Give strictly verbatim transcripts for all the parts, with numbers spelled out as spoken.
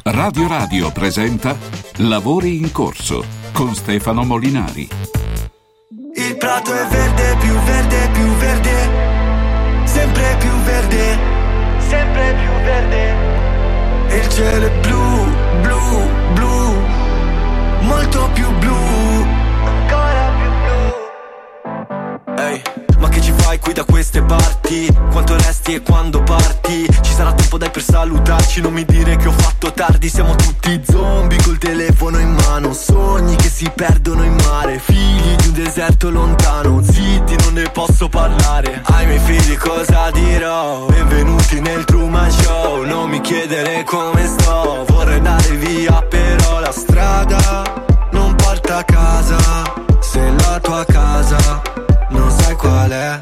Radio Radio presenta Lavori in corso con Stefano Molinari. Il prato è verde, più verde, più verde, sempre più verde, sempre più verde. E il cielo è blu, blu, blu, molto più blu, ancora più blu. Ehi, hey, ma che ci fai qui da queste parti? Quanto resti e quando parti? Ci sarà tempo dai per salutarci, non mi dire che ho fatto tardi. Siamo tutti zombie col telefono in mano, sogni che si perdono in mare, figli di un deserto lontano, zitti non ne posso parlare. Ai miei figli cosa dirò? Benvenuti nel Truman Show, non mi chiedere come sto, vorrei andare via però la strada non porta a casa. Se la tua casa non sai qual è,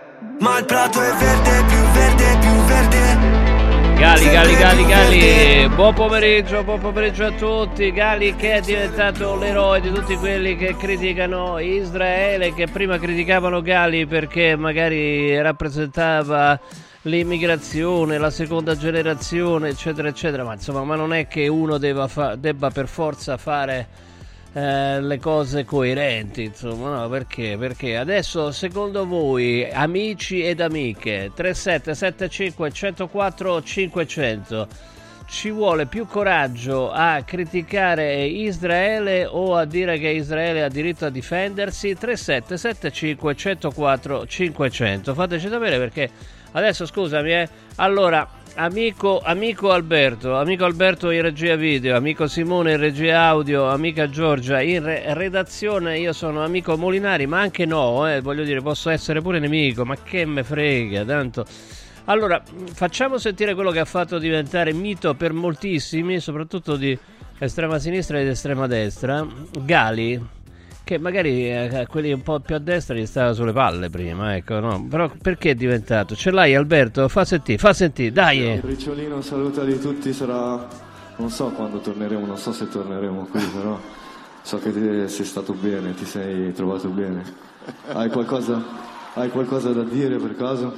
ma il prato è verde, più verde, più verde. Gali, Gali, Gali, Gali, buon pomeriggio, buon pomeriggio a tutti. Gali che è diventato l'eroe di tutti quelli che criticano Israele, che prima criticavano Gali perché magari rappresentava l'immigrazione, la seconda generazione, eccetera, eccetera. Ma insomma, ma non è che uno debba, fa- debba per forza fare Eh, le cose coerenti, insomma, no, perché? Perché adesso, secondo voi, amici ed amiche, tre sette sette cinque uno zero quattro cinquecento, ci vuole più coraggio a criticare Israele o a dire che Israele ha diritto a difendersi? Tre sette sette cinque uno zero quattro cinquecento, fateci sapere, perché adesso, scusami, eh, allora Amico, amico Alberto, amico Alberto in regia video, amico Simone in regia audio, amica Giorgia in re- redazione, io sono amico Molinari, ma anche no, eh, voglio dire, posso essere pure nemico, ma che me frega, tanto. Allora, facciamo sentire quello che ha fatto diventare mito per moltissimi, soprattutto di estrema sinistra ed estrema destra, Gali, che magari eh, quelli un po' più a destra gli stava sulle palle prima, ecco, no? Però perché è diventato? Ce l'hai Alberto? Fa sentire, fa sentire, dai! Il Ricciolino saluta di tutti, sarà... non so quando torneremo, non so se torneremo qui, però so che ti sei stato bene, ti sei trovato bene. Hai qualcosa, hai qualcosa da dire per caso?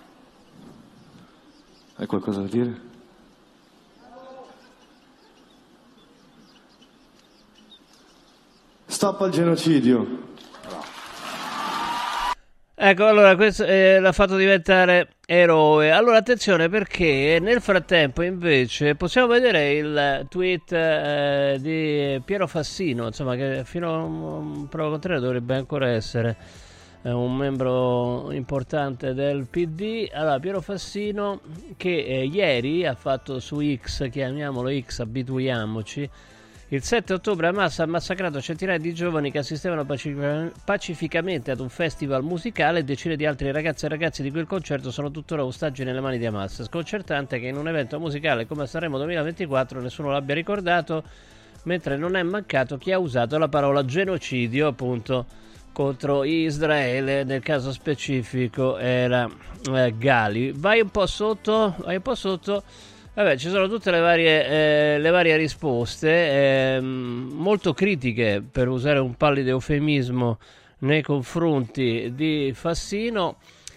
Hai qualcosa da dire? Stop al genocidio. Ecco, allora questo eh, l'ha fatto diventare eroe. Allora attenzione, perché nel frattempo invece possiamo vedere il tweet eh, di Piero Fassino, insomma, che fino a un prova contrario dovrebbe ancora essere eh, un membro importante del P D. Allora, Piero Fassino che eh, ieri ha fatto su X, chiamiamolo X, abituiamoci, il sette ottobre Hamas ha massacrato centinaia di giovani che assistevano pacific- pacificamente ad un festival musicale e decine di altri ragazzi e ragazzi di quel concerto sono tuttora ostaggi nelle mani di Hamas. Sconcertante che in un evento musicale come Sanremo duemilaventiquattro nessuno l'abbia ricordato, mentre non è mancato chi ha usato la parola genocidio appunto contro Israele, nel caso specifico era eh, Gali. Vai un po' sotto, vai un po' sotto. Vabbè, ci sono tutte le varie, eh, le varie risposte, eh, molto critiche, per usare un pallido eufemismo, nei confronti di Fassino,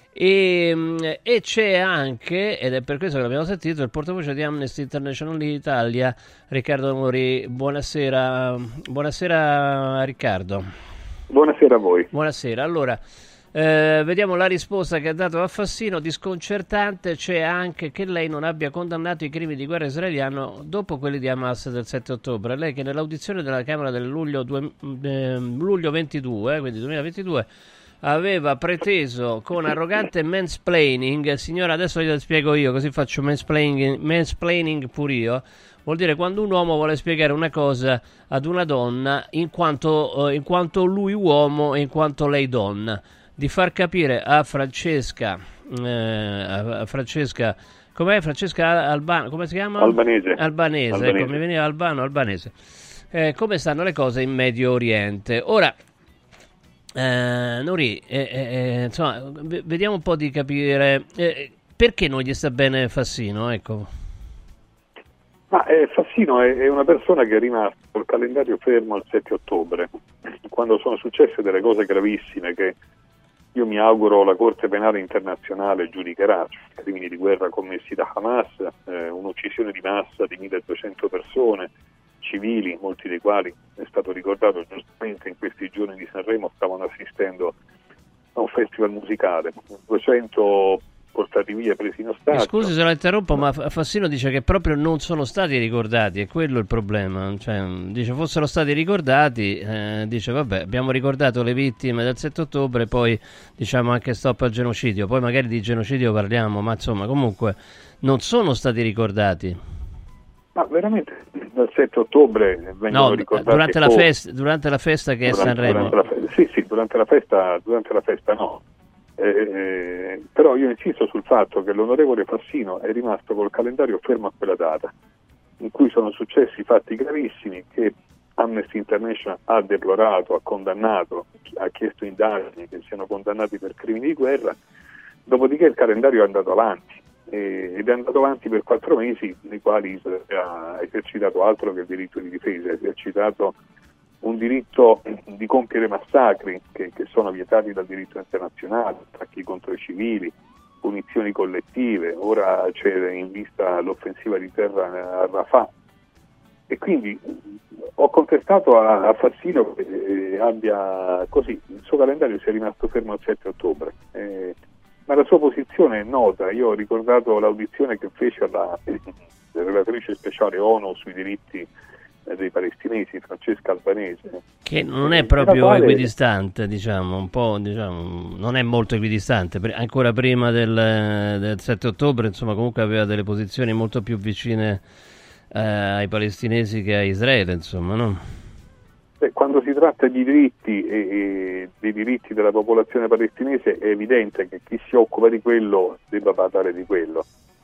e, e c'è anche, ed è per questo che l'abbiamo sentito, il portavoce di Amnesty International Italia, Riccardo Mori. Buonasera, buonasera Riccardo. Buonasera a voi. Buonasera, allora... Eh, vediamo la risposta che ha dato a Fassino, disconcertante. C'è anche che lei non abbia condannato i crimini di guerra israeliano dopo quelli di Hamas del sette ottobre. Lei che nell'audizione della Camera del luglio, due, eh, luglio ventidue, quindi duemilaventidue, aveva preteso con arrogante mansplaining, signora adesso glielo spiego io così faccio mansplaining, mansplaining pure io, vuol dire quando un uomo vuole spiegare una cosa ad una donna in quanto, eh, in quanto lui uomo e in quanto lei donna, di far capire a Francesca, eh, a Francesca, com'è Francesca Albano, come si chiama? Albanese. Albanese, Albanese. ecco, mi veniva Albano, albanese. Eh, come stanno le cose in Medio Oriente. Ora, eh, Nuri, eh, eh, insomma, v- vediamo un po' di capire eh, perché non gli sta bene Fassino, ecco. Ma eh, Fassino è, è una persona che è rimasta col calendario fermo al sette ottobre, quando sono successe delle cose gravissime che io mi auguro la Corte Penale Internazionale giudicherà, cioè crimini di guerra commessi da Hamas, eh, un'uccisione un'esplosione di massa di milleduecento persone, civili, molti dei quali, è stato ricordato giustamente, in questi giorni di Sanremo stavano assistendo a un festival musicale, duecento portati via, presi in ostaggio. Scusi se la interrompo, ma Fassino dice che proprio non sono stati ricordati, è quello il problema. Cioè, dice fossero stati ricordati, eh, dice vabbè, abbiamo ricordato le vittime del sette ottobre, poi diciamo anche stop al genocidio, poi magari di genocidio parliamo, ma insomma comunque non sono stati ricordati. Ma veramente dal sette ottobre vengono no, ricordati durante la, festa, durante la festa che durante, è Sanremo. Durante la fe- sì, sì, durante la festa, durante la festa no. Eh, però io insisto sul fatto che l'onorevole Fassino è rimasto col calendario fermo a quella data, in cui sono successi fatti gravissimi che Amnesty International ha deplorato, ha condannato, ha chiesto indagini che siano condannati per crimini di guerra, dopodiché il calendario è andato avanti eh, ed è andato avanti per quattro mesi nei quali Israele ha esercitato altro che il diritto di difesa, ha esercitato un diritto di compiere massacri che, che sono vietati dal diritto internazionale, attacchi contro i civili, punizioni collettive, ora c'è in vista l'offensiva di terra a Rafah. E quindi ho contestato a, a Fassino che eh, abbia così, il suo calendario sia rimasto fermo al sette ottobre, eh, ma la sua posizione è nota. Io ho ricordato l'audizione che fece alla eh, relatrice speciale ONU sui diritti dei palestinesi, Francesca Albanese, che non è proprio quale... equidistante, diciamo, un po', diciamo, non è molto equidistante, ancora prima del, del sette ottobre, insomma, comunque aveva delle posizioni molto più vicine eh, ai palestinesi che a Israele, insomma, no? Beh, quando si tratta di diritti e, e dei diritti della popolazione palestinese è evidente che chi si occupa di quello debba parlare di quello,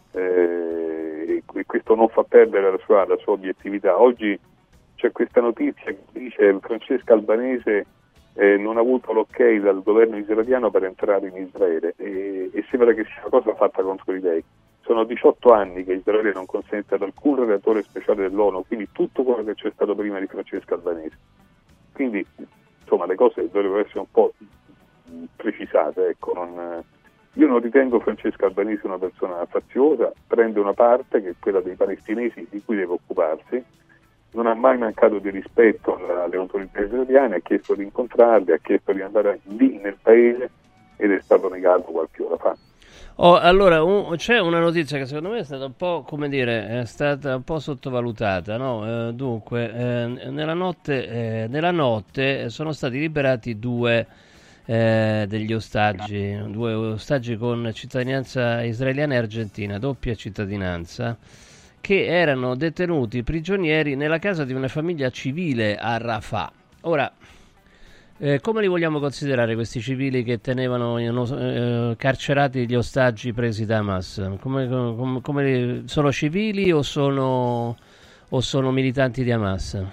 eh, e questo non fa perdere la sua, la sua obiettività. Oggi c'è questa notizia che dice Francesca Albanese eh, non ha avuto l'ok dal governo israeliano per entrare in Israele e, e sembra che sia una cosa fatta contro di lei. Sono diciotto anni che Israele non consente ad alcun relatore speciale dell'ONU, quindi tutto quello che c'è stato prima di Francesca Albanese. Quindi insomma le cose dovrebbero essere un po' precisate, ecco, non, io non ritengo Francesca Albanese una persona faziosa, prende una parte che è quella dei palestinesi di cui deve occuparsi, non ha mai mancato di rispetto alle autorità israeliane, ha chiesto di incontrarli, ha chiesto di andare lì nel paese ed è stato negato qualche ora fa. Oh, allora un, c'è una notizia che secondo me è stata un po', come dire, è stata un po' sottovalutata, no? Eh, dunque, eh, nella notte, eh, nella notte sono stati liberati due eh, degli ostaggi, due ostaggi con cittadinanza israeliana e argentina, doppia cittadinanza, che erano detenuti prigionieri nella casa di una famiglia civile a Rafah. Ora, eh, come li vogliamo considerare questi civili che tenevano eh, carcerati gli ostaggi presi da Hamas? Come, come, come sono civili o sono, o sono militanti di Hamas?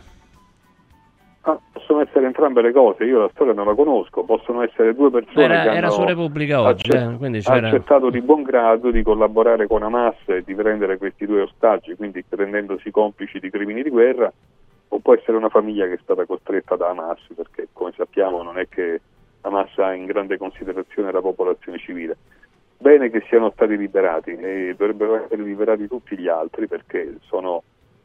Ah, possono essere entrambe le cose, io la storia non la conosco, possono essere due persone era, che era hanno su Repubblica oggi, accett- eh, quindi c'era... accettato di buon grado di collaborare con Hamas e di prendere questi due ostaggi, quindi rendendosi complici di crimini di guerra, o può essere una famiglia che è stata costretta da Hamas, perché come sappiamo non è che Hamas ha in grande considerazione la popolazione civile. Bene che siano stati liberati e dovrebbero essere liberati tutti gli altri, perché sono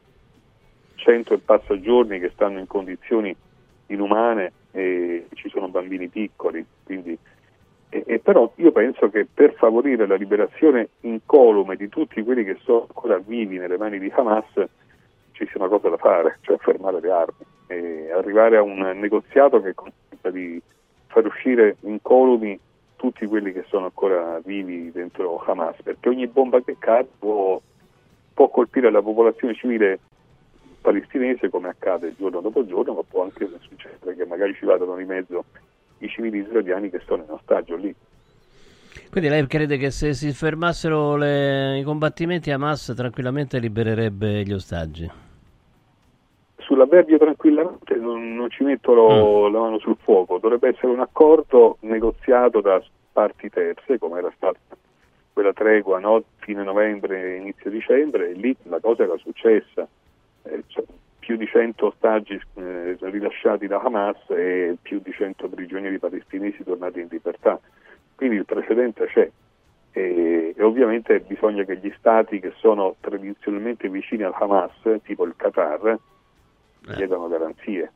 cento e passa giorni che stanno in condizioni inumane e ci sono bambini piccoli, quindi e, e però io penso che per favorire la liberazione incolume di tutti quelli che sono ancora vivi nelle mani di Hamas ci sia una cosa da fare, cioè fermare le armi e arrivare a un negoziato che consenta di far uscire incolumi tutti quelli che sono ancora vivi dentro Hamas, perché ogni bomba che cade può, può colpire la popolazione civile palestinese, come accade giorno dopo giorno, ma può anche succedere che magari ci vadano di mezzo i civili israeliani che sono in ostaggio lì. Quindi lei crede che se si fermassero le, i combattimenti, Hamas tranquillamente libererebbe gli ostaggi? Sull'avverbio tranquillamente non, non ci metto lo, mm. la mano sul fuoco, dovrebbe essere un accordo negoziato da parti terze, come era stata quella tregua, no? Fine novembre, inizio dicembre, e lì la cosa era successa. Eh, cioè, più di cento ostaggi eh, rilasciati da Hamas e più di cento prigionieri palestinesi tornati in libertà. Quindi il precedente c'è e, e ovviamente bisogna che gli stati che sono tradizionalmente vicini al Hamas, tipo il Qatar, eh. chiedano garanzie.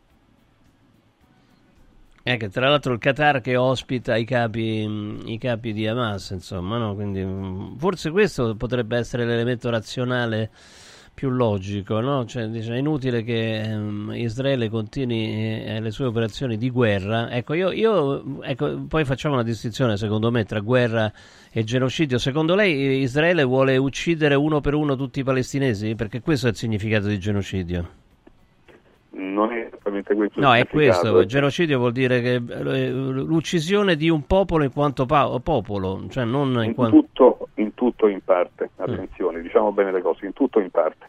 Eh, che tra l'altro il Qatar che ospita i capi, i capi di Hamas, insomma, no? Quindi forse questo potrebbe essere l'elemento razionale più logico, no? Cioè, dice, è inutile che um, Israele continui eh, le sue operazioni di guerra. Ecco, io, io ecco, poi facciamo una distinzione, secondo me, tra guerra e genocidio. Secondo lei Israele vuole uccidere uno per uno tutti i palestinesi? Perché questo è il significato di genocidio. Non è esattamente questo. No, è questo. Genocidio vuol dire che l'uccisione di un popolo in quanto pa- popolo, cioè non in, in quanto... tutto, in tutto in parte. Attenzione, mm. diciamo bene le cose, in tutto in parte.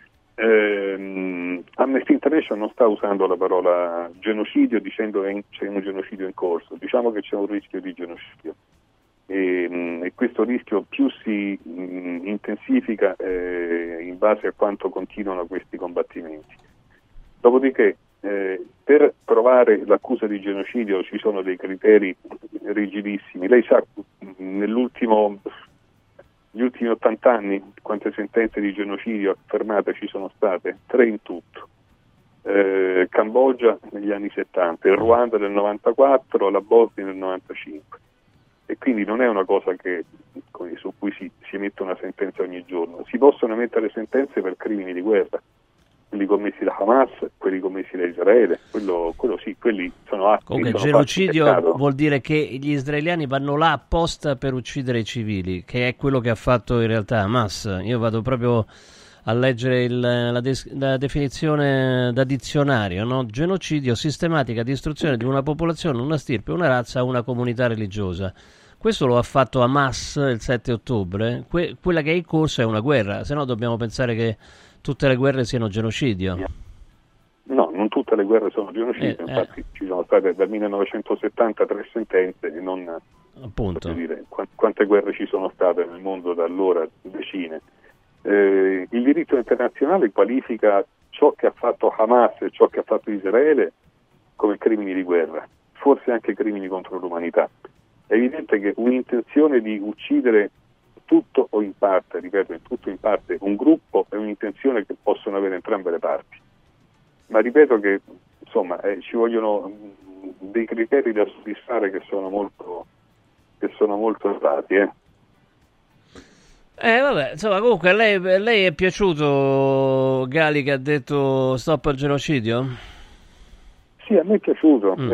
Eh, Amnesty International non sta usando la parola genocidio dicendo che c'è un genocidio in corso, diciamo che c'è un rischio di genocidio. E, e questo rischio più si mh, intensifica eh, in base a quanto continuano questi combattimenti. Dopodiché, eh, per provare l'accusa di genocidio ci sono dei criteri rigidissimi. Lei sa, nell'ultimo, negli ultimi ottanta anni, quante sentenze di genocidio affermate ci sono state? Tre in tutto. Eh, Cambogia negli anni settanta, il Ruanda nel novantaquattro, la Bosnia nel novantacinque. E quindi non è una cosa che, su cui si, si emette una sentenza ogni giorno. Si possono emettere sentenze per crimini di guerra, quelli commessi da Hamas, quelli commessi da Israele, quello, quello sì, quelli sono atti. Comunque sono genocidio vuol dire che gli israeliani vanno là apposta per uccidere i civili, che è quello che ha fatto in realtà Hamas. Io vado proprio a leggere il, la, des, la definizione da dizionario, no? Genocidio, sistematica distruzione di una popolazione, una stirpe, una razza, una comunità religiosa. Questo lo ha fatto Hamas il sette ottobre. Que- quella che è in corso è una guerra, se no dobbiamo pensare che tutte le guerre siano genocidio. No, non tutte le guerre sono genocidio, eh, infatti eh. ci sono state dal millenovecentosettanta tre sentenze e non appunto dire quante guerre ci sono state nel mondo da allora, decine. Eh, il diritto internazionale qualifica ciò che ha fatto Hamas e ciò che ha fatto Israele come crimini di guerra, forse anche crimini contro l'umanità. È evidente che un'intenzione di uccidere tutto o in parte, ripeto, in tutto o in parte, un gruppo è un'intenzione che possono avere entrambe le parti. Ma ripeto che insomma eh, ci vogliono dei criteri da soddisfare che sono molto che sono molto elevati, eh. Eh vabbè, insomma, comunque a lei, lei è piaciuto Gali che ha detto stop al genocidio? Sì, a me è piaciuto. Mm.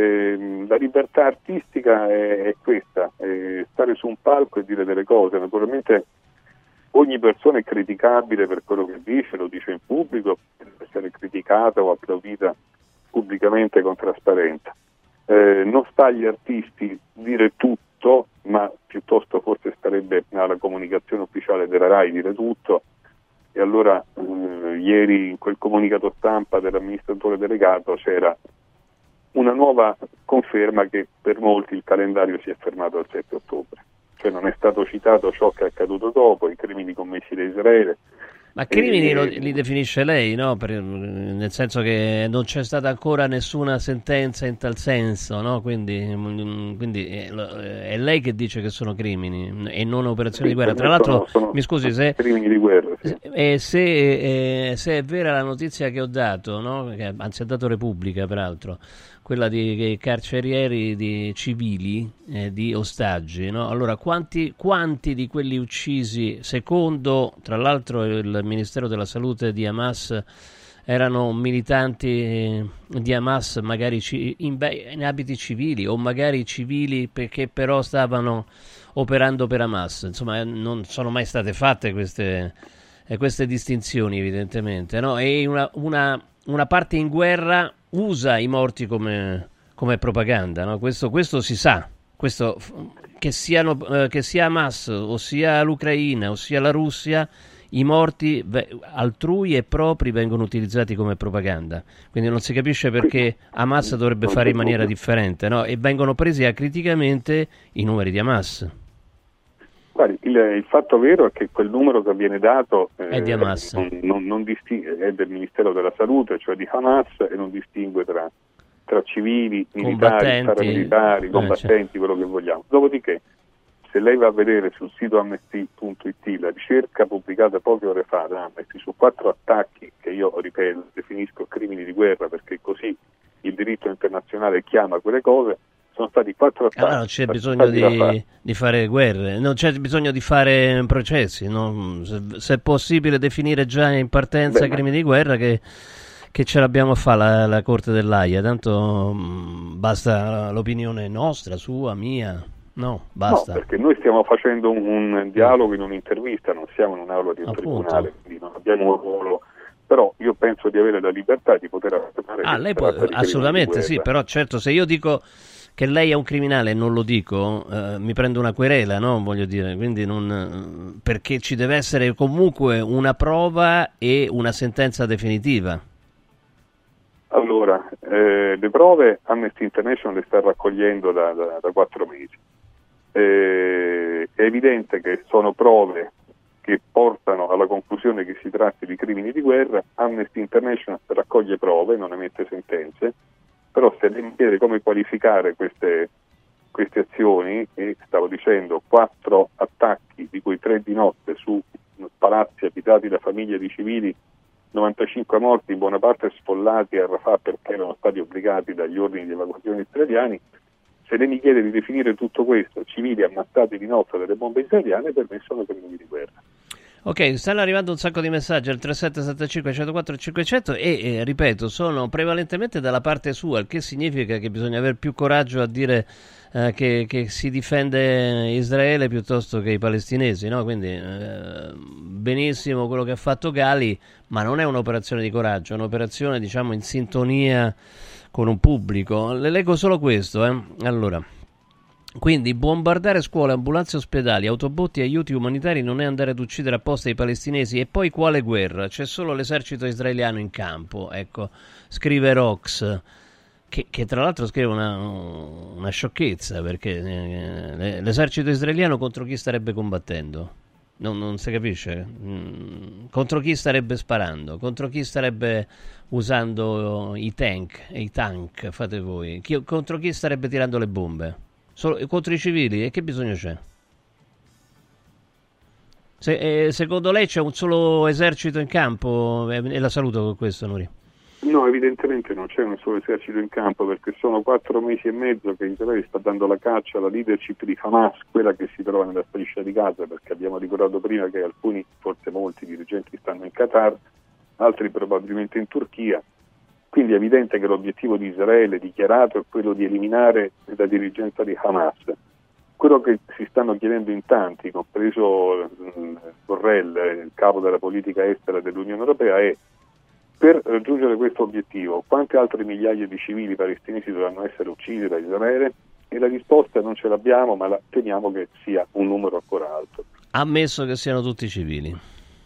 Eh, la libertà artistica è, è questa, è stare su un palco e dire delle cose. Naturalmente ogni persona è criticabile per quello che dice, lo dice in pubblico, deve essere criticata o applaudita pubblicamente con trasparenza. Eh, non sta agli artisti dire tutto, ma piuttosto forse starebbe alla comunicazione ufficiale della RAI dire tutto. E allora eh, ieri in quel comunicato stampa dell'amministratore delegato c'era una nuova conferma che per molti il calendario si è fermato al sette ottobre. Cioè non è stato citato ciò che è accaduto dopo, i crimini commessi da Israele. Ma crimini e... lo, li definisce lei, no? Per, nel senso che non c'è stata ancora nessuna sentenza in tal senso, no? Quindi, quindi è, è lei che dice che sono crimini e non operazioni sì, di guerra. Tra l'altro, sono, mi scusi se... Crimini di guerra, sì. E se, eh, se è vera la notizia che ho dato, no? Che, anzi ha dato Repubblica peraltro, quella di che carcerieri di civili, eh, di ostaggi, no? Allora quanti, quanti di quelli uccisi, secondo tra l'altro il Ministero della Salute di Hamas, erano militanti di Hamas magari ci, in, in abiti civili o magari civili perché però stavano operando per Hamas? Insomma non sono mai state fatte queste, eh, queste distinzioni evidentemente, no? E una, una, una parte in guerra usa i morti come, come propaganda, no? Questo, questo si sa, questo, che, siano, eh, che sia Hamas o sia l'Ucraina o sia la Russia, i morti altrui e propri vengono utilizzati come propaganda, quindi non si capisce perché Hamas dovrebbe fare in maniera differente, no? E vengono presi acriticamente i numeri di Hamas. Guardi, il, il fatto vero è che quel numero che viene dato eh, è di Hamas, non, non, non distingue, è del Ministero della Salute, cioè di Hamas, e non distingue tra, tra civili, militari, paramilitari, combattenti, eh, certo. Quello che vogliamo. Dopodiché, se lei va a vedere sul sito amnesty punto it la ricerca pubblicata poche ore fa da Amnesty su quattro attacchi che io, ripeto, definisco crimini di guerra perché così il diritto internazionale chiama quelle cose, sono stati quattro attacchi. Allora non c'è bisogno di, di fare guerre, non c'è bisogno di fare processi, no? se, se è possibile definire già in partenza Beh, crimini ma... di guerra che, che ce l'abbiamo a fare la, la Corte dell'Aia, tanto mh, basta l'opinione nostra, sua, mia, no, basta. No, perché noi stiamo facendo un, un dialogo in un'intervista, non siamo in un'aula di un Appunto. tribunale, quindi non abbiamo un ruolo. Però io penso di avere la libertà di poter affermare ah, lei può, assolutamente sì, però certo se io dico che lei è un criminale e non lo dico, eh, mi prendo una querela, no? Voglio dire, quindi non, perché ci deve essere comunque una prova e una sentenza definitiva. Allora, eh, le prove Amnesty International le sta raccogliendo da, da, da quattro mesi. Eh, è evidente che sono prove che portano alla conclusione che si tratti di crimini di guerra. Amnesty International raccoglie prove, non emette sentenze, però se lei mi chiede come qualificare queste, queste azioni, e stavo dicendo quattro attacchi, di cui tre di notte su palazzi abitati da famiglie di civili, novantacinque morti, in buona parte sfollati a Rafah perché erano stati obbligati dagli ordini di evacuazione israeliani, se lei mi chiede di definire tutto questo, civili ammazzati di notte dalle bombe israeliane, per me sono crimini di guerra. Ok, stanno arrivando un sacco di messaggi al tre sette sette cinque uno zero quattro cinquecento e, eh, ripeto, sono prevalentemente dalla parte sua, il che significa che bisogna avere più coraggio a dire eh, che, che si difende Israele piuttosto che i palestinesi, no? Quindi eh, benissimo quello che ha fatto Gali, ma non è un'operazione di coraggio, è un'operazione, diciamo, in sintonia con un pubblico. Le leggo solo questo, eh. Allora, quindi bombardare scuole, ambulanze, ospedali, autobotti e aiuti umanitari non è andare ad uccidere apposta i palestinesi. E poi quale guerra? C'è solo l'esercito israeliano in campo, ecco, scrive Rox, che, che tra l'altro scrive una, una sciocchezza, perché eh, l'esercito israeliano contro chi starebbe combattendo? Non, non si capisce. Mm, contro chi starebbe sparando? Contro chi starebbe usando i tank? E i tank, fate voi. Chi, contro chi starebbe tirando le bombe? Solo, contro i civili? E che bisogno c'è? Se, eh, secondo lei c'è un solo esercito in campo? E, e la saluto con questo, Nuri. No, evidentemente non c'è un solo esercito in campo, perché sono quattro mesi e mezzo che Israele sta dando la caccia alla leadership di Hamas, quella che si trova nella striscia di Gaza, perché abbiamo ricordato prima che alcuni, forse molti dirigenti stanno in Qatar, altri probabilmente in Turchia. Quindi è evidente che l'obiettivo di Israele dichiarato è quello di eliminare la dirigenza di Hamas. Quello che si stanno chiedendo in tanti, compreso Borrell, il capo della politica estera dell'Unione Europea, è: per raggiungere questo obiettivo, quante altre migliaia di civili palestinesi dovranno essere uccisi da Israele? E la risposta non ce l'abbiamo, ma la temiamo che sia un numero ancora alto. Ammesso che siano tutti civili.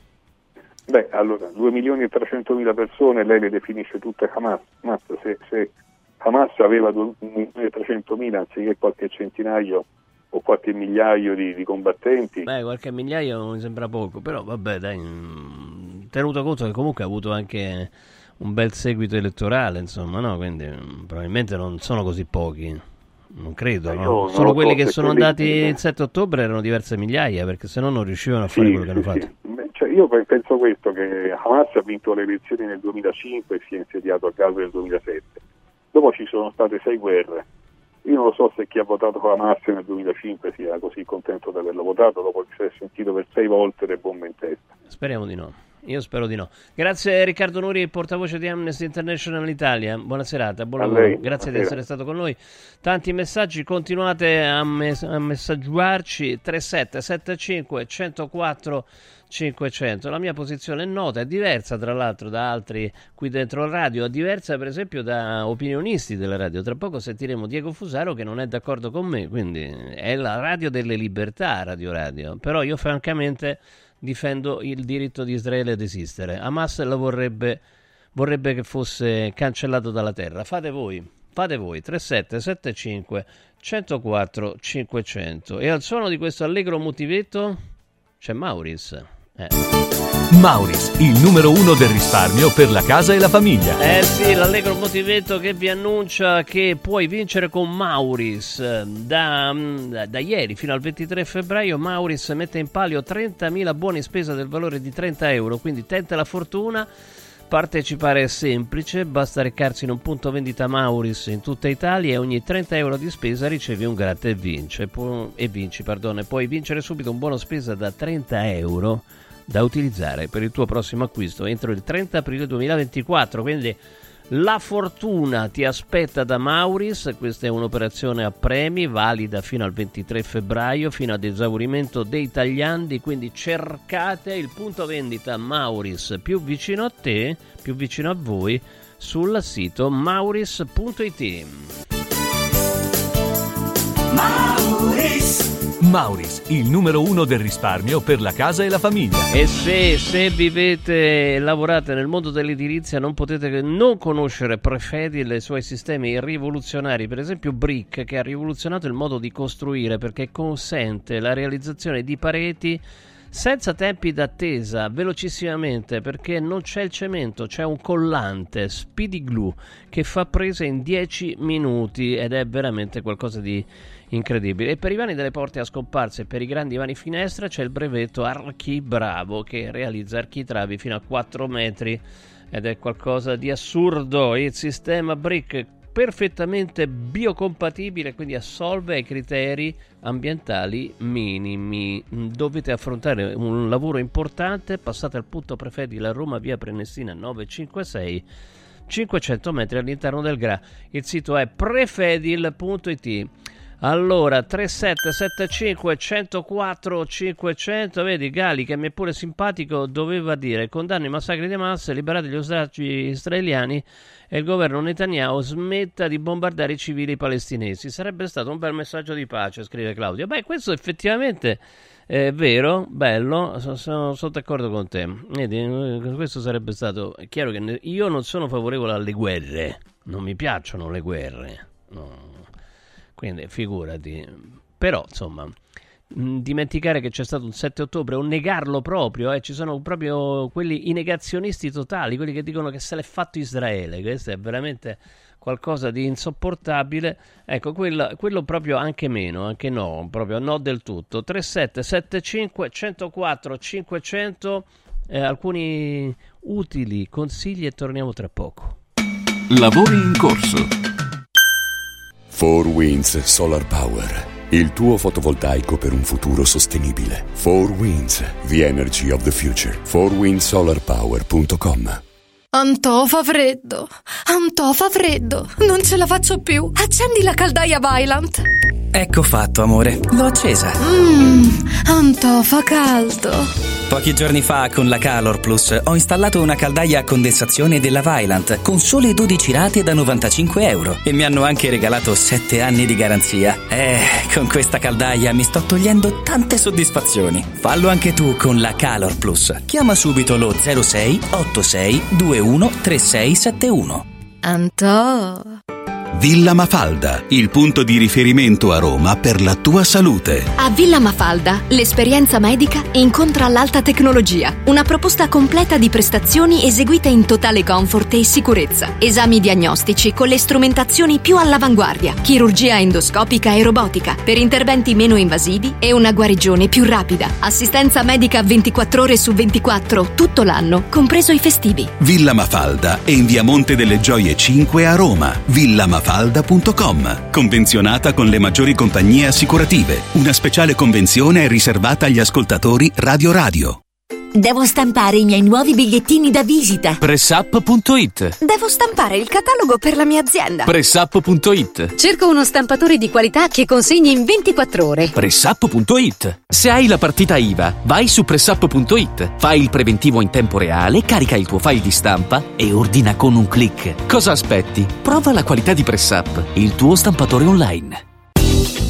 Beh, allora, due milioni e trecentomila persone, lei le definisce tutte Hamas. Mazza, se, se Hamas aveva due milioni e trecentomila anziché qualche centinaio o qualche migliaio di, di combattenti... Beh, qualche migliaio mi sembra poco, però vabbè, dai, tenuto conto che comunque ha avuto anche un bel seguito elettorale, insomma, no? Quindi probabilmente non sono così pochi, non credo, no? Solo quelli che sono quelli... andati il sette ottobre erano diverse migliaia, perché se no non riuscivano a fare sì, quello che sì, hanno sì. fatto. Beh, cioè, io penso questo, che Hamas ha vinto le elezioni nel duemilacinque e si è insediato a Gaza nel duemilasette. Dopo ci sono state sei guerre. Io non lo so se chi ha votato Hamas nel duemilacinque sia così contento di averlo votato dopo che si è sentito per sei volte le bombe in testa. Speriamo di no. Io spero di no. Grazie Riccardo Nuri, portavoce di Amnesty International Italia. Buona serata, buon lavoro. Grazie Buonasera. di essere stato con noi. Tanti messaggi, continuate a, mes- a messaggiarci. Tre sette sette cinque uno zero quattro cinquecento. La mia posizione è nota, è diversa tra l'altro da altri qui dentro la radio, è diversa per esempio da opinionisti della radio. Tra poco sentiremo Diego Fusaro che non è d'accordo con me, quindi è la radio delle libertà, Radio Radio. Però io francamente difendo il diritto di Israele ad esistere. Hamas lo vorrebbe, vorrebbe che fosse cancellato dalla terra. Fate voi, fate voi. Tre sette sette cinque uno zero quattro cinquecento. E al suono di questo allegro motivetto c'è Mauris. Eh. Mauris, il numero uno del risparmio per la casa e la famiglia. Eh sì, l'Allegro Motivetto che vi annuncia che puoi vincere con Mauris. Da, da, da ieri fino al ventitré febbraio Mauris mette in palio trentamila buoni spesa del valore di trenta euro, quindi tenta la fortuna. Partecipare è semplice, basta recarsi in un punto vendita Mauris in tutta Italia e ogni trenta euro di spesa ricevi un gratta e vinci. Pu- e vinci, perdone. Puoi vincere subito un buono spesa da trenta euro da utilizzare per il tuo prossimo acquisto entro il trenta aprile duemilaventiquattro, quindi la fortuna ti aspetta da Mauris. Questa è un'operazione a premi valida fino al ventitré febbraio, fino ad esaurimento dei tagliandi, quindi cercate il punto vendita Mauris più vicino a te, più vicino a voi, sul sito mauris punto it. Mauris Mauris, il numero uno del risparmio per la casa e la famiglia. E se, se vivete e lavorate nel mondo dell'edilizia non potete non conoscere Prefedil e i suoi sistemi rivoluzionari, per esempio Brick, che ha rivoluzionato il modo di costruire perché consente la realizzazione di pareti senza tempi d'attesa, velocissimamente, perché non c'è il cemento, c'è un collante Speedy Glue che fa presa in dieci minuti ed è veramente qualcosa di incredibile. E per i vani delle porte a scomparsa e per i grandi vani finestra c'è il brevetto Archibravo che realizza architravi fino a quattro metri ed è qualcosa di assurdo. Il sistema Brick perfettamente biocompatibile, quindi assolve ai criteri ambientali minimi. Dovete affrontare un lavoro importante, passate al punto Prefedil a Roma, via Prenestina novecentocinquantasei, cinquecento metri all'interno del G R A. Il sito è prefedil punto it. Allora, tre sette sette cinque uno zero quattro cinquecento, vedi Gali che mi è pure simpatico, doveva dire: condanno i massacri di Hamas, liberate gli ostaggi israeliani e il governo Netanyahu smetta di bombardare i civili palestinesi. Sarebbe stato un bel messaggio di pace, scrive Claudio. Beh, questo effettivamente è vero, bello, sono, sono, sono d'accordo con te. Vedi, questo sarebbe stato... È chiaro che io non sono favorevole alle guerre, non mi piacciono le guerre, no. Quindi figurati, però insomma, mh, dimenticare che c'è stato un sette ottobre o negarlo proprio, eh, ci sono proprio quelli i negazionisti totali, quelli che dicono che se l'è fatto Israele, questo è veramente qualcosa di insopportabile. Ecco, quello, quello proprio anche meno, anche no, proprio no del tutto. tre sette sette cinque uno zero quattro cinquecento, eh, alcuni utili consigli e torniamo tra poco. Lavori in corso. four Winds Solar Power, il tuo fotovoltaico per un futuro sostenibile. four Winds, the energy of the future. four wind solar power punto com. Antò fa freddo, Antò fa freddo, non ce la faccio più. Accendi la caldaia Vaillant. Ecco fatto, amore, l'ho accesa. Mmm, Antò fa caldo. Pochi giorni fa con la Calor Plus ho installato una caldaia a condensazione della Vaillant con sole dodici rate da novantacinque euro e mi hanno anche regalato sette anni di garanzia. Eh, con questa caldaia mi sto togliendo tante soddisfazioni. Fallo anche tu con la Calor Plus. Chiama subito lo zero sei otto sei due uno tre sei sette uno. Antò. Villa Mafalda, il punto di riferimento a Roma per la tua salute. A Villa Mafalda, l'esperienza medica incontra l'alta tecnologia. Una proposta completa di prestazioni eseguite in totale comfort e sicurezza. Esami diagnostici con le strumentazioni più all'avanguardia. Chirurgia endoscopica e robotica per interventi meno invasivi e una guarigione più rapida. Assistenza medica ventiquattro ore su ventiquattro tutto l'anno, compreso i festivi. Villa Mafalda è in via Monte delle Gioie cinque a Roma. Villa Mafalda punto com. Convenzionata con le maggiori compagnie assicurative. Una speciale convenzione è riservata agli ascoltatori Radio Radio. Devo stampare i miei nuovi bigliettini da visita. Pressup punto it. Devo stampare il catalogo per la mia azienda. Pressup punto it. Cerco uno stampatore di qualità che consegni in ventiquattro ore. Pressup punto it. Se hai la partita I V A, vai su Pressup punto it. Fai il preventivo in tempo reale, carica il tuo file di stampa e ordina con un click. Cosa aspetti? Prova la qualità di Pressup, il tuo stampatore online.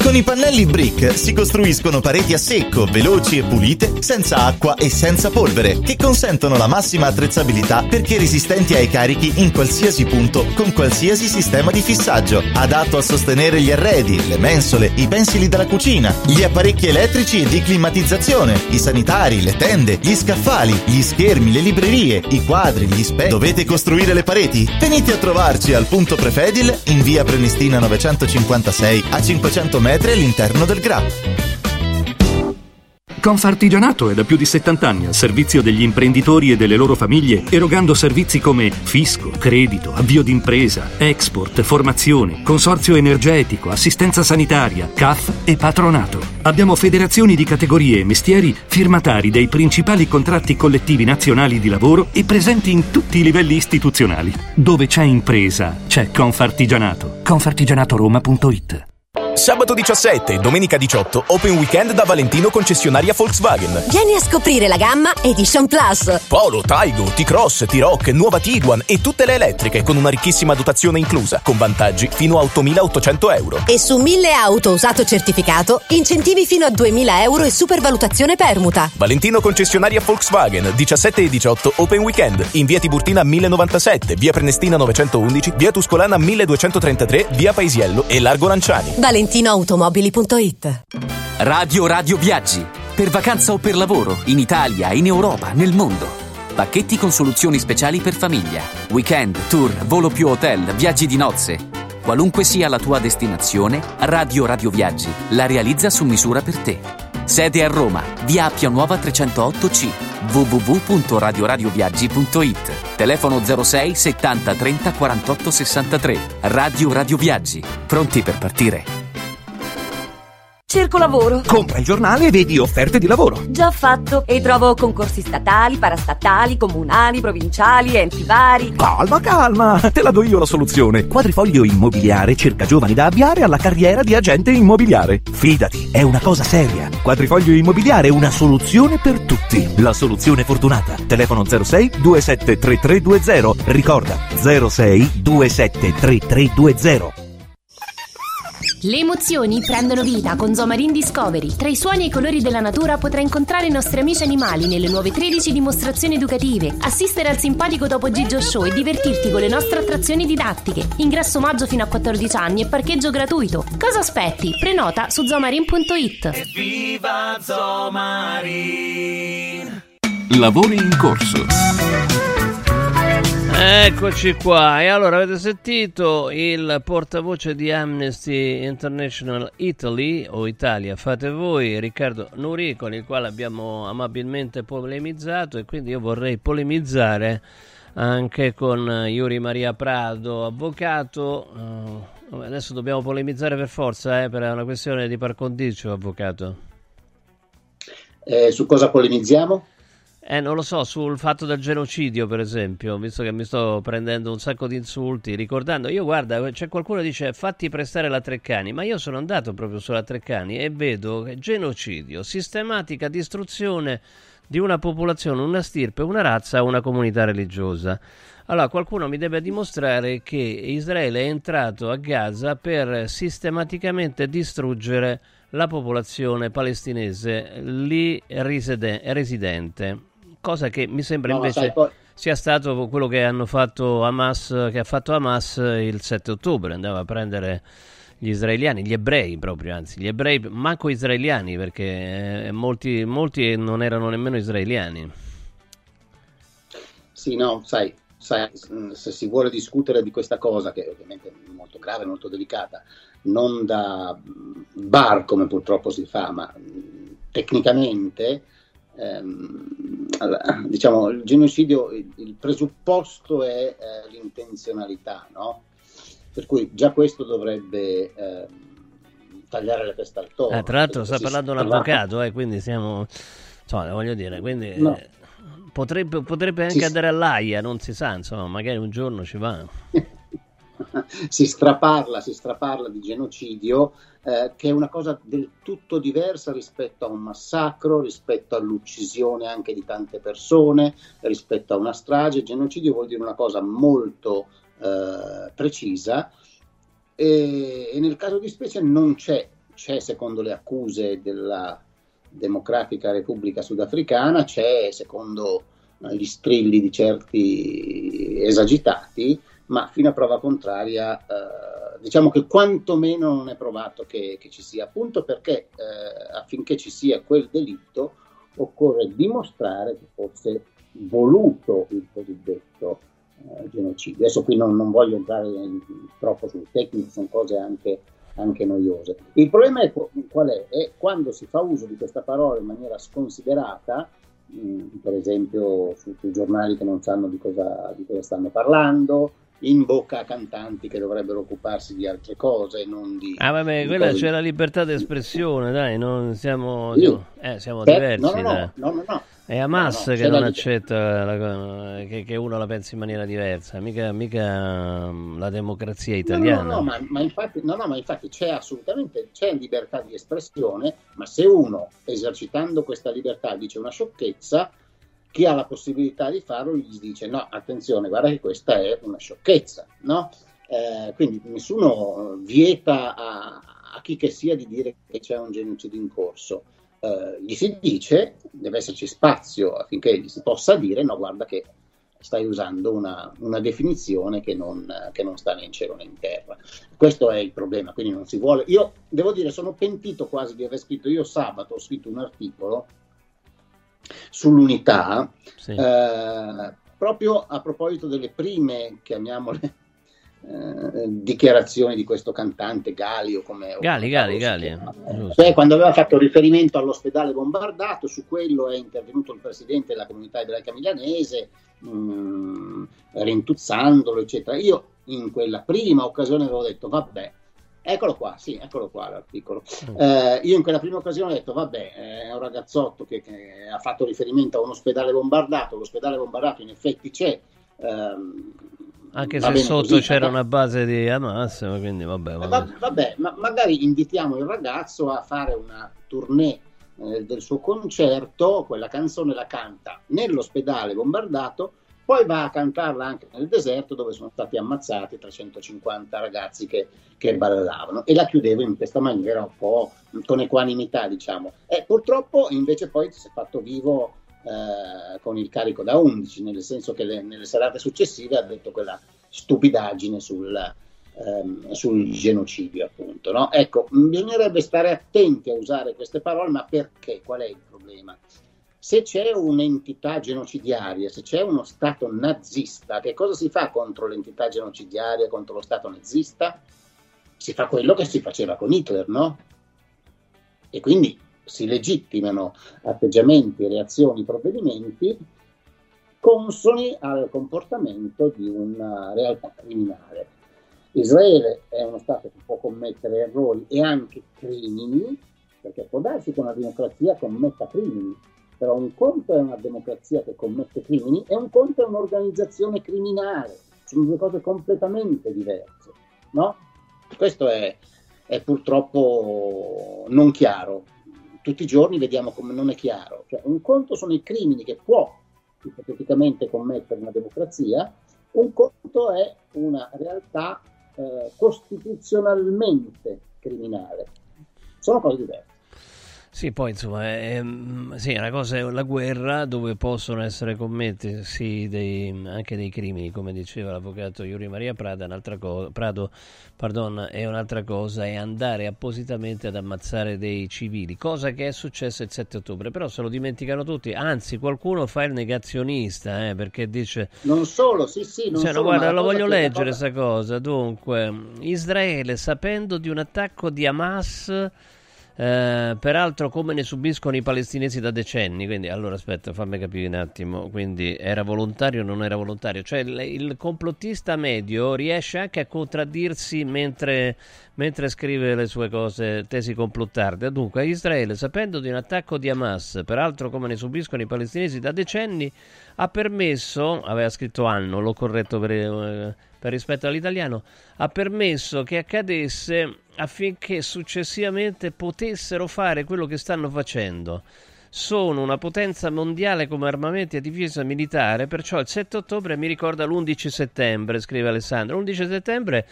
Con i pannelli Brick si costruiscono pareti a secco, veloci e pulite, senza acqua e senza polvere, che consentono la massima attrezzabilità perché resistenti ai carichi in qualsiasi punto con qualsiasi sistema di fissaggio, adatto a sostenere gli arredi, le mensole, i pensili della cucina, gli apparecchi elettrici e di climatizzazione, i sanitari, le tende, gli scaffali, gli schermi, le librerie, i quadri, gli specchi. Dovete costruire le pareti? Venite a trovarci al punto Prefedil in via Prenestina novecentocinquantasei a cinquecento metri all'interno del Gra. Confartigianato è da più di settanta anni al servizio degli imprenditori e delle loro famiglie, erogando servizi come fisco, credito, avvio d'impresa, export, formazione, consorzio energetico, assistenza sanitaria, C A F e patronato. Abbiamo federazioni di categorie e mestieri firmatari dei principali contratti collettivi nazionali di lavoro e presenti in tutti i livelli istituzionali. Dove c'è impresa, c'è Confartigianato. Confartigianatoroma punto it. Sabato diciassette e domenica diciotto, Open Weekend da Valentino concessionaria Volkswagen. Vieni a scoprire la gamma Edition Plus. Polo, Taigo, T-Cross, T-Roc, nuova Tiguan e tutte le elettriche con una ricchissima dotazione inclusa, con vantaggi fino a ottomilaottocento euro. E su mille auto usato certificato, incentivi fino a duemila euro e supervalutazione permuta. Valentino concessionaria Volkswagen, diciassette e diciotto Open Weekend, in via Tiburtina mille novantasette, via Prenestina novecentoundici, via Tuscolana milleduecentotrentatré, via Paisiello e Largo Lanciani. Valentino Automobili punto it. Radio Radio Viaggi. Per vacanza o per lavoro, in Italia, in Europa, nel mondo. Pacchetti con soluzioni speciali per famiglia. Weekend, tour, volo più hotel, viaggi di nozze. Qualunque sia la tua destinazione, Radio Radio Viaggi la realizza su misura per te. Sede a Roma, via Appia Nuova trecentootto C, w w w punto radio radio viaggi punto it. Telefono zero sei settanta trenta quarantotto sessantatré. Radio Radio Viaggi. Pronti per partire? Cerco lavoro. Compra il giornale e vedi offerte di lavoro. Già fatto. E trovo concorsi statali, parastatali, comunali, provinciali, enti vari. Calma, calma. Te la do io la soluzione. Quadrifoglio Immobiliare cerca giovani da avviare alla carriera di agente immobiliare. Fidati, è una cosa seria. Quadrifoglio Immobiliare è una soluzione per tutti. La soluzione fortunata. Telefono zero sei due sette tre tre due zero. Ricorda, zero sei due sette tre tre due zero. Le emozioni prendono vita con Zomarin Discovery. Tra i suoni e i colori della natura potrai incontrare i nostri amici animali nelle nuove tredici dimostrazioni educative, assistere al simpatico Topo Gigio Show e divertirti con le nostre attrazioni didattiche. Ingresso omaggio fino a quattordici anni e parcheggio gratuito. Cosa aspetti? Prenota su zomarin punto it. Viva Zomarin! Lavori in corso. Eccoci qua, e allora avete sentito il portavoce di Amnesty International Italy o Italia, fate voi, Riccardo Nuri, con il quale abbiamo amabilmente polemizzato, e quindi io vorrei polemizzare anche con Yuri Maria Prado, avvocato. Uh, adesso dobbiamo polemizzare per forza, eh, per una questione di par condicio, avvocato. Eh, su cosa polemizziamo? Eh, non lo so, sul fatto del genocidio, per esempio, visto che mi sto prendendo un sacco di insulti, ricordando, io guarda, c'è qualcuno che dice fatti prestare la Treccani, ma io sono andato proprio sulla Treccani e vedo che genocidio, sistematica distruzione di una popolazione, una stirpe, una razza, una comunità religiosa. Allora, qualcuno mi deve dimostrare che Israele è entrato a Gaza per sistematicamente distruggere la popolazione palestinese lì risede- residente. Cosa che mi sembra no, invece poi... sia stato quello che hanno fatto Hamas, che ha fatto Hamas il sette ottobre, andava a prendere gli israeliani, gli ebrei proprio, anzi, gli ebrei, manco israeliani, perché eh, molti, molti non erano nemmeno israeliani. Sì, no, sai, sai, se si vuole discutere di questa cosa, che ovviamente è molto grave, molto delicata, non da bar come purtroppo si fa, ma tecnicamente, ehm, diciamo, il genocidio, il, il presupposto è eh, l'intenzionalità, no? Per cui già questo dovrebbe eh, tagliare la testa al toro. Eh, tra l'altro sta parlando un avvocato, eh, quindi siamo, insomma, voglio dire, quindi no. eh, potrebbe, potrebbe anche sì. andare all'Aia, non si sa, insomma, magari un giorno ci va. si straparla, si straparla di genocidio, eh, che è una cosa del tutto diversa rispetto a un massacro, rispetto all'uccisione anche di tante persone, rispetto a una strage. Genocidio vuol dire una cosa molto eh, precisa, e, e nel caso di specie non c'è c'è secondo le accuse della Democratica Repubblica Sudafricana, c'è secondo gli strilli di certi esagitati, ma fino a prova contraria eh, diciamo che quantomeno non è provato che, che ci sia, appunto perché eh, affinché ci sia quel delitto occorre dimostrare che fosse voluto il cosiddetto eh, genocidio. Adesso qui non, non voglio entrare troppo sul tecnico, sono cose anche anche noiose. Il problema è qual è? È quando si fa uso di questa parola in maniera sconsiderata, mh, per esempio su, sui giornali che non sanno di cosa, di cosa stanno parlando, in bocca a cantanti che dovrebbero occuparsi di altre cose, non di... Ah vabbè, di quella cose... c'è la libertà di espressione, dai, non siamo, sì. siamo, eh, siamo Beh, diversi. No, no, dai. no, no, no. È Hamas no, no, che non la... accetta la, che, che uno la pensi in maniera diversa, mica, mica la democrazia italiana. No, no, no, ma, ma, infatti, no, no, ma infatti c'è assolutamente c'è libertà di espressione, ma se uno, esercitando questa libertà, dice una sciocchezza, chi ha la possibilità di farlo gli dice no, attenzione, guarda che questa è una sciocchezza, no? Eh, quindi nessuno vieta a, a chi che sia di dire che c'è un genocidio in corso. Uh, gli si dice, deve esserci spazio affinché gli si possa dire no, guarda che stai usando una, una definizione che non, che non sta né in cielo né in terra. Questo è il problema, quindi non si vuole. Io devo dire, sono pentito quasi di aver scritto, io sabato ho scritto un articolo sull'unità, sì. eh, proprio a proposito delle prime, chiamiamole, Eh, dichiarazioni di questo cantante Gali o come Gali, Gali, Gali cioè, quando aveva fatto riferimento all'ospedale bombardato, su quello è intervenuto il presidente della comunità ebraica milanese mh, rintuzzandolo eccetera. Io in quella prima occasione avevo detto vabbè, eccolo qua, sì, eccolo qua l'articolo. Eh, io in quella prima occasione ho detto vabbè, è un ragazzotto che, che ha fatto riferimento a un ospedale bombardato, l'ospedale bombardato in effetti c'è, ehm, anche se sotto così, c'era vabbè. Una base di Hamas, quindi vabbè, vabbè. vabbè, vabbè ma magari invitiamo il ragazzo a fare una tournée eh, del suo concerto, quella canzone la canta nell'ospedale bombardato, poi va a cantarla anche nel deserto dove sono stati ammazzati trecentocinquanta ragazzi che, che ballavano, e la chiudevo in questa maniera un po' con equanimità, diciamo. E purtroppo invece poi si è fatto vivo Eh, con il carico da undici, nel senso che le, nelle serate successive ha detto quella stupidaggine sul, ehm, sul genocidio, appunto, no? Ecco, bisognerebbe stare attenti a usare queste parole, ma perché? Qual è il problema? Se c'è un'entità genocidiaria, se c'è uno Stato nazista, che cosa si fa contro l'entità genocidiaria, contro lo Stato nazista? Si fa quello che si faceva con Hitler, no? E quindi si legittimano atteggiamenti, reazioni, provvedimenti consoni al comportamento di una realtà criminale. Israele è uno Stato che può commettere errori e anche crimini, perché può darsi che una democrazia commetta crimini, però un conto è una democrazia che commette crimini e un conto è un'organizzazione criminale, sono due cose completamente diverse, no? Questo è, è purtroppo non chiaro. Tutti i giorni vediamo come non è chiaro. Cioè, un conto sono i crimini che può ipoteticamente commettere una democrazia, un conto è una realtà eh, costituzionalmente criminale. Sono cose diverse. Sì, poi insomma, è, sì, una cosa è la guerra dove possono essere commessi dei, anche dei crimini, come diceva l'avvocato Yuri Maria Prada, un'altra cosa, Prado, pardon, e un'altra cosa è andare appositamente ad ammazzare dei civili, cosa che è successa il sette ottobre, però se lo dimenticano tutti, anzi qualcuno fa il negazionista, eh, perché dice... Non solo, sì sì, non cioè, solo, no, guarda, lo voglio leggere questa cosa... cosa, dunque, Israele sapendo di un attacco di Hamas... Eh, peraltro come ne subiscono i palestinesi da decenni, quindi allora aspetta, fammi capire un attimo, quindi era volontario o non era volontario? Cioè il, il complottista medio riesce anche a contraddirsi mentre, mentre scrive le sue cose, tesi complottarde. Dunque, Israele, sapendo di un attacco di Hamas, peraltro come ne subiscono i palestinesi da decenni, ha permesso, aveva scritto anno, l'ho corretto per, eh, per rispetto all'italiano, ha permesso che accadesse affinché successivamente potessero fare quello che stanno facendo. Sono una potenza mondiale come armamenti e difesa militare, perciò il sette ottobre mi ricorda l'undici settembre, scrive Alessandro. l'undici settembre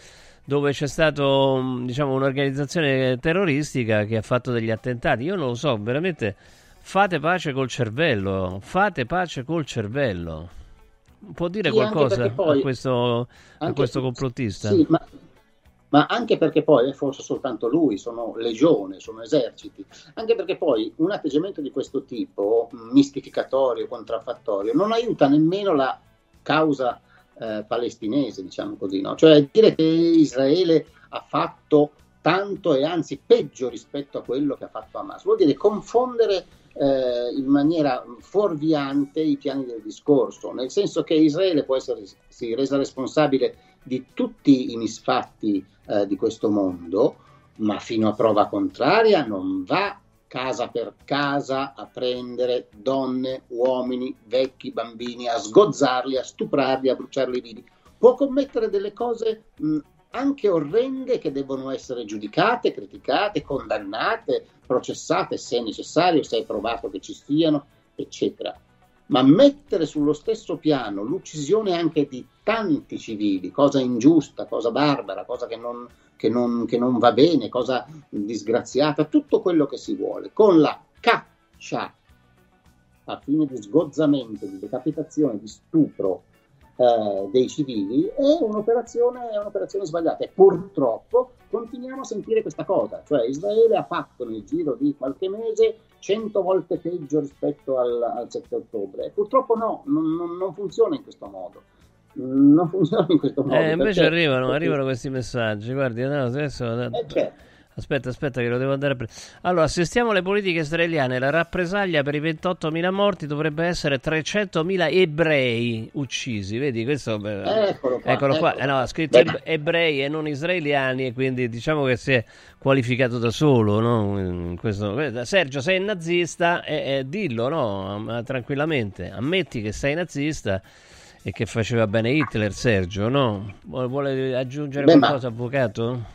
dove c'è stato, diciamo, un'organizzazione terroristica che ha fatto degli attentati. Io non lo so, veramente fate pace col cervello, fate pace col cervello. Può dire sì, qualcosa poi, a questo, anche, a questo complottista? Sì, ma, ma anche perché poi è forse soltanto lui, sono legione, sono eserciti, anche perché poi un atteggiamento di questo tipo, mistificatorio, contraffattorio, non aiuta nemmeno la causa eh, palestinese, diciamo così, no? Cioè dire che Israele ha fatto tanto e anzi peggio rispetto a quello che ha fatto Hamas, vuol dire confondere eh, in maniera fuorviante i piani del discorso, nel senso che Israele può essere sì, resa responsabile di tutti i misfatti eh, di questo mondo, ma fino a prova contraria non va casa per casa a prendere donne, uomini, vecchi, bambini, a sgozzarli, a stuprarli, a bruciarli vivi. Può commettere delle cose mh, anche orrende che devono essere giudicate, criticate, condannate, processate se è necessario, se è provato che ci siano, eccetera. Ma mettere sullo stesso piano l'uccisione anche di tanti civili, cosa ingiusta, cosa barbara, cosa che non, che non, che non va bene, cosa disgraziata, tutto quello che si vuole, con la caccia a fine di sgozzamento, di decapitazione, di stupro eh, dei civili, è un'operazione, è un'operazione sbagliata. E purtroppo continuiamo a sentire questa cosa, cioè Israele ha fatto nel giro di qualche mese cento volte peggio rispetto al, al sette ottobre. Purtroppo no, non, non, non funziona in questo modo. Non funziona in questo modo. Eh, invece perché, arrivano, perché... arrivano questi messaggi. Guardi, no, adesso... Eh, certo. Aspetta, aspetta che lo devo andare a prendere. Allora, assistiamo alle politiche israeliane. La rappresaglia per i ventottomila morti dovrebbe essere trecentomila ebrei uccisi. Vedi, questo... Eh, eccolo qua. Eccolo qua. Eccolo. Eh, no, ha scritto Beh. ebrei e non israeliani, e quindi diciamo che si è qualificato da solo, no? In questo... Sergio, sei nazista? Eh, eh, dillo, no? Tranquillamente. Ammetti che sei nazista e che faceva bene Hitler, Sergio, no? Vuole aggiungere Beh, qualcosa, ma... avvocato?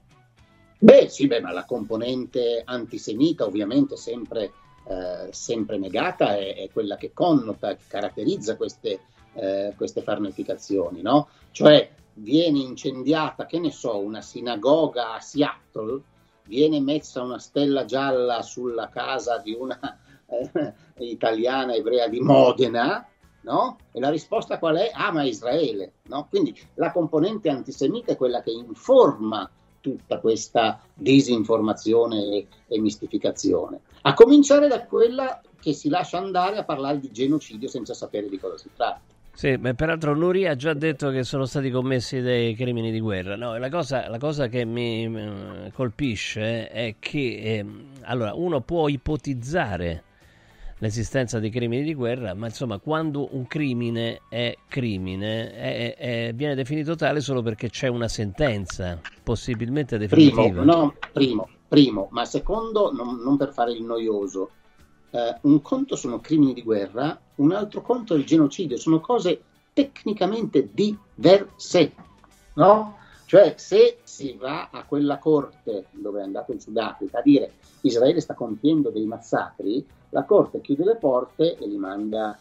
Beh, sì, beh, ma la componente antisemita ovviamente sempre, eh, sempre negata è, è quella che connota, che caratterizza queste, eh, queste farneticazioni, no? Cioè viene incendiata, che ne so, una sinagoga a Seattle, viene messa una stella gialla sulla casa di una eh, italiana ebrea di Modena, no? E la risposta qual è? Ah, ma Israele, no? Quindi la componente antisemita è quella che informa tutta questa disinformazione e, e mistificazione, a cominciare da quella che si lascia andare a parlare di genocidio senza sapere di cosa si tratta. Sì, beh, peraltro Nuri ha già detto che sono stati commessi dei crimini di guerra. No, la cosa, la cosa che mi eh, colpisce è che eh, allora uno può ipotizzare l'esistenza di crimini di guerra, ma insomma quando un crimine è crimine è, è, viene definito tale solo perché c'è una sentenza possibilmente definitiva. Primo, no, primo, primo, ma secondo, non, non per fare il noioso, eh, un conto sono crimini di guerra, un altro conto è il genocidio, sono cose tecnicamente diverse, no? Cioè se si va a quella corte dove è andato in Sudafrica a dire Israele sta compiendo dei massacri, la corte chiude le porte e li manda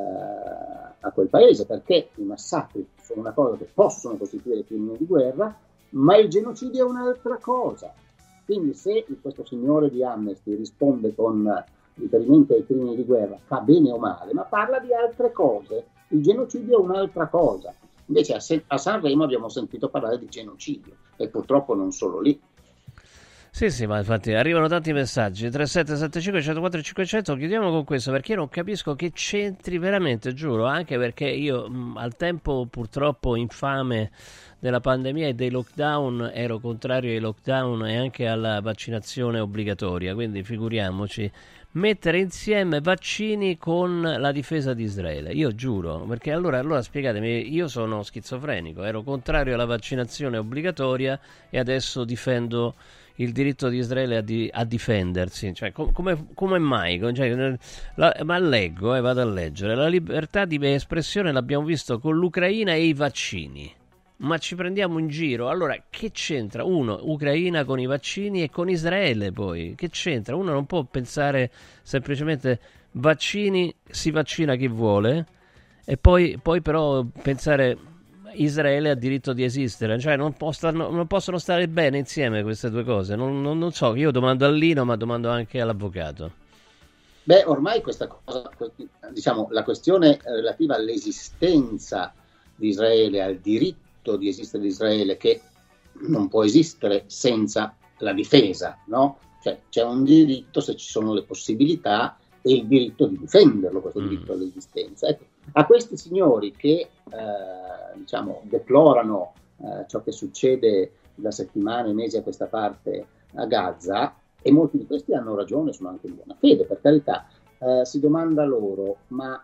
eh, a quel paese, perché i massacri sono una cosa che possono costituire crimini di guerra, ma il genocidio è un'altra cosa. Quindi se questo signore di Amnesty risponde con riferimento ai crimini di guerra, fa bene o male, ma parla di altre cose. Il genocidio è un'altra cosa. Invece a, Se- a Sanremo abbiamo sentito parlare di genocidio, e purtroppo non solo lì. Sì, sì, ma infatti arrivano tanti messaggi. Tre sette sette cinque uno zero quattro cinquecento. Chiudiamo con questo perché io non capisco che c'entri veramente, giuro, anche perché io mh, al tempo purtroppo infame della pandemia e dei lockdown ero contrario ai lockdown e anche alla vaccinazione obbligatoria, quindi figuriamoci mettere insieme vaccini con la difesa di Israele. Io giuro, perché allora, allora spiegatemi, io sono schizofrenico, ero contrario alla vaccinazione obbligatoria e adesso difendo il diritto di Israele a, di, a difendersi, cioè com, come, come mai? Cioè, la, ma leggo, eh, vado a leggere, la libertà di espressione l'abbiamo visto con l'Ucraina e i vaccini, ma ci prendiamo in giro. Allora che c'entra? Uno, Ucraina con i vaccini e con Israele poi, che c'entra? Uno non può pensare semplicemente vaccini, si vaccina chi vuole e poi, poi però pensare Israele ha diritto di esistere, cioè non, possono, non possono stare bene insieme queste due cose. Non, non, non so, io domando a Lino, ma domando anche all'avvocato. Beh, ormai questa cosa, diciamo, la questione relativa all'esistenza di Israele, al diritto di esistere di Israele, che non può esistere senza la difesa, no? Cioè c'è un diritto se ci sono le possibilità e il diritto di difenderlo, questo mm. diritto all'esistenza. Ecco, a questi signori che eh, diciamo deplorano eh, ciò che succede da settimane e mesi a questa parte a Gaza, e molti di questi hanno ragione, sono anche in buona fede, per carità, eh, si domanda loro, ma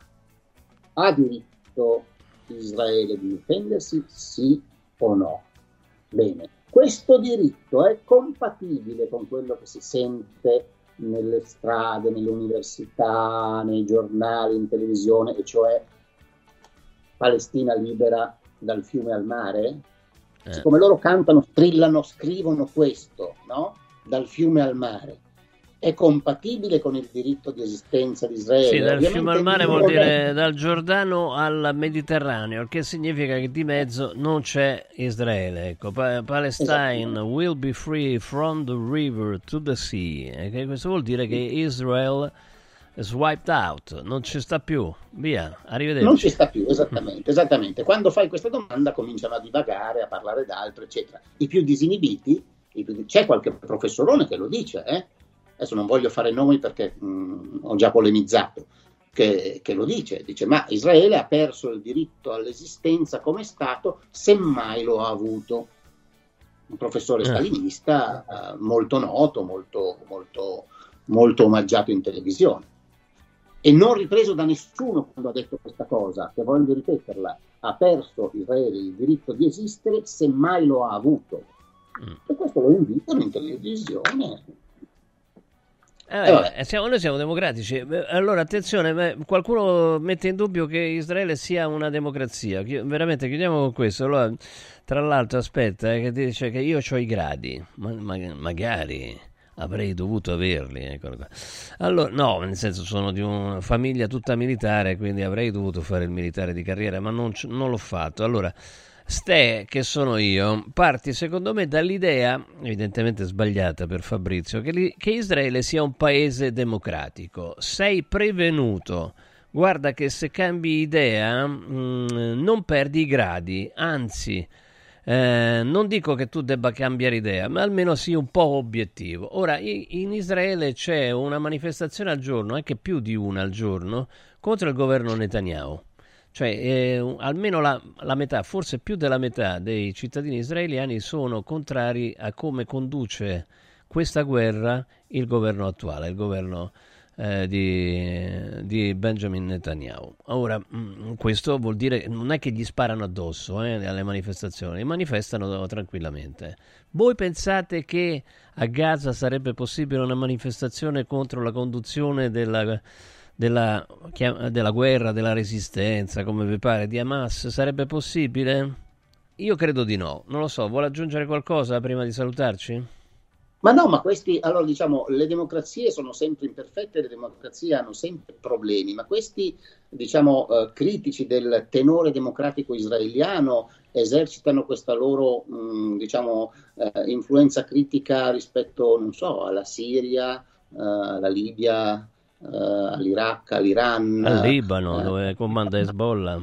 ha diritto Israele di difendersi, sì o no? Bene, questo diritto è compatibile con quello che si sente nelle strade, nelle università, nei giornali, in televisione, e cioè Palestina libera dal fiume al mare? Eh. Siccome loro cantano, strillano, scrivono questo, no? Dal fiume al mare, è compatibile con il diritto di esistenza di Israele? Sì, dal Ovviamente fiume al mare vuol dire dal Giordano al Mediterraneo, il che significa che di mezzo non c'è Israele. Ecco, pa- Palestine will be free from the river to the sea. E questo vuol dire che Israel is wiped out, non ci sta più, via, arrivederci. Non ci sta più, esattamente, esattamente. Quando fai questa domanda cominciano a divagare, a parlare d'altro, eccetera. I più disinibiti, i più, c'è qualche professorone che lo dice, eh? Adesso non voglio fare nomi perché mh, ho già polemizzato, che, che lo dice, dice ma Israele ha perso il diritto all'esistenza come Stato, semmai lo ha avuto. Un professore stalinista eh, molto noto, molto, molto, molto omaggiato in televisione, e non ripreso da nessuno quando ha detto questa cosa, che voglio ripeterla: ha perso Israele il diritto di esistere, semmai lo ha avuto. Mm. E questo lo invitano in televisione. Eh, eh, siamo, noi siamo democratici. Allora attenzione, qualcuno mette in dubbio che Israele sia una democrazia. Veramente chiudiamo con questo. Allora, tra l'altro aspetta, eh, che dice che io ho i gradi, ma, ma, magari avrei dovuto averli, ecco. Allora, no, nel senso, sono di una famiglia tutta militare, quindi avrei dovuto fare il militare di carriera, ma non, non l'ho fatto. Allora, Ste, che sono io, parti secondo me dall'idea, evidentemente sbagliata per Fabrizio, che, li, che Israele sia un paese democratico. Sei prevenuto. Guarda che se cambi idea mh, non perdi i gradi, anzi, eh, non dico che tu debba cambiare idea, ma almeno sii un po' obiettivo. Ora, in Israele c'è una manifestazione al giorno, anche più di una al giorno, contro il governo Netanyahu. Cioè eh, almeno la, la metà, forse più della metà dei cittadini israeliani sono contrari a come conduce questa guerra il governo attuale, il governo eh, di, di Benjamin Netanyahu. Ora, mh, questo vuol dire, non è che gli sparano addosso eh, alle manifestazioni, manifestano tranquillamente. Voi pensate che a Gaza sarebbe possibile una manifestazione contro la conduzione della... Della, della guerra, della resistenza, come vi pare, di Hamas, sarebbe possibile? Io credo di no, non lo so. Vuole aggiungere qualcosa prima di salutarci? Ma no, ma questi, allora diciamo, le democrazie sono sempre imperfette, le democrazie hanno sempre problemi, ma questi, diciamo, eh, critici del tenore democratico israeliano esercitano questa loro, mh, diciamo, eh, influenza critica rispetto, non so, alla Siria, eh, alla Libia, Uh, all'Iraq, all'Iran, al Libano, uh, dove comanda Hezbollah,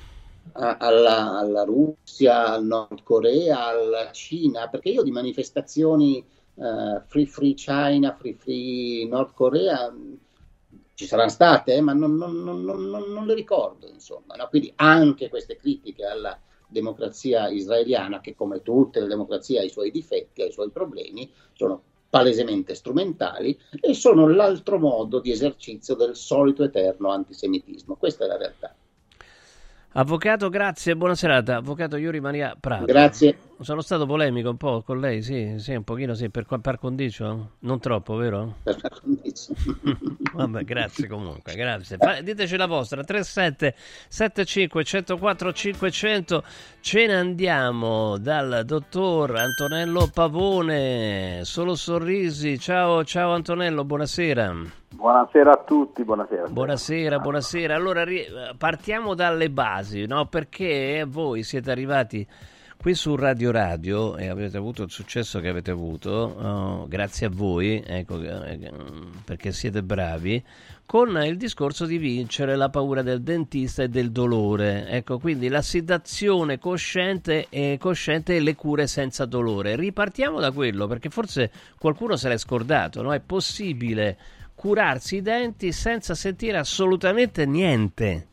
alla, alla Russia, al Nord Corea, alla Cina, perché io di manifestazioni uh, Free Free China, Free Free Nord Corea ci saranno state, eh, ma non, non, non, non, non le ricordo, insomma, no? Quindi anche queste critiche alla democrazia israeliana, che come tutte le democrazie ha i suoi difetti, ha i suoi problemi, sono palesemente strumentali e sono l'altro modo di esercizio del solito eterno antisemitismo. Questa è la realtà. Avvocato, grazie, buona serata. Avvocato Yuri Maria Prato. Grazie. Sono stato polemico un po' con lei, sì, sì, un pochino sì, per par condicio, non troppo, vero? Per par condicio. Vabbè, grazie comunque, grazie. Fa, diteci la vostra, tre sette sette cinque uno zero quattro cinquecento. Ce ne andiamo dal dottor Antonello Pavone. Solo sorrisi. Ciao, ciao Antonello, buonasera. Buonasera a tutti, buonasera. Buonasera, buonasera. Allora ri- partiamo dalle basi, no? Perché voi siete arrivati qui su Radio Radio e avete avuto il successo che avete avuto, oh, grazie a voi, ecco, eh, perché siete bravi, con il discorso di vincere la paura del dentista e del dolore. Ecco, quindi la sedazione cosciente e cosciente e le cure senza dolore. Ripartiamo da quello, perché forse qualcuno se l'è scordato, no? È possibile curarsi i denti senza sentire assolutamente niente.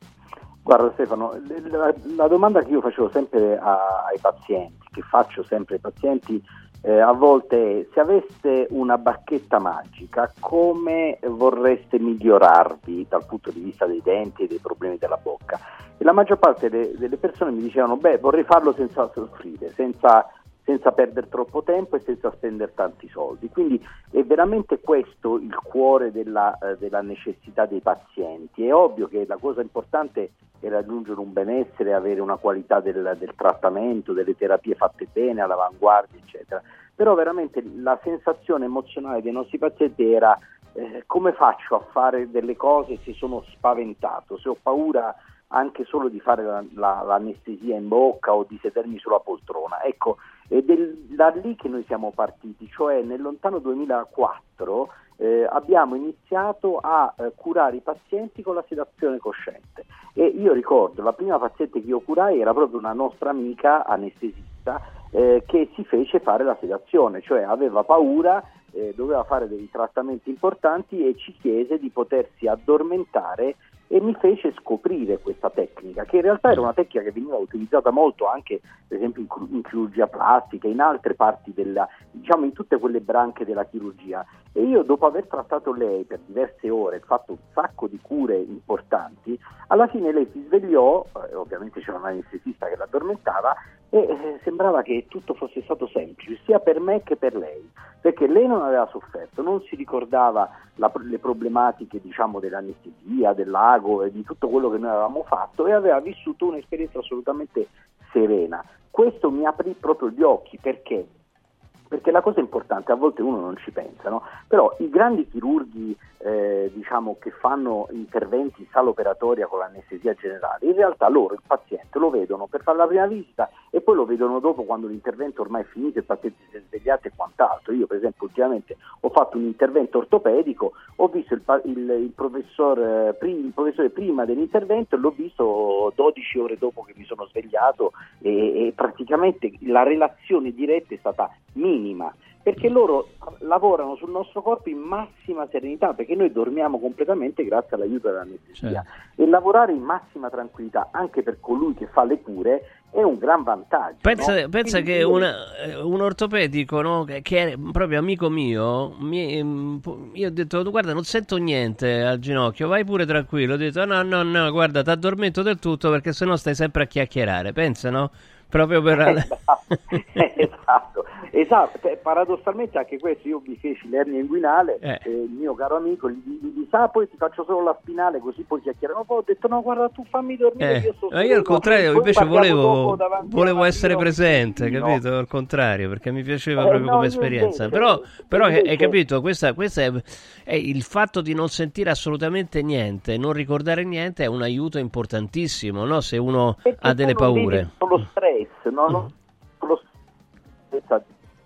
Guarda Stefano, la, la domanda che io facevo sempre a, ai pazienti, che faccio sempre ai pazienti, eh, a volte è: se aveste una bacchetta magica, come vorreste migliorarvi dal punto di vista dei denti e dei problemi della bocca? E la maggior parte de, delle persone mi dicevano: beh, vorrei farlo senza soffrire, senza senza perdere troppo tempo e senza spendere tanti soldi. Quindi è veramente questo il cuore della, eh, della necessità dei pazienti. È ovvio che la cosa importante è raggiungere un benessere, avere una qualità del, del trattamento, delle terapie fatte bene, all'avanguardia, eccetera. Però veramente la sensazione emozionale dei nostri pazienti era: eh, come faccio a fare delle cose se sono spaventato, se ho paura anche solo di fare la, la, l'anestesia in bocca o di sedermi sulla poltrona. Ecco, ed è da lì che noi siamo partiti, cioè nel lontano duemilaquattro eh, abbiamo iniziato a eh, curare i pazienti con la sedazione cosciente. E io ricordo, la prima paziente che io curai era proprio una nostra amica anestesista eh, che si fece fare la sedazione, cioè aveva paura, eh, doveva fare dei trattamenti importanti e ci chiese di potersi addormentare, e mi fece scoprire questa tecnica, che in realtà era una tecnica che veniva utilizzata molto anche, per esempio, in, in chirurgia plastica, in altre parti della, diciamo in tutte quelle branche della chirurgia. E io, dopo aver trattato lei per diverse ore, fatto un sacco di cure importanti, alla fine lei si svegliò, eh, ovviamente c'era un anestesista che l'addormentava, e eh, sembrava che tutto fosse stato semplice, sia per me che per lei, perché lei non aveva sofferto, non si ricordava la, le problematiche, diciamo, dell'anestesia, dell'ago e di tutto quello che noi avevamo fatto, e aveva vissuto un'esperienza assolutamente serena. Questo mi aprì proprio gli occhi, perché? Perché la cosa importante, a volte uno non ci pensa, no? Però i grandi chirurghi eh, diciamo che fanno interventi in sala operatoria con l'anestesia generale, in realtà loro il paziente lo vedono per fare la prima visita e poi lo vedono dopo, quando l'intervento ormai è finito, il paziente si è svegliato e quant'altro. Io per esempio ultimamente ho fatto un intervento ortopedico, ho visto il, il, il, professor, eh, prim, il professore prima dell'intervento e l'ho visto dodici ore dopo che mi sono svegliato, e, e praticamente la relazione diretta è stata minima, perché loro lavorano sul nostro corpo in massima serenità, perché noi dormiamo completamente grazie all'aiuto dell'anestesia, certo. E lavorare in massima tranquillità anche per colui che fa le cure è un gran vantaggio. Pensa, no? pensa che una, un ortopedico, no, che è proprio amico mio, mi, io ho detto: guarda, non sento niente al ginocchio, vai pure tranquillo. Ho detto: no, no, no, guarda, ti addormento del tutto, perché sennò stai sempre a chiacchierare. Pensa, no? Proprio per... esatto, esatto, esatto. Paradossalmente anche questo, io mi feci l'ernia inguinale, eh. Eh, il mio caro amico gli disse: ah, poi ti faccio solo la spinale così poi chiacchieriamo. Poi ho detto: no, guarda, tu fammi dormire, eh. io sto io al contrario invece volevo, volevo essere presente, no. Capito? Al contrario, perché mi piaceva eh, proprio no, come esperienza. Invece, però, però invece... hai capito, questa, questa è, è il fatto di non sentire assolutamente niente, non ricordare niente, è un aiuto importantissimo, no? Se uno perché ha delle paure. Lo stress, no? Mm. Lo stress,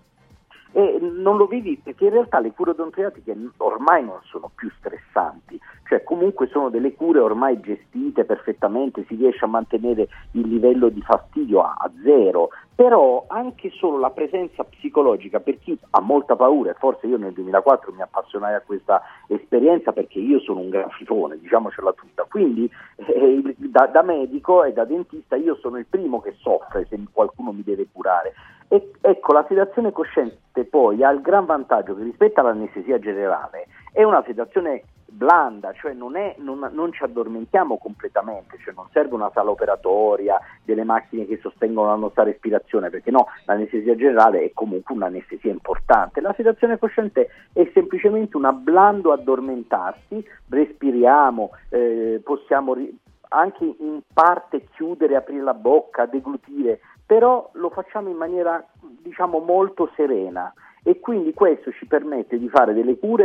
e non lo vivi, perché in realtà le cure odontoiatriche ormai non sono più stressanti, cioè comunque sono delle cure ormai gestite perfettamente, si riesce a mantenere il livello di fastidio a, a zero, però anche solo la presenza psicologica per chi ha molta paura, e forse io nel duemilaquattro mi appassionai a questa esperienza perché io sono un gran fifone, diciamocela tutta, quindi eh, da, da medico e da dentista io sono il primo che soffre se qualcuno mi deve curare. E ecco, la sedazione cosciente poi ha il gran vantaggio che rispetto all'anestesia generale è una sedazione blanda, cioè non, è, non, non ci addormentiamo completamente, cioè non serve una sala operatoria, delle macchine che sostengono la nostra respirazione, perché no, l'anestesia generale è comunque un'anestesia importante. La sedazione cosciente è semplicemente un blando addormentarsi, respiriamo, eh, possiamo ri- anche in parte chiudere, aprire la bocca, deglutire, però lo facciamo in maniera, diciamo, molto serena, e quindi questo ci permette di fare delle cure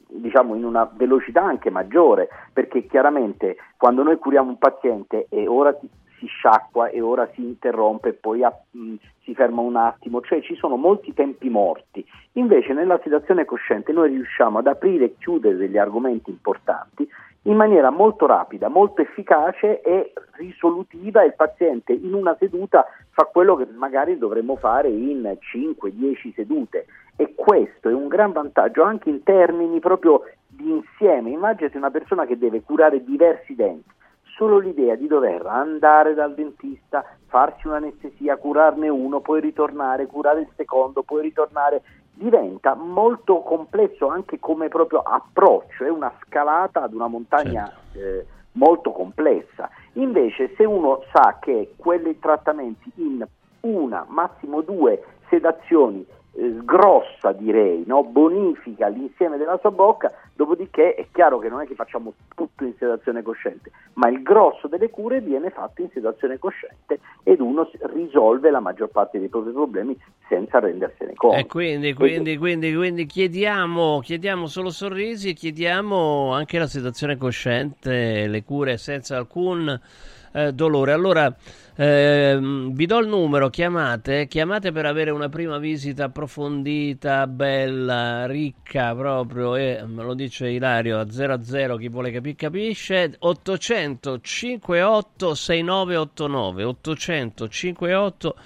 diciamo in una velocità anche maggiore, perché chiaramente quando noi curiamo un paziente e ora si sciacqua e ora si interrompe e poi a, mh, si ferma un attimo, cioè ci sono molti tempi morti. Invece nella sedazione cosciente noi riusciamo ad aprire e chiudere degli argomenti importanti in maniera molto rapida, molto efficace e risolutiva, e il paziente in una seduta fa quello che magari dovremmo fare in cinque dieci sedute, e questo è un gran vantaggio anche in termini proprio di insieme. Immaginate una persona che deve curare diversi denti, solo l'idea di dover andare dal dentista, farsi un'anestesia, curarne uno, poi ritornare, curare il secondo, poi ritornare, diventa molto complesso anche come proprio approccio, è una scalata ad una montagna certo. eh, molto complessa. Invece se uno sa che quei trattamenti in una, massimo due sedazioni, eh, grossa direi, no? bonifica l'insieme della sua bocca, dopodiché è chiaro che non è che facciamo tutto in sedazione cosciente, ma il grosso delle cure viene fatto in sedazione cosciente ed uno risolve la maggior parte dei propri problemi senza rendersene conto. E quindi, quindi, quindi, quindi chiediamo, chiediamo solo sorrisi, chiediamo anche la sedazione cosciente, le cure senza alcun eh, dolore. Allora eh, vi do il numero, chiamate, chiamate per avere una prima visita approfondita, bella, ricca proprio, e me lo dice Ilario, a zero a zero, chi vuole capire capisce. Ottocento cinquantotto sessantanove ottocento cinquantotto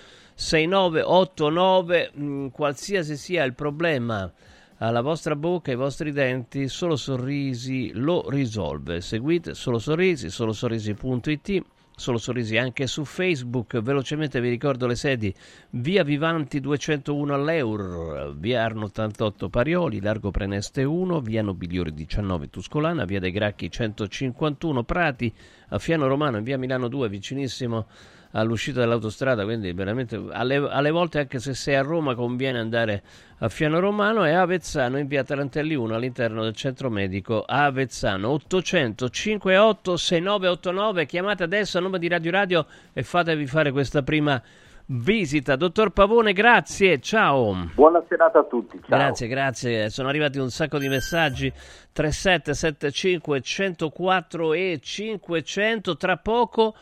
sessantanove, mh, qualsiasi sia il problema alla vostra bocca, ai vostri denti, Solo Sorrisi lo risolve. Seguite Solo Sorrisi, solosorrisi punto it, Solo Sorrisi anche su Facebook. Velocemente vi ricordo le sedi: via Vivanti duecentouno all'Eur, via Arno ottantotto Parioli, largo Preneste uno, via Nobiliori diciannove Tuscolana, via dei Gracchi centocinquantuno Prati, a Fiano Romano in via Milano due, vicinissimo all'uscita dell'autostrada, quindi veramente alle, alle volte, anche se sei a Roma, conviene andare a Fiano Romano, e a Avezzano in via Tarantelli uno all'interno del centro medico a Avezzano. Ottocento cinquantotto sessantanove ottantanove, chiamate adesso a nome di Radio Radio e fatevi fare questa prima visita. Dottor Pavone, grazie, ciao. Buona serata a tutti, ciao. Grazie, grazie. Sono arrivati un sacco di messaggi. Tre sette sette cinque uno zero quattro e cinquecento. Tra poco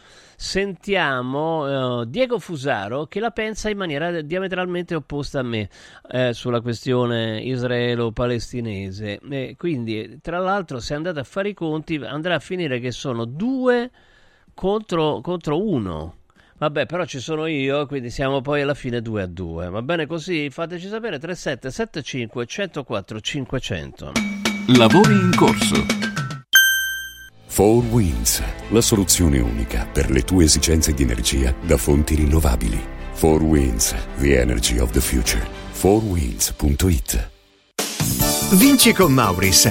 sentiamo uh, Diego Fusaro, che la pensa in maniera diametralmente opposta a me eh, sulla questione israelo-palestinese. E quindi, tra l'altro, se andate a fare i conti, andrà a finire che sono due contro, contro uno. Vabbè, però ci sono io, quindi siamo poi alla fine due a due. Va bene così? Fateci sapere. Tre sette sette cinque uno zero quattro cinquecento. Lavori in corso. four Winds, la soluzione unica per le tue esigenze di energia da fonti rinnovabili. four Winds, the energy of the future. four winds punto it. Vinci con Mauris.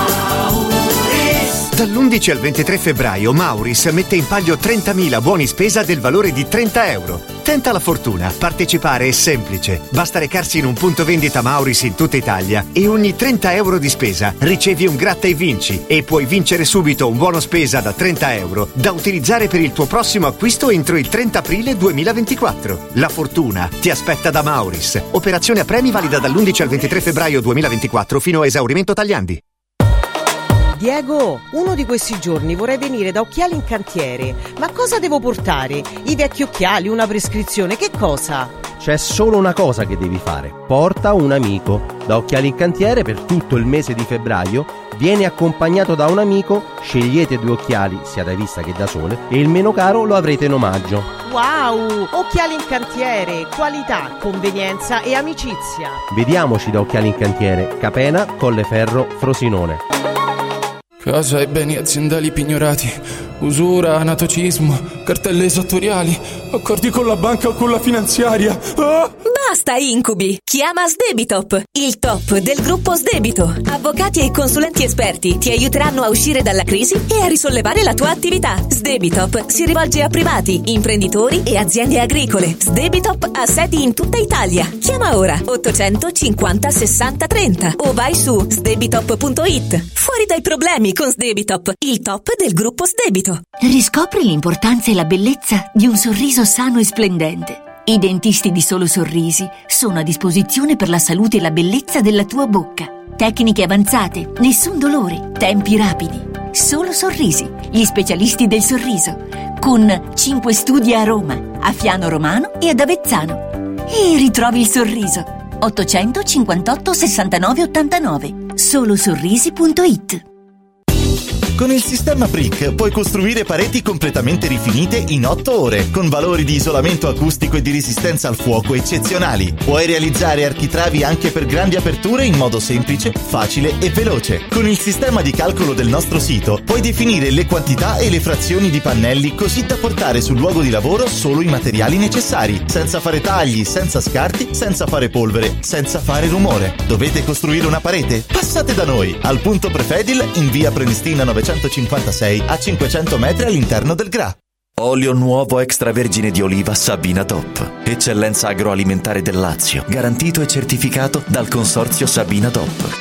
Dall'undici al ventitré febbraio Mauris mette in palio trentamila buoni spesa del valore di trenta euro. Tenta la fortuna, partecipare è semplice. Basta recarsi in un punto vendita Mauris in tutta Italia e ogni trenta euro di spesa ricevi un gratta e vinci, e puoi vincere subito un buono spesa da trenta euro da utilizzare per il tuo prossimo acquisto entro il trenta aprile duemilaventiquattro. La fortuna ti aspetta da Mauris. Operazione a premi valida dall'undici al ventitré febbraio duemilaventiquattro fino a esaurimento tagliandi. Diego, uno di questi giorni vorrei venire da Occhiali in Cantiere. Ma cosa devo portare? I vecchi occhiali, una prescrizione, che cosa? C'è solo una cosa che devi fare: porta un amico. Da Occhiali in Cantiere per tutto il mese di febbraio vieni accompagnato da un amico, scegliete due occhiali sia da vista che da sole e il meno caro lo avrete in omaggio. Wow! Occhiali in Cantiere, qualità, convenienza e amicizia. Vediamoci da Occhiali in Cantiere, Capena, Colleferro, Frosinone. Casa e beni aziendali pignorati, usura, anatocismo, cartelle esattoriali, accordi con la banca o con la finanziaria. Ah! Basta incubi! Chiama Sdebitop, il top del gruppo Sdebito. Avvocati e consulenti esperti ti aiuteranno a uscire dalla crisi e a risollevare la tua attività. Sdebitop si rivolge a privati, imprenditori e aziende agricole. Sdebitop ha sedi in tutta Italia. Chiama ora ottocentocinquanta sessanta trenta o vai su sdebitop punto it. Fuori dai problemi con Sdebitop, il top del gruppo Sdebito. Riscopri l'importanza e la bellezza di un sorriso sano e splendente. I dentisti di Solo Sorrisi sono a disposizione per la salute e la bellezza della tua bocca. Tecniche avanzate, nessun dolore, tempi rapidi. Solo Sorrisi, gli specialisti del sorriso, con cinque studi a Roma, a Fiano Romano e ad Avezzano. E ritrovi il sorriso. ottocentocinquantotto sessantanove ottantanove. solo sorrisi punto it. Con il sistema Brick puoi costruire pareti completamente rifinite in otto ore, con valori di isolamento acustico e di resistenza al fuoco eccezionali. Puoi realizzare architravi anche per grandi aperture in modo semplice, facile e veloce. Con il sistema di calcolo del nostro sito puoi definire le quantità e le frazioni di pannelli così da portare sul luogo di lavoro solo i materiali necessari, senza fare tagli, senza scarti, senza fare polvere, senza fare rumore. Dovete costruire una parete? Passate da noi, al punto Prefedil in via Prenestina novecentocinquantasei a cinquecento metri all'interno del G R A. Olio nuovo extravergine di oliva Sabina DOP. Eccellenza agroalimentare del Lazio, garantito e certificato dal consorzio Sabina DOP.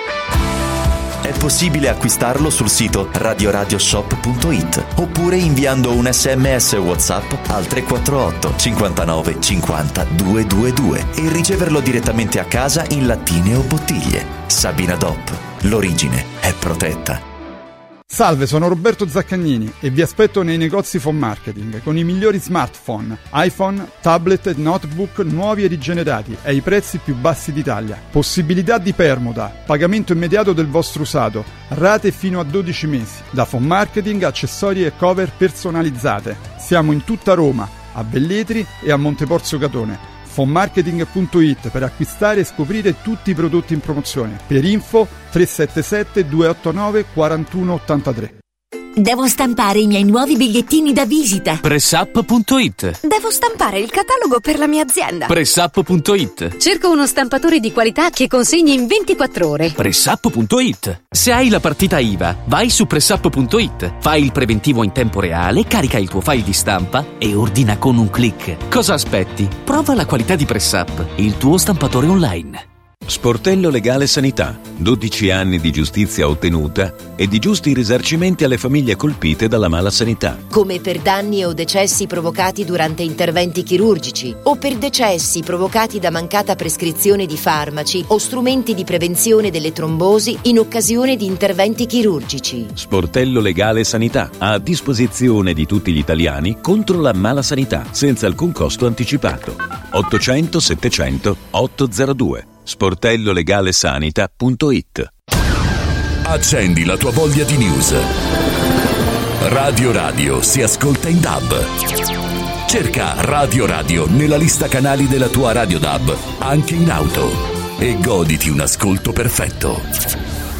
È possibile acquistarlo sul sito radio radio shop punto it oppure inviando un sms WhatsApp al tre quattro otto cinquantanove cinquanta duecentoventidue e riceverlo direttamente a casa in lattine o bottiglie. Sabina DOP. L'origine è protetta. Salve, sono Roberto Zaccagnini e vi aspetto nei negozi Phone Marketing con i migliori smartphone, iPhone, tablet e notebook nuovi e rigenerati ai prezzi più bassi d'Italia. Possibilità di permuta, pagamento immediato del vostro usato, rate fino a dodici mesi. Da Phone Marketing, accessori e cover personalizzate. Siamo in tutta Roma, a Velletri e a Monteporzio Catone. phone marketing punto it per acquistare e scoprire tutti i prodotti in promozione. Per info tre sette sette due otto nove quattro uno otto tre. Devo stampare i miei nuovi bigliettini da visita. pressup punto it. Devo stampare il catalogo per la mia azienda. pressup punto it. Cerco uno stampatore di qualità che consegni in ventiquattro ore. pressup punto it. Se hai la partita I V A, vai su pressup punto it. Fai il preventivo in tempo reale, carica il tuo file di stampa e ordina con un click. Cosa aspetti? Prova la qualità di Pressup, il tuo stampatore online. Sportello Legale Sanità. dodici anni di giustizia ottenuta e di giusti risarcimenti alle famiglie colpite dalla mala sanità. Come per danni o decessi provocati durante interventi chirurgici o per decessi provocati da mancata prescrizione di farmaci o strumenti di prevenzione delle trombosi in occasione di interventi chirurgici. Sportello Legale Sanità. A disposizione di tutti gli italiani contro la mala sanità, senza alcun costo anticipato. ottocento settecento ottocentodue. sportello legale sanita punto it. Accendi la tua voglia di news. Radio Radio si ascolta in D A B. Cerca Radio Radio nella lista canali della tua Radio D A B, anche in auto, e goditi un ascolto perfetto.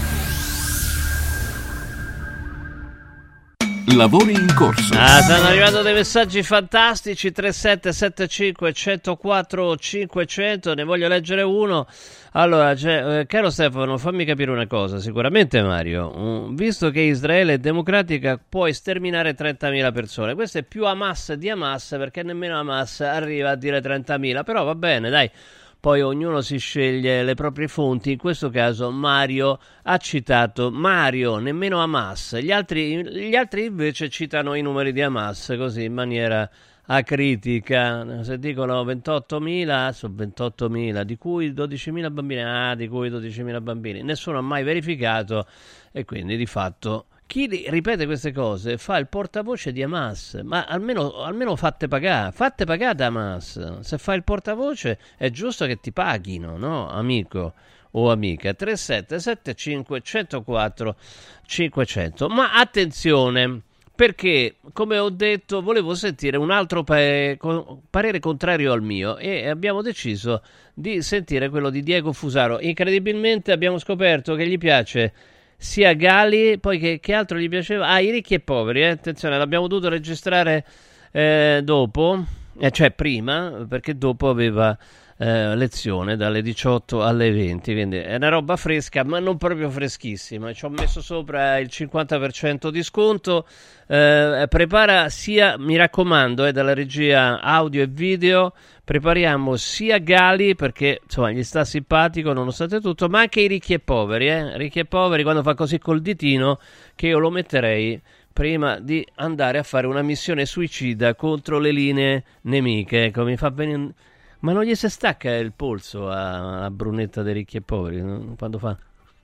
Lavori in corso. Ah, stanno arrivando dei messaggi fantastici. Tre sette sette cinque uno zero quattro cinquecento. Ne voglio leggere uno. Allora, cioè, eh, caro Stefano, fammi capire una cosa. Sicuramente, Mario, um, visto che Israele è democratica, può sterminare trentamila persone. Questo è più Hamas di Hamas, perché nemmeno Hamas arriva a dire trentamila. Però va bene, dai. Poi ognuno si sceglie le proprie fonti. In questo caso Mario ha citato Mario, nemmeno Hamas. Gli altri, gli altri invece citano i numeri di Hamas, così in maniera acritica. Se dicono ventottomila, sono ventottomila, di cui dodicimila bambini. Ah, di cui dodicimila bambini. Nessuno ha mai verificato e quindi di fatto chi ripete queste cose fa il portavoce di Hamas, ma almeno, almeno fatte pagare, fatte pagare da Hamas. Se fai il portavoce è giusto che ti paghino, no, amico o amica. Tre sette sette cinque uno zero quattro cinquecento. Ma attenzione, perché come ho detto volevo sentire un altro parere, parere contrario al mio, e abbiamo deciso di sentire quello di Diego Fusaro. Incredibilmente abbiamo scoperto che gli piace sia Gali, poi che, che altro gli piaceva? Ah, i ricchi e poveri, eh? Attenzione, l'abbiamo dovuto registrare eh, dopo, eh, cioè prima, perché dopo aveva eh, lezione dalle diciotto alle venti, quindi è una roba fresca, ma non proprio freschissima. Ci ho messo sopra il cinquanta per cento di sconto. Eh, prepara sia, mi raccomando, eh, dalla regia audio e video, prepariamo sia Gali, perché insomma gli sta simpatico nonostante tutto, ma anche i ricchi e poveri, eh? Ricchi e poveri, quando fa così col ditino, che io lo metterei prima di andare a fare una missione suicida contro le linee nemiche. Ecco, mi fa venire... Ma non gli si stacca il polso a, a Brunetta dei ricchi e poveri, no? Quando fa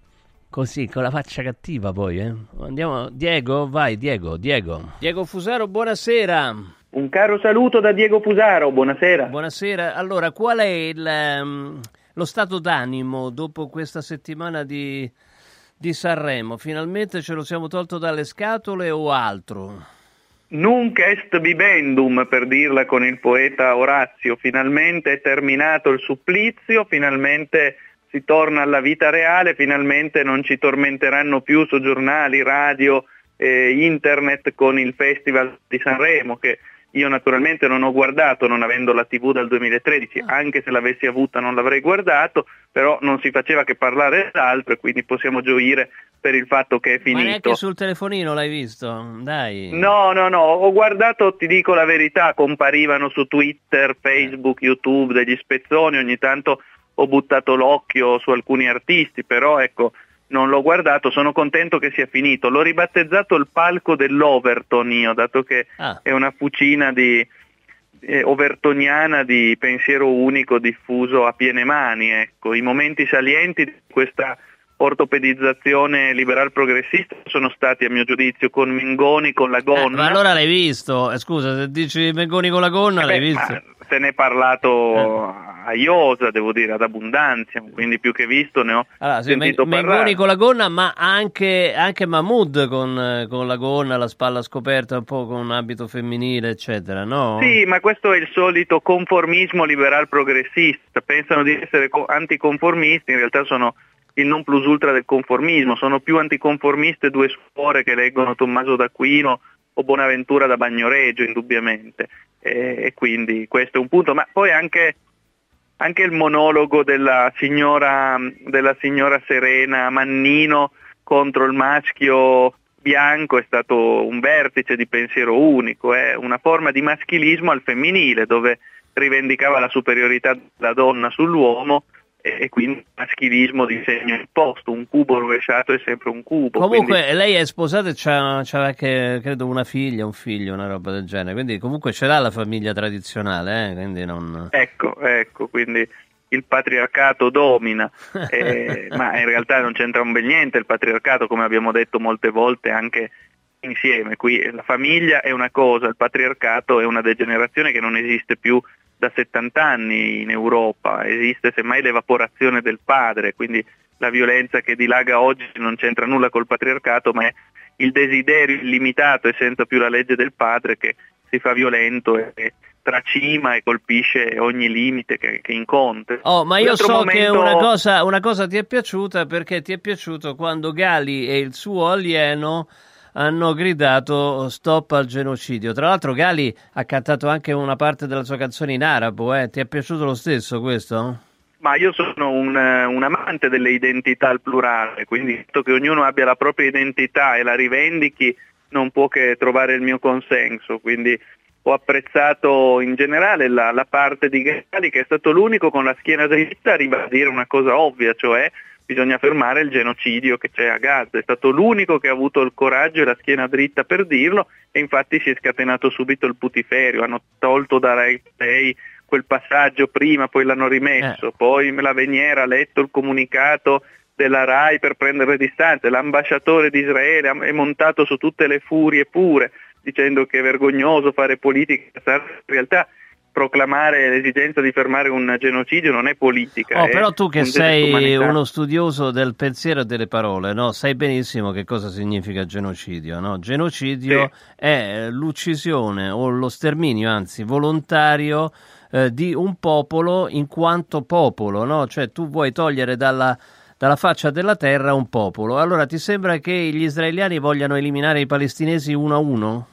così, con la faccia cattiva poi, eh? Andiamo, Diego, vai Diego, Diego. Diego Fusaro, buonasera. Un caro saluto da Diego Fusaro, buonasera. Buonasera, allora qual è il, um, lo stato d'animo dopo questa settimana di, di Sanremo? Finalmente ce lo siamo tolto dalle scatole o altro? Nunc est bibendum, per dirla con il poeta Orazio, finalmente è terminato il supplizio, finalmente si torna alla vita reale, finalmente non ci tormenteranno più su giornali, radio, eh, internet con il Festival di Sanremo, che io naturalmente non ho guardato, non avendo la tivù dal duemilatredici, anche se l'avessi avuta non l'avrei guardato, però non si faceva che parlare d'altro e quindi possiamo gioire per il fatto che è finito. Ma neanche sul telefonino l'hai visto? Dai. No, no, no, ho guardato, ti dico la verità, comparivano su Twitter, Facebook, YouTube degli spezzoni, ogni tanto ho buttato l'occhio su alcuni artisti, però ecco, non l'ho guardato, sono contento che sia finito. L'ho ribattezzato il palco dell'Overton io, dato che ah. è una fucina di, eh, overtoniana di pensiero unico diffuso a piene mani. Ecco. I momenti salienti di questa ortopedizzazione liberal progressista sono stati, a mio giudizio, con Mengoni, con la gonna. Eh, ma allora l'hai visto? Eh, scusa, se dici Mengoni con la gonna, eh l'hai beh, visto? Se ne è parlato eh. a iosa, devo dire, ad abbondanza, quindi più che visto ne ho allora, sì, sentito Me- parlare. Mengoni con la gonna, ma anche, anche Mahmood con, con la gonna, la spalla scoperta, un po' con un abito femminile, eccetera, no? Sì, ma questo è il solito conformismo liberal progressista. Pensano di essere co- anticonformisti, in realtà sono il non plus ultra del conformismo, sono più anticonformiste due suore che leggono Tommaso d'Aquino o Bonaventura da Bagnoregio, indubbiamente, e, e quindi questo è un punto, ma poi anche, anche il monologo della signora, della signora Serena Mannino contro il maschio bianco è stato un vertice di pensiero unico, è una forma di maschilismo al femminile, dove rivendicava la superiorità della donna sull'uomo, e quindi maschilismo di segno imposto, un cubo rovesciato è sempre un cubo. Comunque quindi... lei è sposata e c'ha, c'ha anche, credo, una figlia, un figlio, una roba del genere, quindi comunque ce l'ha la famiglia tradizionale, eh? Quindi non... Ecco, ecco, quindi il patriarcato domina, eh, ma in realtà non c'entra un bel niente il patriarcato, come abbiamo detto molte volte anche insieme. Qui la famiglia è una cosa, il patriarcato è una degenerazione che non esiste più da settanta anni in Europa, esiste semmai l'evaporazione del padre, quindi la violenza che dilaga oggi non c'entra nulla col patriarcato, ma è il desiderio illimitato e senza più la legge del padre che si fa violento e tracima e colpisce ogni limite che, che incontra. Oh, ma io so momento... che una cosa, una cosa ti è piaciuta, perché ti è piaciuto quando Gali e il suo alieno hanno gridato stop al genocidio. Tra l'altro Gali ha cantato anche una parte della sua canzone in arabo, eh? Ti è piaciuto lo stesso questo? Ma io sono un, un amante delle identità al plurale, quindi visto che ognuno abbia la propria identità e la rivendichi non può che trovare il mio consenso, quindi ho apprezzato in generale la, la parte di Gali, che è stato l'unico con la schiena dritta a ribadire una cosa ovvia, cioè bisogna fermare il genocidio che c'è a Gaza. È stato l'unico che ha avuto il coraggio e la schiena dritta per dirlo, e infatti si è scatenato subito il putiferio. Hanno tolto da Rai quel passaggio prima, poi l'hanno rimesso, eh. poi la Veniera ha letto il comunicato della Rai per prendere distanze, l'ambasciatore di Israele è montato su tutte le furie pure, dicendo che è vergognoso fare politica. In realtà proclamare l'esigenza di fermare un genocidio non è politica. Oh, però tu che sei umanità. uno studioso del pensiero e delle parole, no? Sai benissimo che cosa significa genocidio, no? Genocidio sì. è l'uccisione o lo sterminio, anzi volontario, eh, di un popolo in quanto popolo, no? Cioè tu vuoi togliere dalla, dalla faccia della terra un popolo. Allora ti sembra che gli israeliani vogliano eliminare i palestinesi uno a uno?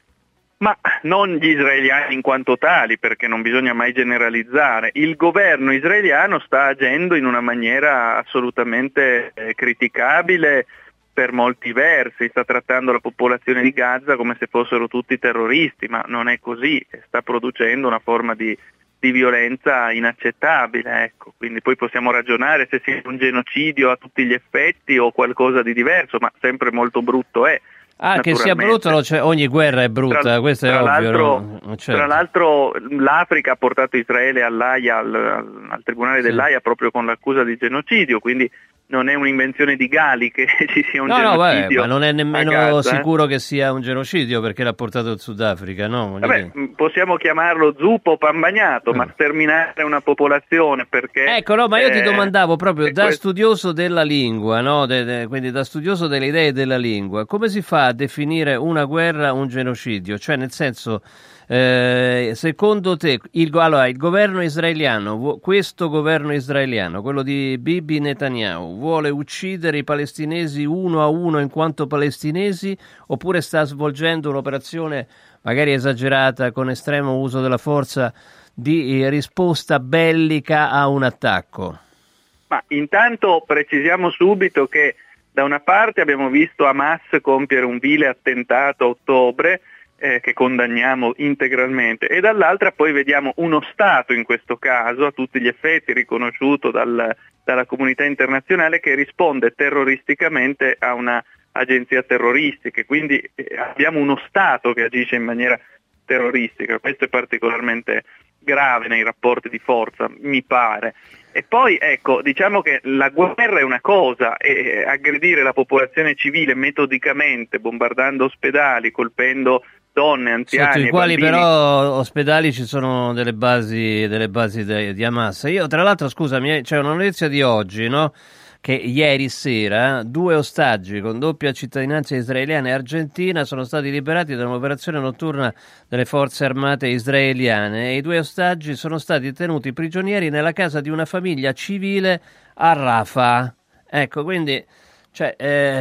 Ma non gli israeliani in quanto tali, perché non bisogna mai generalizzare. Il governo israeliano sta agendo in una maniera assolutamente eh, criticabile per molti versi, sta trattando la popolazione di Gaza come se fossero tutti terroristi, ma non è così, sta producendo una forma di, di violenza inaccettabile, ecco. Quindi poi possiamo ragionare se sia un genocidio a tutti gli effetti o qualcosa di diverso, ma sempre molto brutto è. Ah, che sia brutto, no, cioè, ogni guerra è brutta, tra, questo è tra ovvio. L'altro, no? certo. Tra l'altro l'Africa ha portato Israele all'Aia, al, al tribunale sì. dell'Aia proprio con l'accusa di genocidio, quindi non è un'invenzione di Gali che ci sia un no, genocidio. No, vabbè, ma non è nemmeno Gaza, sicuro eh? che sia un genocidio perché l'ha portato il Sudafrica, no? Vabbè, possiamo chiamarlo zuppo o pan bagnato, eh. ma sterminare una popolazione perché... Ecco, no, ma io eh, ti domandavo proprio da questo... studioso della lingua, no? De, de, quindi da studioso delle idee della lingua, come si fa a definire una guerra un genocidio? Cioè, nel senso... Eh, secondo te il, allora, il governo israeliano, questo governo israeliano, quello di Bibi Netanyahu, vuole uccidere i palestinesi uno a uno in quanto palestinesi oppure sta svolgendo un'operazione magari esagerata con estremo uso della forza di risposta bellica a un attacco? Ma intanto precisiamo subito che da una parte abbiamo visto Hamas compiere un vile attentato a ottobre Eh, che condanniamo integralmente e dall'altra poi vediamo uno Stato in questo caso a tutti gli effetti riconosciuto dal, dalla comunità internazionale che risponde terroristicamente a una agenzia terroristica, quindi eh, abbiamo uno Stato che agisce in maniera terroristica. Questo è particolarmente grave nei rapporti di forza, mi pare. E poi ecco, diciamo che la guerra è una cosa e aggredire la popolazione civile metodicamente, bombardando ospedali, colpendo donne, anziani, sotto i quali bambini. Però ospedali ci sono delle basi delle basi de, di Hamas. Io tra l'altro, scusami, c'è una notizia di oggi, no? Che ieri sera due ostaggi con doppia cittadinanza israeliana e argentina sono stati liberati da un'operazione notturna delle forze armate israeliane e i due ostaggi sono stati tenuti prigionieri nella casa di una famiglia civile a Rafah. Ecco, quindi Cioè, eh,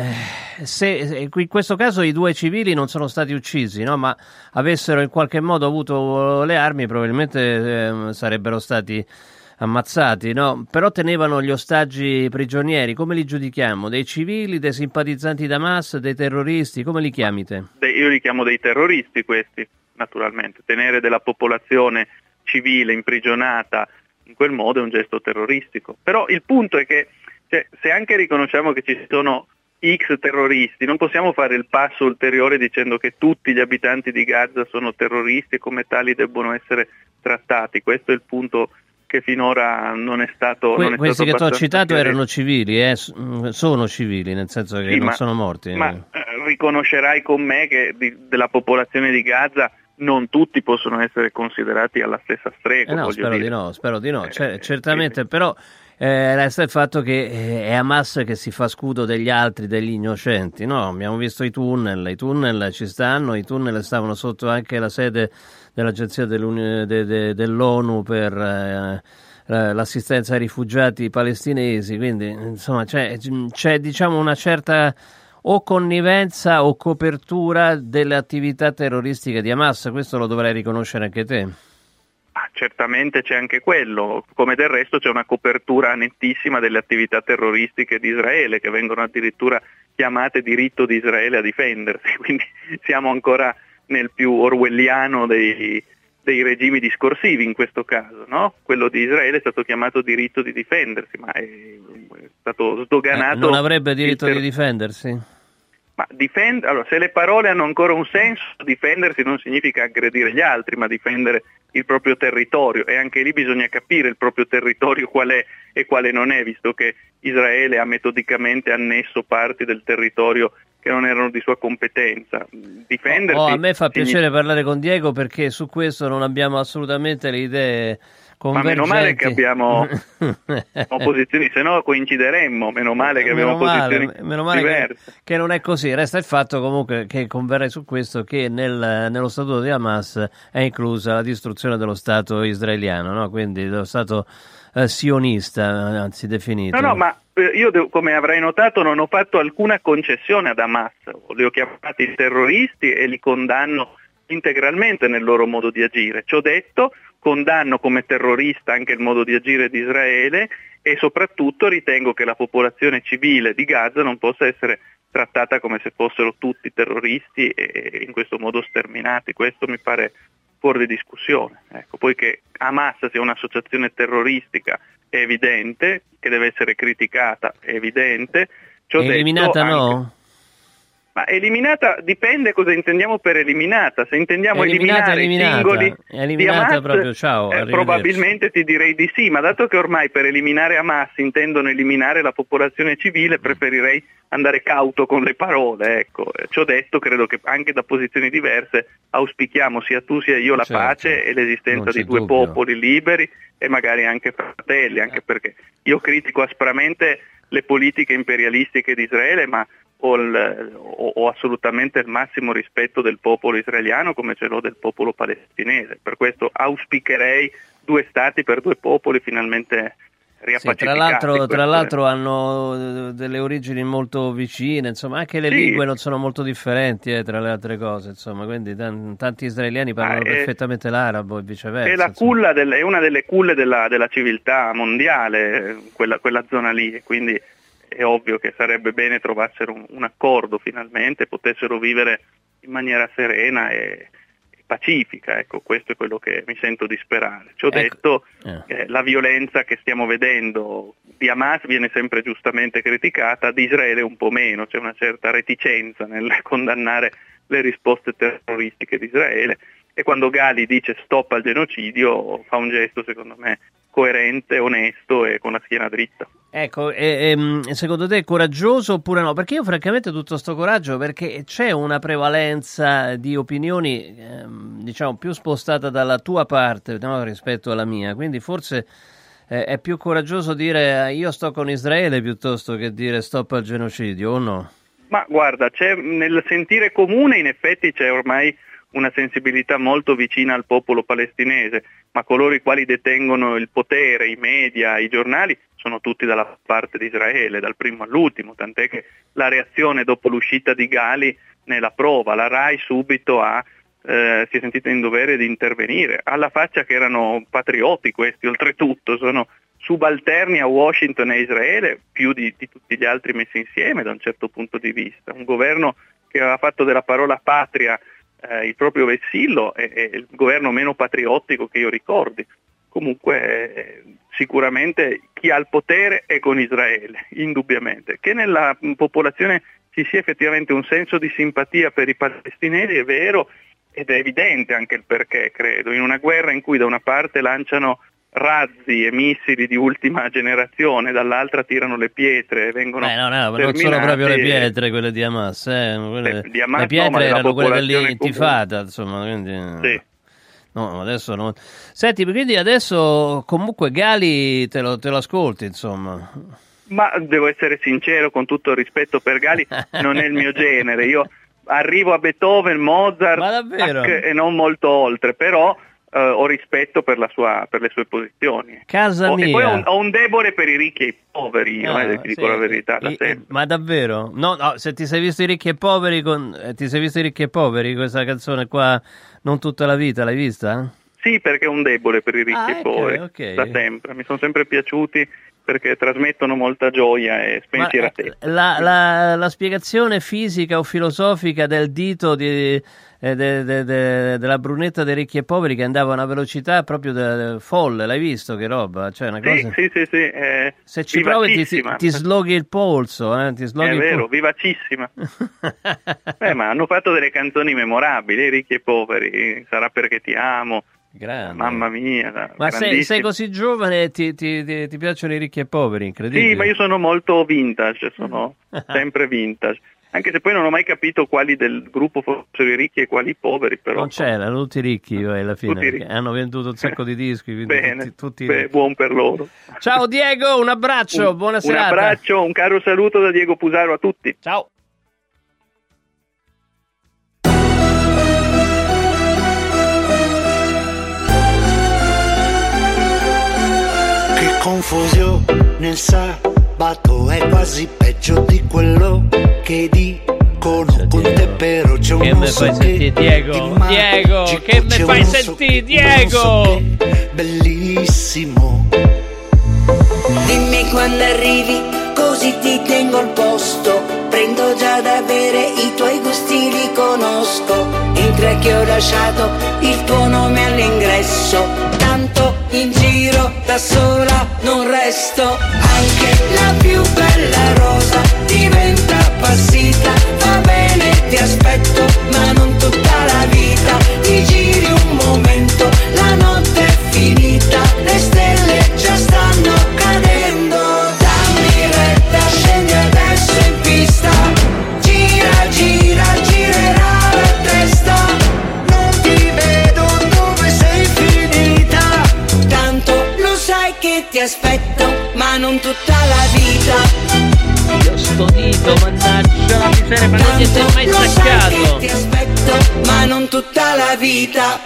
se in questo caso i due civili non sono stati uccisi, no? Ma avessero in qualche modo avuto le armi, probabilmente eh, sarebbero stati ammazzati, no? Però tenevano gli ostaggi prigionieri. Come li giudichiamo? Dei civili, dei simpatizzanti d'Hamas, dei terroristi? Come li chiami te? Io li chiamo dei terroristi questi, naturalmente. Tenere della popolazione civile imprigionata in quel modo è un gesto terroristico. Però il punto è che Cioè, se anche riconosciamo che ci sono X terroristi, non possiamo fare il passo ulteriore dicendo che tutti gli abitanti di Gaza sono terroristi e come tali debbono essere trattati. Questo è il punto che finora non è stato que- non è Questi stato che ti ho citato chiarito. Erano civili, eh? Sono civili, nel senso che sì, non ma, sono morti. Ma eh, riconoscerai con me che di, della popolazione di Gaza non tutti possono essere considerati alla stessa strega. Eh no, voglio spero dire. di no, spero di no, cioè, Eh, certamente, sì, sì. però eh, resta il fatto che eh, è Hamas che si fa scudo degli altri, degli innocenti, no? Abbiamo visto i tunnel, i tunnel ci stanno, i tunnel stavano sotto anche la sede dell'agenzia de, de, dell'ONU per eh, l'assistenza ai rifugiati palestinesi, quindi insomma c'è, c'è diciamo una certa o connivenza o copertura delle attività terroristiche di Hamas, questo lo dovrai riconoscere anche te. Ah, certamente c'è anche quello, come del resto c'è una copertura nettissima delle attività terroristiche di Israele, che vengono addirittura chiamate diritto di Israele a difendersi, quindi siamo ancora nel più orwelliano dei, dei regimi discorsivi in questo caso, no? Quello di Israele è stato chiamato diritto di difendersi, ma è, è stato sdoganato. Eh, non avrebbe diritto ter- di difendersi? Ma difend- allora, se le parole hanno ancora un senso, difendersi non significa aggredire gli altri, ma difendere il proprio territorio, e anche lì bisogna capire il proprio territorio qual è e quale non è, visto che Israele ha metodicamente annesso parti del territorio che non erano di sua competenza. Difendersi. Oh, a me fa significa... piacere parlare con Diego, perché su questo non abbiamo assolutamente le idee Ma meno male che abbiamo opposizioni, se no coincideremmo, meno male che abbiamo meno male, posizioni meno male diverse. Che, che non è così. Resta il fatto comunque che converrei su questo, che nel, nello statuto di Hamas è inclusa la distruzione dello Stato israeliano, no? Quindi dello Stato eh, sionista, anzi definito. No, no, ma io, come avrai notato, non ho fatto alcuna concessione ad Hamas, li ho chiamati terroristi e li condanno integralmente nel loro modo di agire. Ciò detto, condanno come terrorista anche il modo di agire di Israele e soprattutto ritengo che la popolazione civile di Gaza non possa essere trattata come se fossero tutti terroristi e in questo modo sterminati. Questo mi pare fuori di discussione. Ecco, poi che Hamas sia un'associazione terroristica è evidente, che deve essere criticata è evidente. Ciò è eliminata detto, no? Anche... Ma eliminata dipende cosa intendiamo per eliminata. Se intendiamo eliminata, eliminare eliminata. i singoli eliminata di Hamas, proprio, ciao, eh, probabilmente ti direi di sì, ma dato che ormai per eliminare Hamas intendono eliminare la popolazione civile, preferirei andare cauto con le parole. Ecco. Ciò detto, credo che anche da posizioni diverse auspichiamo sia tu sia io la certo. pace e l'esistenza di due dubbio. popoli liberi e magari anche fratelli, anche perché io critico aspramente le politiche imperialistiche di Israele, ma ho, il, ho, ho assolutamente il massimo rispetto del popolo israeliano come ce l'ho del popolo palestinese. Per questo auspicherei due stati per due popoli finalmente riappacificati. Sì, tra l'altro, tra Questo l'altro hanno delle origini molto vicine, insomma, anche le Sì. lingue non sono molto differenti eh, tra le altre cose, insomma, quindi tan- tanti israeliani parlano Ah, è- perfettamente l'arabo e viceversa. È, la insomma. culla del, è una delle culle della, della civiltà mondiale, eh, quella, quella zona lì, e quindi è ovvio che sarebbe bene trovassero un, un accordo finalmente, potessero vivere in maniera serena e, e pacifica. Ecco, questo è quello che mi sento di sperare. Ci ho Ecco. detto, Eh. eh, la violenza che stiamo vedendo di Hamas viene sempre giustamente criticata, di Israele un po' meno, c'è una certa reticenza nel condannare le risposte terroristiche di Israele, e quando Gali dice stop al genocidio fa un gesto secondo me coerente, onesto e con la schiena dritta. Ecco, e, e, secondo te è coraggioso oppure no? Perché io francamente tutto sto coraggio, perché c'è una prevalenza di opinioni ehm, diciamo più spostata dalla tua parte, no, rispetto alla mia, quindi forse eh, è più coraggioso dire io sto con Israele piuttosto che dire stop al genocidio, o no? Ma guarda, c'è nel sentire comune in effetti c'è ormai una sensibilità molto vicina al popolo palestinese, ma coloro i quali detengono il potere, i media, i giornali, sono tutti dalla parte di Israele, dal primo all'ultimo, tant'è che la reazione dopo l'uscita di Gali ne la prova, la RAI subito ha, eh, si è sentita in dovere di intervenire, alla faccia che erano patrioti questi, oltretutto, sono subalterni a Washington e a Israele, più di, di tutti gli altri messi insieme da un certo punto di vista, un governo che aveva fatto della parola patria Eh, il proprio vessillo è, è il governo meno patriottico che io ricordi. Comunque eh, sicuramente chi ha il potere è con Israele, indubbiamente. Che nella mh, popolazione ci sia effettivamente un senso di simpatia per i palestinesi è vero, ed è evidente anche il perché, credo. In una guerra in cui da una parte lanciano razzi e missili di ultima generazione, dall'altra tirano le pietre e vengono Beh, no, no, non sono proprio le pietre quelle di Hamas, eh. quelle, Beh, di Hamas le pietre no, ma erano quelle popolazione dell'intifada, insomma, quindi Sì. no, adesso no. Senti, quindi adesso comunque Gali te lo, te lo ascolti, insomma. Ma devo essere sincero, con tutto il rispetto per Gali, non è il mio genere. Io arrivo a Beethoven, Mozart Bach, e non molto oltre, però Uh, ho rispetto per, la sua, per le sue posizioni. Casa ho, mia. E poi ho un, ho un debole per i ricchi e i poveri, io, Ah, eh, ti dico sì. la verità. Da I- sempre. ma davvero? No, no, se ti sei visto i ricchi e poveri con eh, ti sei visto i ricchi e poveri, questa canzone qua, non tutta la vita, l'hai vista? Sì, perché ho un debole per i ricchi Ah, e ok, poveri, ok. da sempre. Mi sono sempre piaciuti perché trasmettono molta gioia e Ma, spensieratezza. la, la, la spiegazione fisica o filosofica del dito di, eh, de- de- de- della brunetta dei ricchi e poveri che andava a una velocità proprio de- de- folle, l'hai visto che roba? Cioè, una cosa... Sì, sì, sì, sì, è Se ci provi ti, ti, vivacissima. ti sloghi il polso, eh? ti sloghi È il vero, polso. vivacissima. eh, ma hanno fatto delle canzoni memorabili, i ricchi e poveri, sarà perché ti amo. Grande. Mamma mia, Ma sei, grandissimo. sei così giovane e ti, ti, ti, ti piacciono i ricchi e poveri, incredibile. Sì, ma io sono molto vintage, sono sempre vintage. Anche se poi non ho mai capito quali del gruppo fossero i ricchi e quali i poveri, però. Non c'erano, tutti ricchi poi alla fine, Tutti ricchi. perché hanno venduto un sacco di dischi, quindi Bene, tutti, tutti beh, ricchi. buon per loro. Ciao Diego, un abbraccio, Un- buona un serata. abbraccio, un caro saluto da Diego Pusaro a tutti. Ciao. Che confusione, il sabato è quasi peggio di quello che dicono con te, però c'è un Che me non so fai sentire, che Diego? di Diego, magico, che me c'è fai un non so sentire, che, un non so Diego? che, bellissimo. Dimmi quando arrivi, così ti tengo al posto. Prendo già da bere, i tuoi gusti li conosco. Entra che ho lasciato il tuo nome all'ingresso. Tanto in giro da sola non resto. Anche la più bella rosa diventa appassita. Va bene che ti aspetto, ma non tutta la vita. Io sto dito, mannaggia la miseria, ma non gli sei mai Lo sai staccato. che ti aspetto, ma non tutta la vita.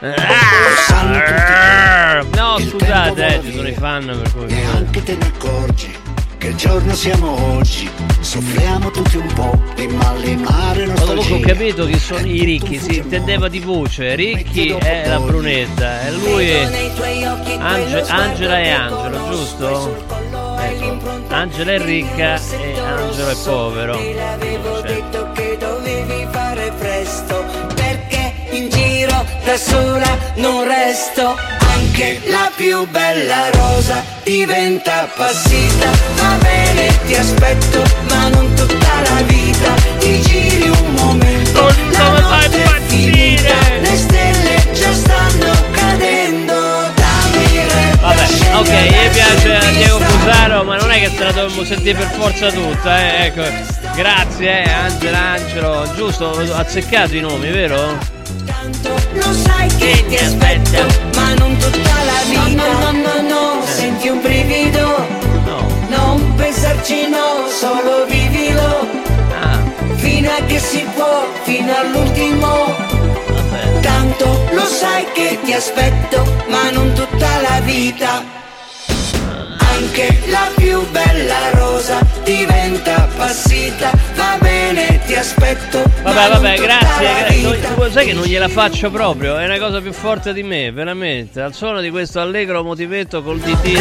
Ah, no, scusate, eh, ci sono i fan per cui Neanche te ne accorgi che giorno siamo oggi. Soffriamo tutti un po' di malinare ma dopo che ho nostalgia. capito chi sono i ricchi, si intendeva di voce. Ricchi è la brunetta e lui è Ange- Angela e Angelo, giusto? Ecco. Angela è ricca e Angelo è povero. Avevo detto che dovevi fare presto, perché in giro da sola non resto. Anche la più bella rosa diventa appassita. Va bene, ti aspetto, ma non tutta la vita. Ti giri un momento, la notte è finita, le stelle già stanno cadendo. Dammi retta, Vabbè, ok, mi piace Diego Fusaro, ma non è che se la dobbiamo sentire per forza tutta, eh, ecco. Grazie, eh, Angela, Angelo, giusto, azzeccato i nomi, vero? lo sai che ti aspetto, ma non tutta la vita. No, no, no, no, senti un brivido. No. Non pensarci, no, solo vivilo. Ah. Fino a che si può, fino all'ultimo. Vabbè. Tanto lo sai che ti aspetto, ma non tutta la vita. Anche la più bella rosa diventa appassita. Va bene, ti aspetto. Vabbè, vabbè, grazie. gra- Tu sai che non gliela faccio proprio, è una cosa più forte di me, veramente. Al suono di questo allegro motivetto col D T.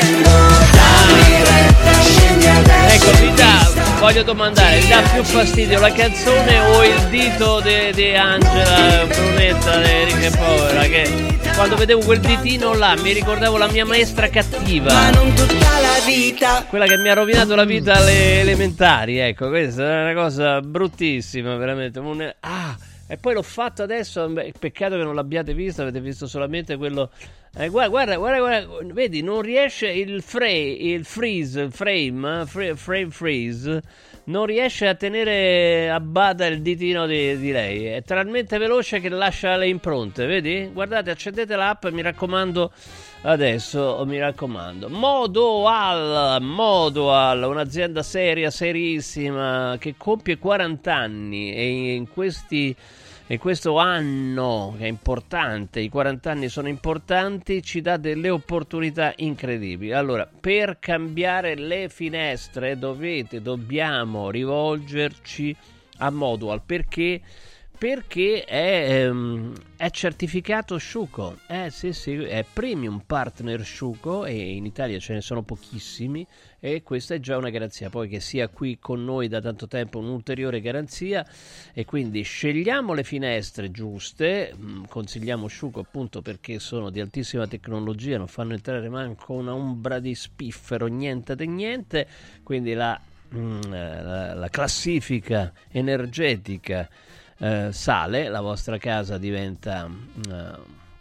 Ecco, ti dà, voglio domandare, ti dà più fastidio la canzone o il dito di Angela Brunetta di Ricca e Povera? Che quando vedevo quel ditino là mi ricordavo la mia maestra cattiva. Ma non tutta la vita. Quella che mi ha rovinato la vita alle elementari, ecco, questa è una cosa bruttissima, veramente. Un- Ah, e poi l'ho fatto adesso, beh, peccato che non l'abbiate visto, avete visto solamente quello. Eh, guarda, guarda, guarda, guarda, vedi, non riesce il frame, il freeze, il frame, eh, fre- frame freeze, non riesce a tenere a bada il ditino di, di lei. È talmente veloce che lascia le impronte, vedi? Guardate, accendete l'app, mi raccomando. Adesso mi raccomando, Modoal, Modoal, un'azienda seria, serissima, che compie quaranta anni e in questi in questo anno che è importante, i quaranta anni sono importanti, ci dà delle opportunità incredibili. Allora, per cambiare le finestre dovete, dobbiamo rivolgerci a Modoal, perché Perché è, ehm, è certificato Sciuco, eh sì sì, è premium partner Sciuco e in Italia ce ne sono pochissimi e questa è già una garanzia, poi che sia qui con noi da tanto tempo un'ulteriore garanzia e quindi scegliamo le finestre giuste, mh, consigliamo Sciuco appunto perché sono di altissima tecnologia, non fanno entrare manco una ombra di spiffero, niente di niente, quindi la, mh, la, la classifica energetica Uh, sale, la vostra casa diventa uh,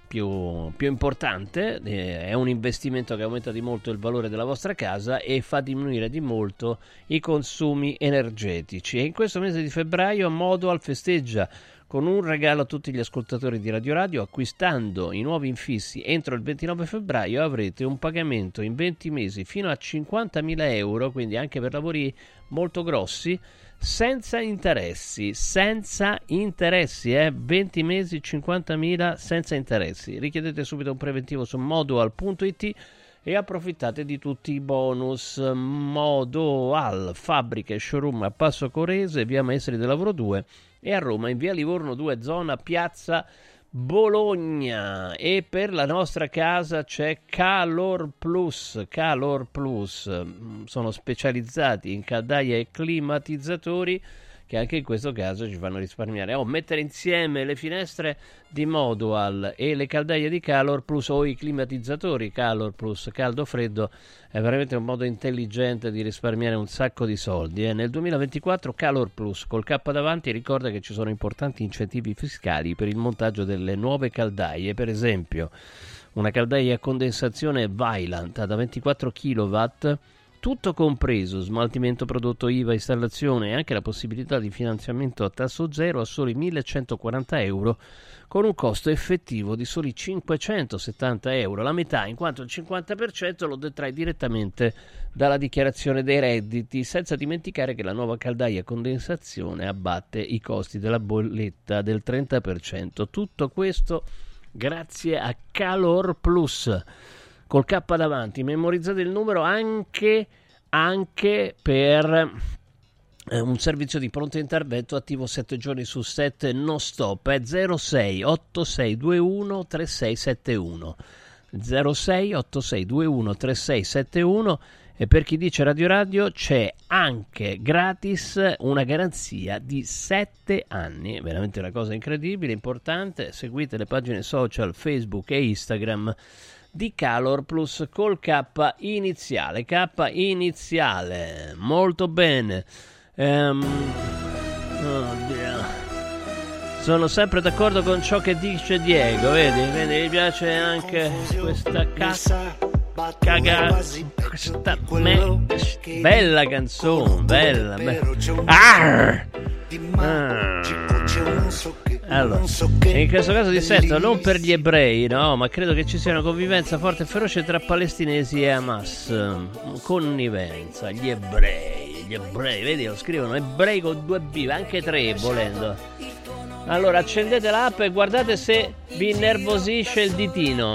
più, più importante, eh, è un investimento che aumenta di molto il valore della vostra casa e fa diminuire di molto i consumi energetici. E in questo mese di febbraio Modoal festeggia con un regalo a tutti gli ascoltatori di Radio Radio. Acquistando i nuovi infissi entro il ventinove febbraio avrete un pagamento in venti mesi fino a cinquantamila euro, quindi anche per lavori molto grossi, senza interessi, senza interessi, eh? venti mesi, cinquantamila senza interessi. Richiedete subito un preventivo su modoal punto it e approfittate di tutti i bonus. Modoal, fabbriche e showroom a Passo Corese, via Maestri del Lavoro due e a Roma in via Livorno due, zona Piazza Bologna. E per la nostra casa c'è Calor Plus. Calor Plus sono specializzati in caldaie e climatizzatori che anche in questo caso ci fanno risparmiare. Oh, mettere insieme le finestre di Modoal e le caldaie di Calor Plus o i climatizzatori Calor Plus caldo freddo è veramente un modo intelligente di risparmiare un sacco di soldi. Eh. Nel duemilaventiquattro Calor Plus col K davanti ricorda che ci sono importanti incentivi fiscali per il montaggio delle nuove caldaie, per esempio una caldaia a condensazione Vaillant da ventiquattro chilowatt tutto compreso, smaltimento prodotto I V A, installazione e anche la possibilità di finanziamento a tasso zero a soli millecentoquaranta euro, con un costo effettivo di soli cinquecentosettanta euro, la metà, in quanto il cinquanta per cento lo detrae direttamente dalla dichiarazione dei redditi, senza dimenticare che la nuova caldaia a condensazione abbatte i costi della bolletta del trenta per cento. Tutto questo grazie a Calor Plus, col K davanti. Memorizzate il numero anche, anche per un servizio di pronto intervento attivo sette giorni su sette, non stop, è zero sei otto sei due uno tre sei sette uno zero sei otto sei due uno tre sei sette uno. E per chi dice Radio Radio c'è anche gratis una garanzia di sette anni, è veramente una cosa incredibile, importante. Seguite le pagine social Facebook e Instagram di Calor Plus col K iniziale, K iniziale, molto bene. Um, oh Dio. Sono sempre d'accordo con ciò che dice Diego, vedi, vedi, mi piace anche questa cazzo caga, questa me, bella canzone, bella, bella. Ah! Ah. Allora, in questo caso dissento non per gli ebrei, no, ma credo che ci sia una convivenza forte e feroce tra palestinesi e Hamas. Connivenza, gli ebrei, gli ebrei, vedi, lo scrivono ebrei con due B, anche tre volendo. Allora, accendete l'app e guardate se vi innervosisce il ditino.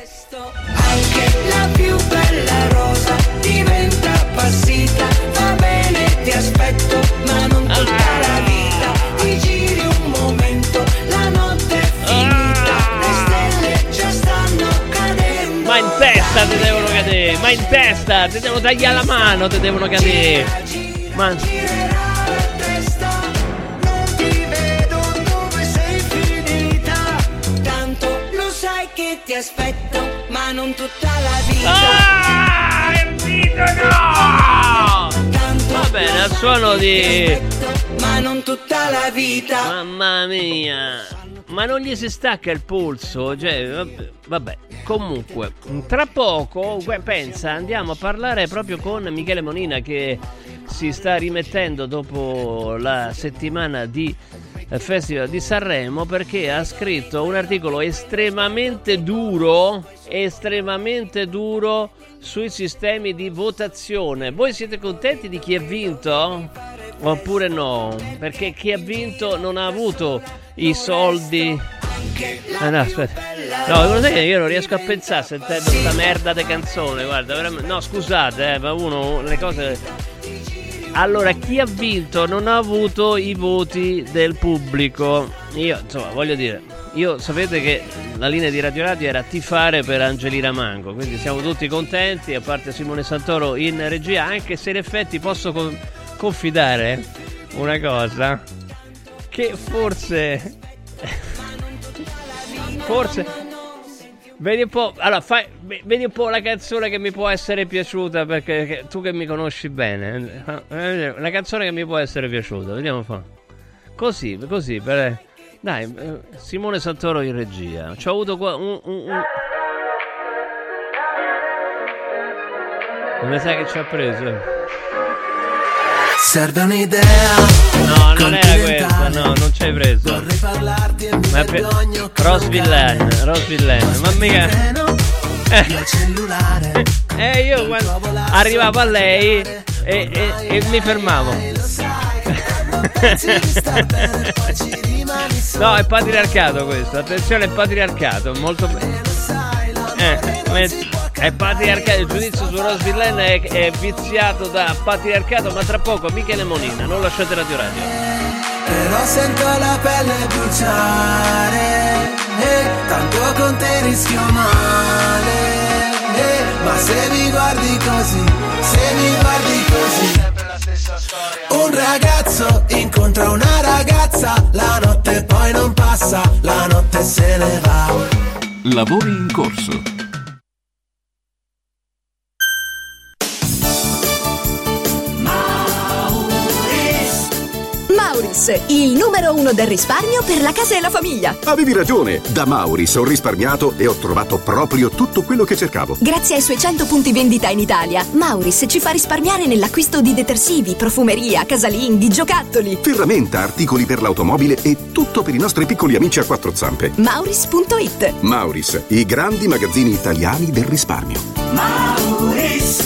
Anche la più bella rosa diventa appassita, va bene, ti aspetto, ma non tutta la vita. Ti giri un momento, la notte è finita, le stelle già stanno cadendo. Ma in testa ti devono cadere, ma in testa ti devono tagliare la mano, ti devono cadere. Ma non ti vedo dove sei finita, tanto lo sai che ti aspetto, ma non tutta la vita. Ah, il dito no! Va bene, al suono di... ma non tutta la vita. Mamma mia, ma non gli si stacca il polso, cioè, vabbè, vabbè. Comunque, tra poco, pensa, andiamo a parlare proprio con Michele Monina, che si sta rimettendo dopo la settimana di Festival di Sanremo, perché ha scritto un articolo estremamente duro, estremamente duro sui sistemi di votazione. Voi siete contenti di chi ha vinto? Oppure no? Perché chi ha vinto non ha avuto i soldi. Ah, no, aspetta. No, lo sai che io non riesco a pensare sentendo questa merda di canzone, guarda, veramente. No, scusate, eh, ma uno le cose. Allora, chi ha vinto non ha avuto i voti del pubblico. Io, insomma, voglio dire, io sapete che la linea di Radio Radio era tifare per Angelina Mango, quindi siamo tutti contenti, a parte Simone Santoro in regia, anche se in effetti posso con- confidare una cosa, che forse forse vedi un po', allora fai, vedi un po' la canzone che mi può essere piaciuta, perché che, tu che mi conosci bene, una canzone che mi può essere piaciuta, vediamo un po'. Così, così, per, dai, Simone Santoro in regia. C'ho avuto qua un, un, un... come sai che ci ha preso? Serve un'idea. No, non era questa, no, non ci hai preso. Vorrei parlarti e mi ma vergogno. Rose Villain, Rose Villain, ma mica. Eh, eh io quando arrivavo a lei e, e, e mi fermavo. No, è patriarcato questo, attenzione, è patriarcato, molto bene. Eh, è patriarcato, il giudizio su Rose Villain è, è viziato da patriarcato, ma tra poco Michele Monina, non lasciate Radio Radio. Però sento la pelle bruciare, eh, tanto con te rischio male, eh, ma se mi guardi così, se mi guardi così. Un ragazzo incontra una ragazza, la notte poi non passa, la notte se ne va. Lavori in corso. Mauris, Mauris, il numero uno del risparmio per la casa e la famiglia. Avevi ragione, da Mauris ho risparmiato e ho trovato proprio tutto quello che cercavo. Grazie ai suoi cento punti vendita in Italia, Mauris ci fa risparmiare nell'acquisto di detersivi, profumeria, casalinghi, giocattoli, ferramenta, articoli per l'automobile e tutto per i nostri piccoli amici a quattro zampe. Mauris punto it. Mauris, i grandi magazzini italiani del risparmio. Mauris.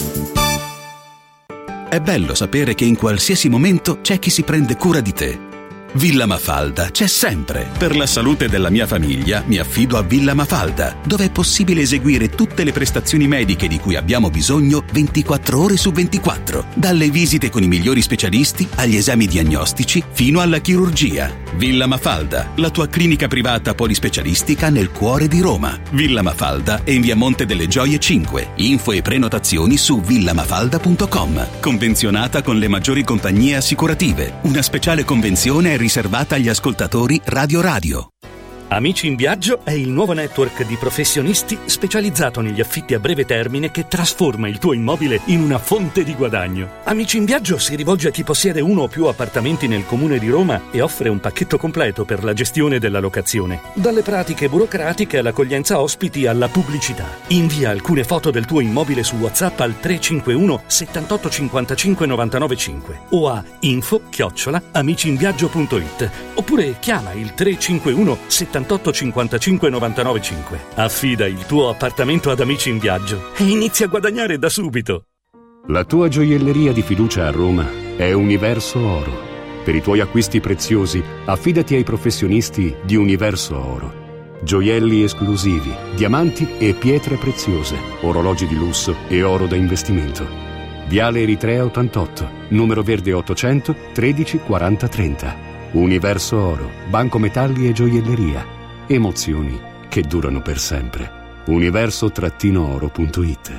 È bello sapere che in qualsiasi momento c'è chi si prende cura di te. Villa Mafalda c'è sempre. Per la salute della mia famiglia mi affido a Villa Mafalda, dove è possibile eseguire tutte le prestazioni mediche di cui abbiamo bisogno ventiquattro ore su ventiquattro. Dalle visite con i migliori specialisti agli esami diagnostici fino alla chirurgia. Villa Mafalda, la tua clinica privata polispecialistica nel cuore di Roma. Villa Mafalda è in via Monte delle Gioie cinque. Info e prenotazioni su villamafalda punto com. Convenzionata con le maggiori compagnie assicurative. Una speciale convenzione è riservata agli ascoltatori Radio Radio. Amici in Viaggio è il nuovo network di professionisti specializzato negli affitti a breve termine che trasforma il tuo immobile in una fonte di guadagno. Amici in Viaggio si rivolge a chi possiede uno o più appartamenti nel comune di Roma e offre un pacchetto completo per la gestione della locazione. Dalle pratiche burocratiche all'accoglienza ospiti alla pubblicità. Invia alcune foto del tuo immobile su WhatsApp al tre cinque uno settantotto cinquantacinque novantanove cinque o a info chiocciola amiciinviaggio punto it oppure chiama il tre cinque uno settantotto cinquantacinque novantanove cinque. Affida il tuo appartamento ad Amici in Viaggio e inizia a guadagnare da subito. La tua gioielleria di fiducia a Roma è Universo Oro. Per i tuoi acquisti preziosi, affidati ai professionisti di Universo Oro. Gioielli esclusivi, diamanti e pietre preziose, orologi di lusso e oro da investimento. Viale Eritrea ottantotto, numero verde ottocento tredici quaranta trenta. Universo Oro, banco metalli e gioielleria. Emozioni che durano per sempre. universo oro punto it.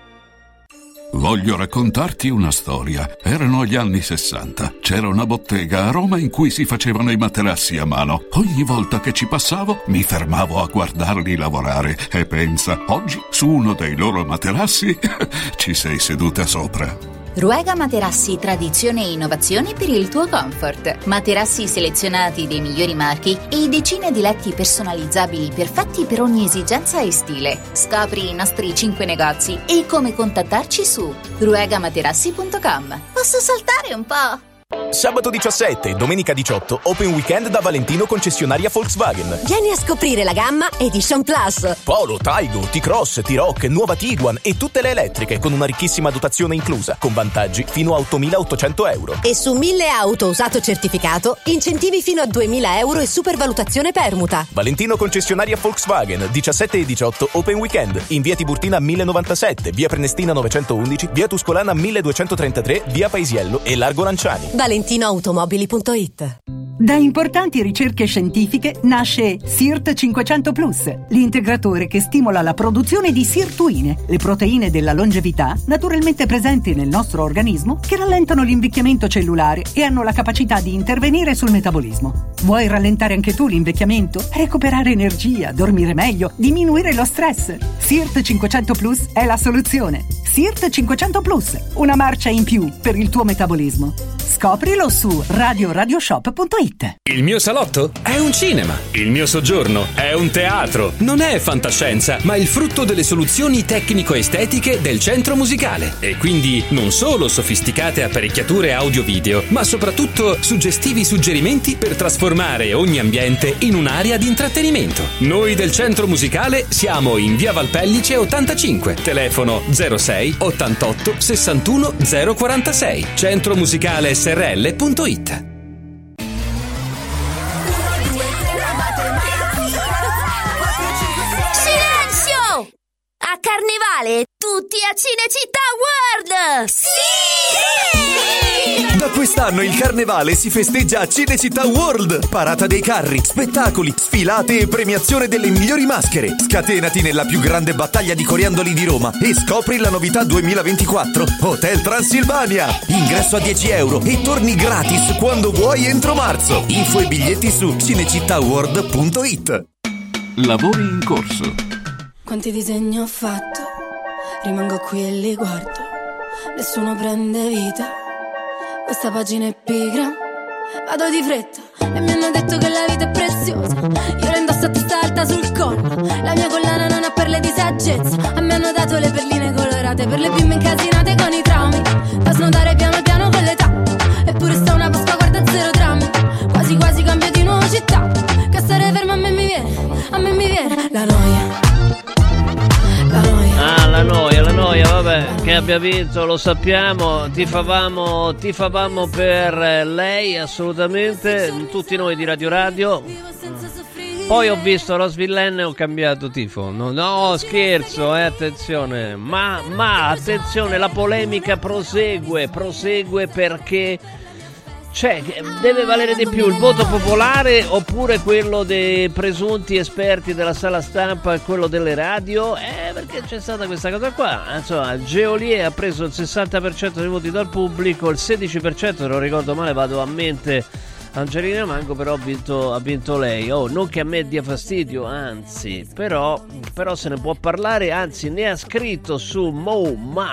Voglio raccontarti una storia. Erano gli anni sessanta. C'era una bottega a Roma in cui si facevano i materassi a mano. Ogni volta che ci passavo mi fermavo a guardarli lavorare e pensa, oggi su uno dei loro materassi ci sei seduta sopra. Ruega Materassi, tradizione e innovazione per il tuo comfort. Materassi selezionati dei migliori marchi e decine di letti personalizzabili perfetti per ogni esigenza e stile. Scopri i nostri cinque negozi e come contattarci su ruega materassi punto com. Posso saltare un po'? Sabato diciassette e domenica diciotto Open Weekend da Valentino concessionaria Volkswagen. Vieni a scoprire la gamma Edition Plus. Polo, Taigo, T-Cross, T-Roc, nuova Tiguan e tutte le elettriche con una ricchissima dotazione inclusa, con vantaggi fino a ottomilaottocento euro. E su mille auto usato certificato, incentivi fino a duemila euro e supervalutazione permuta. Valentino concessionaria Volkswagen, diciassette e diciotto Open Weekend, in via Tiburtina millenovantasette, via Prenestina novecentoundici, via Tuscolana milleduecentotrentatré, via Paisiello e Largo Lanciani. valentino automobili punto it. Da importanti ricerche scientifiche nasce SIRT cinquecento plus, l'integratore che stimola la produzione di sirtuine, le proteine della longevità naturalmente presenti nel nostro organismo che rallentano l'invecchiamento cellulare e hanno la capacità di intervenire sul metabolismo. Vuoi rallentare anche tu l'invecchiamento? Recuperare energia, dormire meglio, diminuire lo stress? SIRT cinquecento plus è la soluzione. SIRT cinquecento plus, una marcia in più per il tuo metabolismo. Scoprilo su radio radioshop punto it. Il mio salotto è un cinema. Il mio soggiorno è un teatro. Non è fantascienza, ma il frutto delle soluzioni tecnico-estetiche del centro musicale. E quindi non solo sofisticate apparecchiature audio-video, ma soprattutto suggestivi suggerimenti per trasformare ogni ambiente in un'area di intrattenimento. Noi del centro musicale siamo in via Valpellice ottantacinque, telefono zero sei ottantotto sessantuno zero quarantasei, centromusicale S R L punto it. Silenzio! A Carnevale tutti a Cinecittà World! Sì! Da quest'anno il Carnevale si festeggia a Cinecittà World. Parata dei carri, spettacoli, sfilate e premiazione delle migliori maschere. Scatenati nella più grande battaglia di coriandoli di Roma e scopri la novità duemilaventiquattro Hotel Transilvania. Ingresso a dieci euro e torni gratis quando vuoi entro marzo. Info e biglietti su cinecittà world punto it. Lavori in corso. Quanti disegni ho fatto, rimango qui e li guardo, nessuno prende vita, questa pagina è pigra, vado di fretta e mi hanno detto che la vita è preziosa. Io la indosso a testa alta sul collo, la mia collana non ha perle di saggezza. A me hanno dato le perline colorate per le bimbe incasinate con i traumi, da snodare piano piano con l'età. Eppure sta una Pasqua, guarda zero drammi, quasi quasi cambio di nuovo città. Che stare fermo a me mi viene, a me mi viene la noia. La noia. Ah, la noia, la noia, vabbè, che abbia vinto lo sappiamo, tifavamo, tifavamo per lei assolutamente, tutti noi di Radio Radio. Poi ho visto Rose Villain e ho cambiato tifo. No, no scherzo, eh, attenzione. Ma, ma, attenzione, la polemica prosegue, prosegue perché... Cioè, deve valere di più il voto popolare oppure quello dei presunti esperti della sala stampa e quello delle radio? Eh, perché c'è stata questa cosa qua. Insomma, Geolier ha preso il sessanta per cento dei voti dal pubblico, il sedici per cento, se non ricordo male, vado a mente Angelina Mango, però ha vinto, ha vinto lei. Oh, non che a me dia fastidio, anzi, però, però se ne può parlare, anzi ne ha scritto su Mo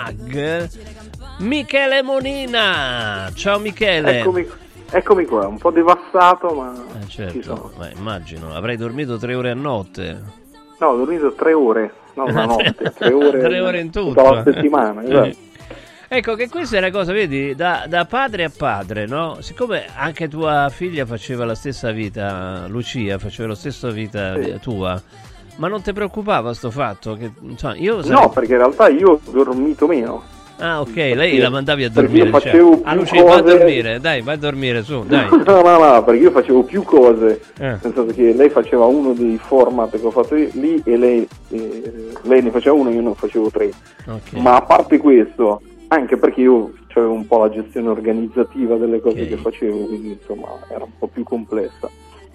Mag Michele Monina. Ciao Michele. Eccomi, eccomi qua, un po' devassato, ma eh certo, ma immagino, avrei dormito tre ore a notte. No, ho dormito tre ore, no una notte, tre ore, tre ore in tutto. Tutta la settimana, esatto. Ecco che questa è una cosa, vedi, da, da padre a padre, no? Siccome anche tua figlia faceva la stessa vita, Lucia faceva la stessa vita sì. tua, ma non ti preoccupava sto fatto? Che, insomma, io sarei... No, perché in realtà io ho dormito meno. Ah, ok, lei la mandavi a dormire. Io facevo diciamo. più ah, Lucia, cose... vai a dormire, dai, vai a dormire, su, dai. no, no, no, perché io facevo più cose, eh. nel senso che lei faceva uno dei format che ho fatto io, lì e lei, eh, lei ne faceva uno e io ne facevo tre. Okay. Ma a parte questo, anche perché io avevo un po' la gestione organizzativa delle cose okay. che facevo, quindi insomma era un po' più complessa.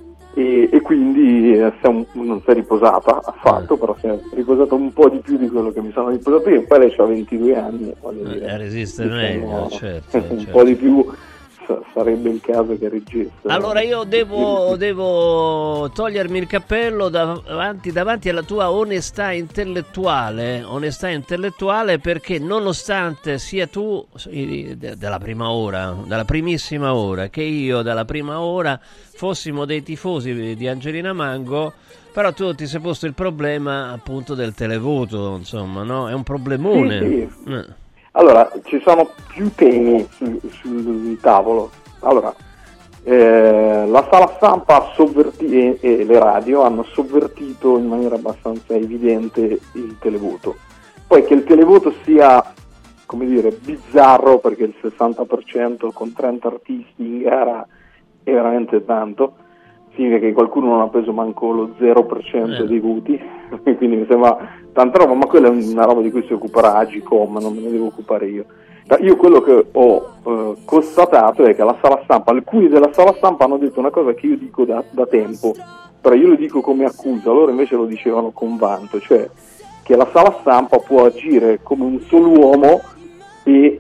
E, e quindi eh, siamo, non si è riposata affatto, eh. però si è riposata un po' di più di quello che mi sono riposato io. Poi lei ha ventidue anni, voglio dire, eh, resiste meglio, certo, un certo. po' di più sarebbe il caso che reggesse. Allora io devo, devo togliermi il cappello davanti, davanti alla tua onestà intellettuale, onestà intellettuale perché nonostante sia tu dalla prima ora, dalla primissima ora, che io dalla prima ora fossimo dei tifosi di Angelina Mango, però tu ti sei posto il problema appunto del televoto, insomma, no? È un problemone. Sì, sì. Eh. Allora, ci sono più temi sul, sul tavolo. Allora, eh, la sala stampa ha sovvertito, e, e le radio hanno sovvertito in maniera abbastanza evidente il televoto. Poi che il televoto sia, come dire, bizzarro, perché il sessanta per cento con trenta artisti in gara è veramente tanto, significa che qualcuno non ha preso manco lo zero per cento eh. dei voti, quindi mi sembra tanta roba, ma quella è una roba di cui si occuperà Agicom, non me ne devo occupare io. Io quello che ho eh, constatato è che la sala stampa, alcuni della sala stampa hanno detto una cosa che io dico da, da tempo, però io lo dico come accusa, loro invece lo dicevano con vanto, cioè che la sala stampa può agire come un solo uomo e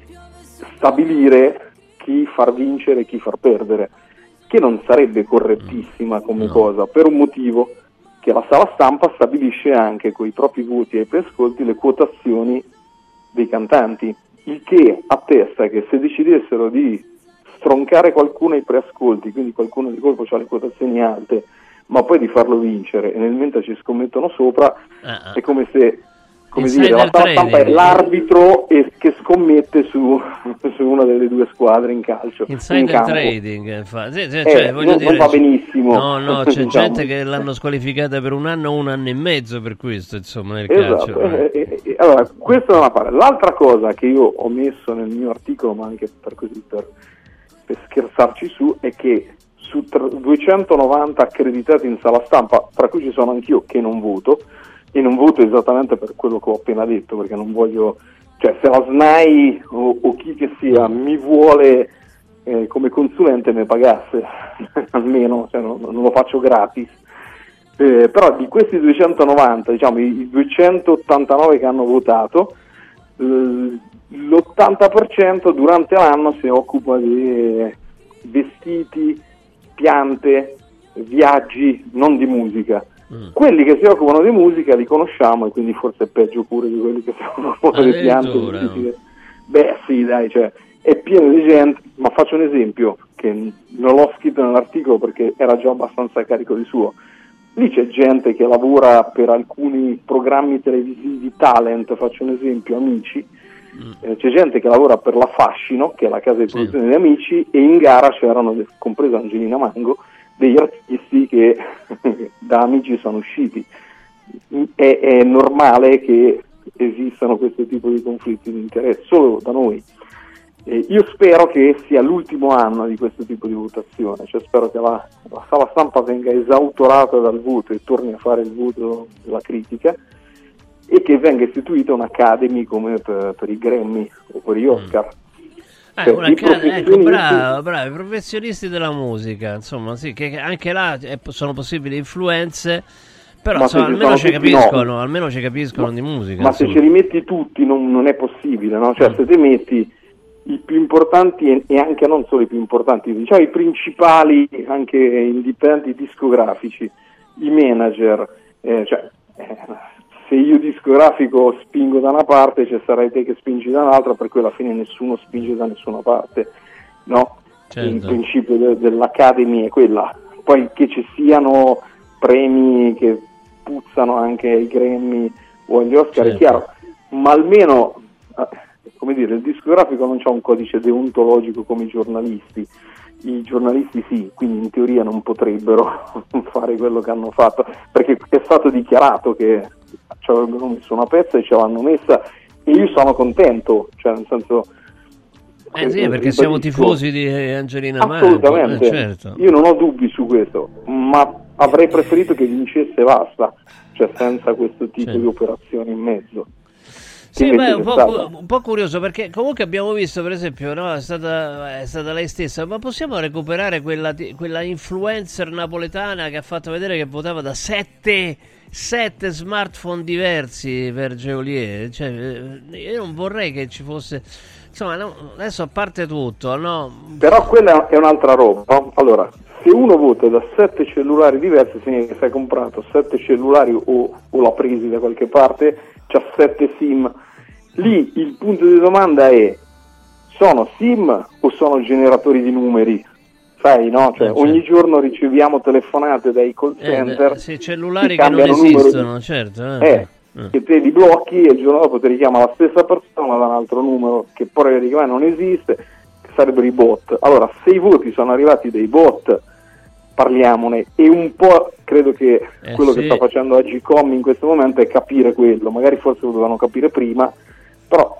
stabilire chi far vincere e chi far perdere, che non sarebbe correttissima come no. cosa, per un motivo, che la sala stampa stabilisce anche con i propri voti e i preascolti le quotazioni dei cantanti, il che attesta che se decidessero di stroncare qualcuno ai preascolti, quindi qualcuno di colpo ha le quotazioni alte, ma poi di farlo vincere e nel mentre ci scommettono sopra, uh-huh. è come se come dire, la sala stampa è l'arbitro e che scommette su, su una delle due squadre in calcio. Insider in trading, sì, sì, eh, cioè, voglio non, dire, non va benissimo. No, no, c'è diciamo. gente che l'hanno squalificata per un anno o un anno e mezzo per questo, insomma, nel esatto. calcio. Eh, eh, eh, allora, questo da una parte. L'altra cosa che io ho messo nel mio articolo, ma anche per così per, per scherzarci su, è che su duecentonovanta accreditati in sala stampa, tra cui ci sono anch'io che non voto, e non voto esattamente per quello che ho appena detto, perché non voglio, cioè se la S N A I o, o chi che sia mi vuole eh, come consulente me pagasse almeno, cioè non, non lo faccio gratis, eh, però di questi duecentonovanta, diciamo i duecentottantanove che hanno votato, eh, l'ottanta per cento durante l'anno si occupa di vestiti, piante, viaggi, non di musica. Mm. Quelli che si occupano di musica li conosciamo e quindi forse è peggio pure di quelli che si occupano di piante. Beh sì, dai, cioè è pieno di gente, ma faccio un esempio, che non l'ho scritto nell'articolo perché era già abbastanza carico di suo. Lì c'è gente che lavora per alcuni programmi televisivi talent, faccio un esempio, Amici, mm. eh, c'è gente che lavora per la Fascino, che è la casa di produzione sì. di Amici, e in gara c'erano, compresa Angelina Mango, degli artisti che da Amici sono usciti. È, è normale che esistano questo tipo di conflitti di interesse, solo da noi. Eh, io spero che sia l'ultimo anno di questo tipo di votazione, cioè spero che la, la sala stampa venga esautorata dal voto e torni a fare il voto della critica, e che venga istituita un'academy come per, per i Grammy o per gli Oscar. Eh, cioè, una ca- ecco, bravo, bravo, i professionisti della musica, insomma, sì, che anche là eh, sono possibili influenze, però ma insomma, almeno ci capiscono, no. almeno ci capiscono ma, di musica. Ma insomma. se ce li metti tutti non, non è possibile, no? Cioè mm. se te metti i più importanti e, e anche non solo i più importanti, diciamo i principali anche indipendenti discografici, i manager, eh, cioè eh, se io discografico spingo da una parte, ci sarai te che spingi da un'altra, per cui alla fine nessuno spinge da nessuna parte, no? Certo. Il principio de- dell'Academy è quella. Poi che ci siano premi che puzzano anche ai Grammy o agli Oscar, certo. è chiaro, ma almeno, come dire, il discografico non c'ha un codice deontologico come i giornalisti. I giornalisti sì, quindi in teoria non potrebbero fare quello che hanno fatto, perché è stato dichiarato che ci avrebbero messo una pezza e ce l'hanno messa, e io sono contento, cioè nel senso eh sì, perché siamo tifosi di Angelina Mango. Assolutamente, eh, certo. Io non ho dubbi su questo, ma avrei preferito che vincesse e basta, cioè senza questo tipo certo. di operazioni in mezzo. Sì, beh, è un po', un po' curioso, perché comunque abbiamo visto, per esempio, no, è stata, è stata lei stessa, ma possiamo recuperare quella, quella influencer napoletana che ha fatto vedere che votava da sette, sette smartphone diversi per Geolier? Cioè, io non vorrei che ci fosse, insomma, no, adesso a parte tutto, no? Però quella è un'altra roba, no? Allora, se uno vota da sette cellulari diversi, significa che si è comprato sette cellulari o, o l'ha presi da qualche parte, c'ha sette SIM. Lì il punto di domanda è: sono SIM o sono generatori di numeri? Sai, no? Cioè, eh, ogni certo. giorno riceviamo telefonate dai call center, eh, sì, cellulari che, che non esistono, di... certo. Eh. Eh, eh. Che te li blocchi e il giorno dopo ti richiama la stessa persona da un altro numero che poi richiama non esiste, che sarebbero i bot. Allora, se i voti sono arrivati dai bot, parliamone, e un po' credo che eh, quello sì. che sta facendo Agcom in questo momento è capire quello, magari forse lo dovevano capire prima, però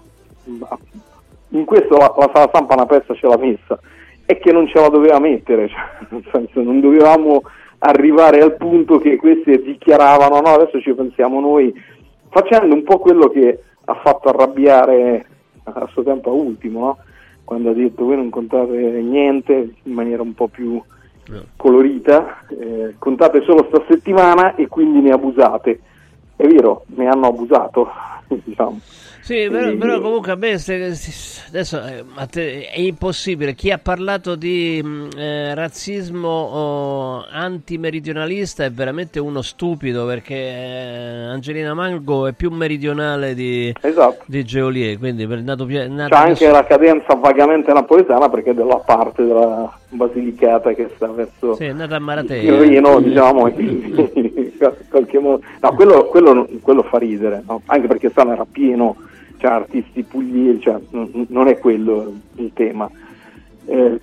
in questo la, la sala stampa una pezza ce l'ha messa, è che non ce la doveva mettere, cioè, nel senso, non dovevamo arrivare al punto che questi dichiaravano no, adesso ci pensiamo noi, facendo un po' quello che ha fatto arrabbiare a suo tempo a Ultimo, no? Quando ha detto voi non contate niente, in maniera un po' più colorita, eh, contate solo sta settimana e quindi ne abusate. È vero, ne hanno abusato, diciamo. Sì, però, però comunque a me adesso è impossibile. Chi ha parlato di eh, razzismo oh, antimeridionalista è veramente uno stupido, perché eh, Angelina Mango è più meridionale di, esatto. di Geolier, quindi per nato, nato c'è anche la cadenza vagamente napoletana, perché è della parte della Basilicata che sta verso sì, è nata a Maratea, il Reno, diciamo, in qualche modo. No, quello, quello, quello fa ridere, no? Anche perché stanno era pieno, cioè artisti pugliesi, cioè, non è quello il tema. Eh,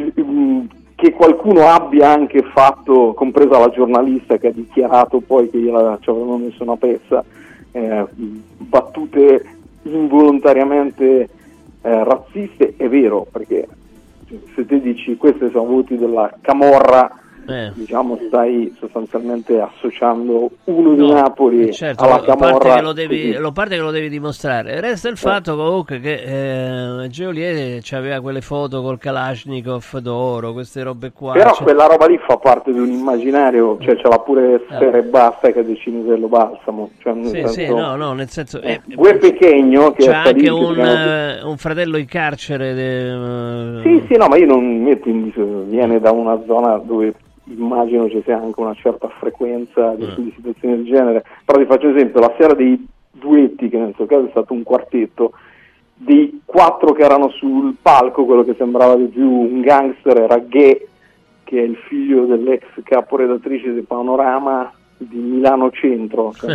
che qualcuno abbia anche fatto, compresa la giornalista che ha dichiarato poi che gliela ci avevano messo una pezza, eh, battute involontariamente eh, razziste, è vero, perché se te dici questi sono voti della camorra, eh. diciamo stai sostanzialmente associando uno di no, Napoli certo, alla camorra. Parte che lo, devi, lo parte che lo devi dimostrare. Resta il fatto eh. comunque che eh, Geolier aveva quelle foto col Kalashnikov d'oro, queste robe qua. Però cioè... quella roba lì fa parte di un immaginario, cioè ce l'ha pure Sfera e Basta che ha deciso dello Balsamo. Cioè, nel sì, senso, sì, no, no, nel senso... Eh, Gue Pechegno che c'è anche un, che... un fratello in carcere. De, uh... Sì, sì, no, ma io non metto in viene da una zona dove immagino ci sia anche una certa frequenza di, mm. di situazioni del genere, però ti faccio esempio, la sera dei duetti, che nel suo caso è stato un quartetto, dei quattro che erano sul palco, quello che sembrava di più un gangster era Ghe, che è il figlio dell'ex caporedattrice di Panorama di Milano Centro, cioè,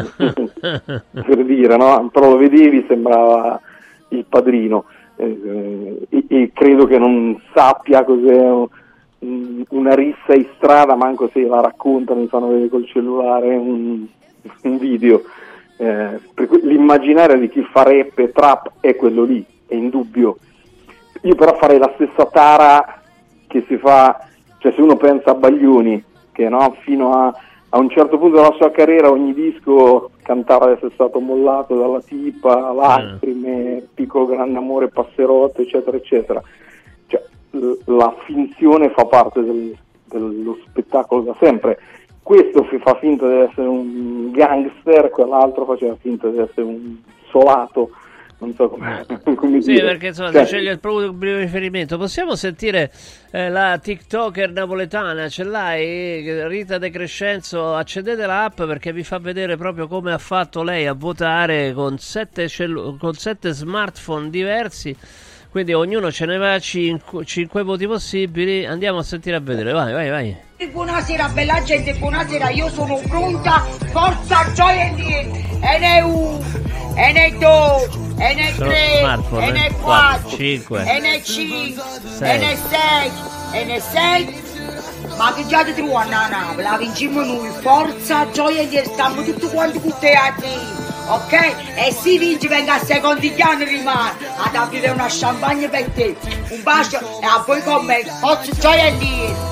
per dire, no? Però lo vedevi, sembrava il padrino, eh, e, e credo che non sappia cos'è un, una rissa in strada, manco se la raccontano, mi fanno vedere col cellulare un, un video. Eh, per cui l'immaginario di chi fa rap e trap è quello lì, è indubbio. Io però farei la stessa tara che si fa, cioè se uno pensa a Baglioni, che no, fino a, a un certo punto della sua carriera ogni disco cantava di essere stato mollato dalla tipa, lacrime, piccolo grande amore, passerotto, eccetera eccetera. Cioè, l- la finzione fa parte del, dello spettacolo da sempre. Questo fi- fa finta di essere un gangster, quell'altro faceva finta di essere un solato, non so come, come sì, dire. perché insomma, Cioè, se sceglie il proprio riferimento. Possiamo sentire eh, la TikToker napoletana, ce l'hai? Rita De Crescenzo, accendete l'app perché vi fa vedere proprio come ha fatto lei a votare con sette, cellu- con sette smartphone diversi. Quindi ognuno ce ne va cinque, cinque voti possibili. Andiamo a sentire a vedere. Vai, vai, vai. Buonasera bella gente, buonasera, io sono pronta. Forza Gioia e ne uno, e ne due, e ne tre, e ne quattro, cinque, e ne cinque, e ne sei, e ne sei. Ma che già ti trovo a Napoli, la vinciamo noi. Forza Gioia e stiamo tutti quanti con te a te. Ok? E si vince, venga a secondi piani rimane ad aprire una champagne per te. Un bacio e a voi con me. Forza Gioielli.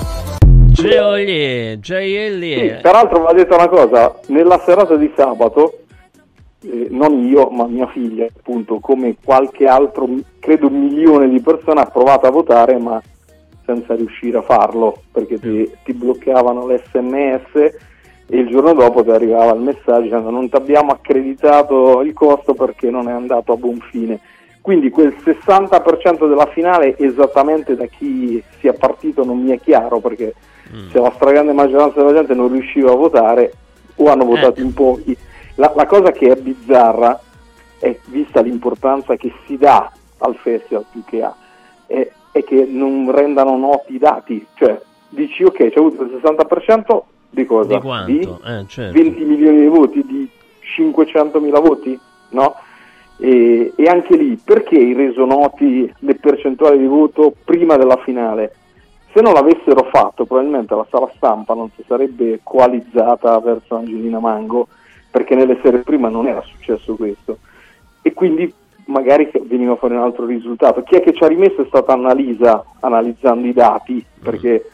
Gioielli, Gioielli. Sì, peraltro va detto una cosa, nella serata di sabato, eh, non io, ma mia figlia, appunto, come qualche altro, credo milione di persone, ha provato a votare, ma senza riuscire a farlo, perché ti, ti bloccavano l'esse emme esse e il giorno dopo ti arrivava il messaggio dicendo non ti abbiamo accreditato il costo perché non è andato a buon fine. Quindi quel sessanta per cento della finale esattamente da chi sia partito non mi è chiaro, perché mm. se la stragrande maggioranza della gente non riusciva a votare o hanno votato eh. in pochi. La, la cosa che è bizzarra è, vista l'importanza che si dà al festival più che ha, è, è che non rendano noti i dati, cioè dici ok, c'è avuto il sessanta per cento di cosa? Di quanto? Di eh, certo. venti milioni di voti, di cinquecentomila voti, no? E, e anche lì, perché hai reso noti le percentuali di voto prima della finale? Se non l'avessero fatto, probabilmente la sala stampa non si sarebbe coalizzata verso Angelina Mango, perché nelle sere prima non era successo questo, e quindi magari veniva fuori un altro risultato. Chi è che ci ha rimesso è stata Annalisa, analizzando i dati, perché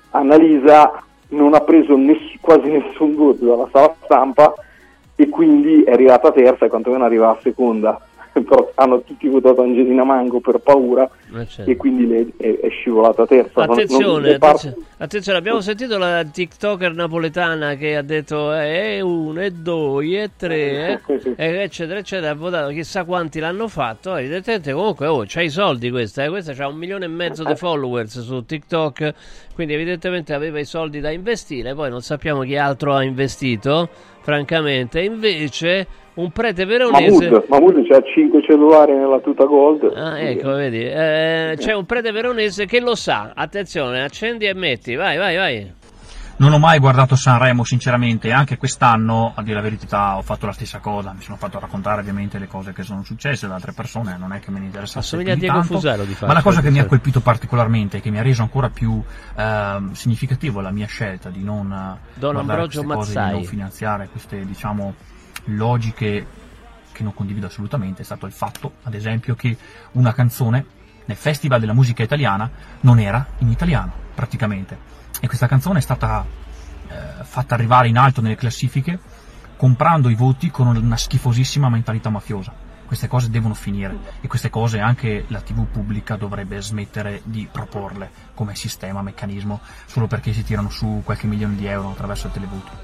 Annalisa non ha preso ness- quasi nessun voto dalla sala stampa e quindi è arrivata terza e quantomeno arriva a seconda. Però hanno tutti votato Angelina Mango per paura certo. e quindi lei è, è scivolata terza. Attenzione, non, non attenzione, attenzione, abbiamo sentito la TikToker napoletana che ha detto eh, uno, e due, e tre, eh, eccetera, eccetera, ha votato, chissà quanti l'hanno fatto, evidentemente comunque oh, c'ha i soldi questa, eh, questa c'ha un milione e mezzo di followers su TikTok, quindi evidentemente aveva i soldi da investire, poi non sappiamo chi altro ha investito, francamente, invece un prete veronese Mahmood, Mahmood c'ha cinque cellulari nella tuta gold. Ah, ecco, vedi, eh, c'è un prete veronese che lo sa, attenzione, accendi e metti, vai, vai, vai. Non ho mai guardato Sanremo sinceramente, anche quest'anno, a dire la verità, ho fatto la stessa cosa, mi sono fatto raccontare ovviamente le cose che sono successe da altre persone, non è che me ne interessasse Assomiglia più a Diego tanto, Fusaro di fatto, ma la cosa che mi ha colpito particolarmente, che mi ha reso ancora più eh, significativo la mia scelta di non Don guardare Ambrogio queste cose, Mazzai. di non finanziare queste, diciamo, logiche che non condivido assolutamente, è stato il fatto, ad esempio, che una canzone nel Festival della Musica Italiana non era in italiano, praticamente. E questa canzone è stata eh, fatta arrivare in alto nelle classifiche comprando i voti con una schifosissima mentalità mafiosa. Queste cose devono finire e queste cose anche la tivù pubblica dovrebbe smettere di proporle come sistema, meccanismo, solo perché si tirano su qualche milione di euro attraverso il televoto.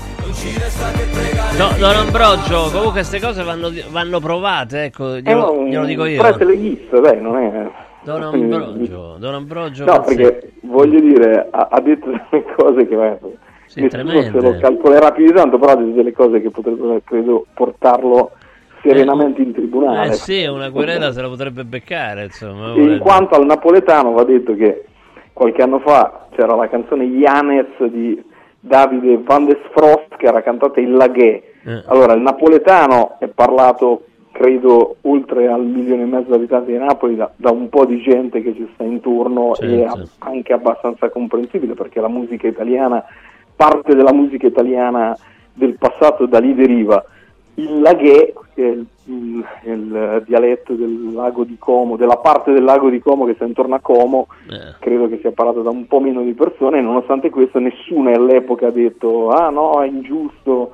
No, Don Ambrogio, comunque queste cose vanno, vanno provate, ecco, glielo, eh, glielo dico io. Prete leghista, dai, non è... Don Ambrogio, Don Ambrogio. No, perché voglio dire, ha, ha detto delle cose che beh, sì, nessuno se lo calcolerà più di tanto, però ha detto delle cose che potrebbero, credo, portarlo serenamente in tribunale. Eh sì, una querela se la potrebbe beccare, insomma. E in quanto al napoletano va detto che qualche anno fa c'era la canzone Janes di Davide Van der Frost che era cantata in laghè. Eh. Allora, il napoletano è parlato, credo, oltre al milione e mezzo di abitanti di Napoli da, da un po' di gente che ci sta intorno, certo. E è anche abbastanza comprensibile perché la musica italiana, parte della musica italiana del passato da lì deriva. Il laghè, che è il, il, il dialetto del lago di Como, della parte del lago di Como che sta intorno a Como, eh. credo che sia parlato da un po' meno di persone, e nonostante questo nessuno all'epoca ha detto ah no, è ingiusto,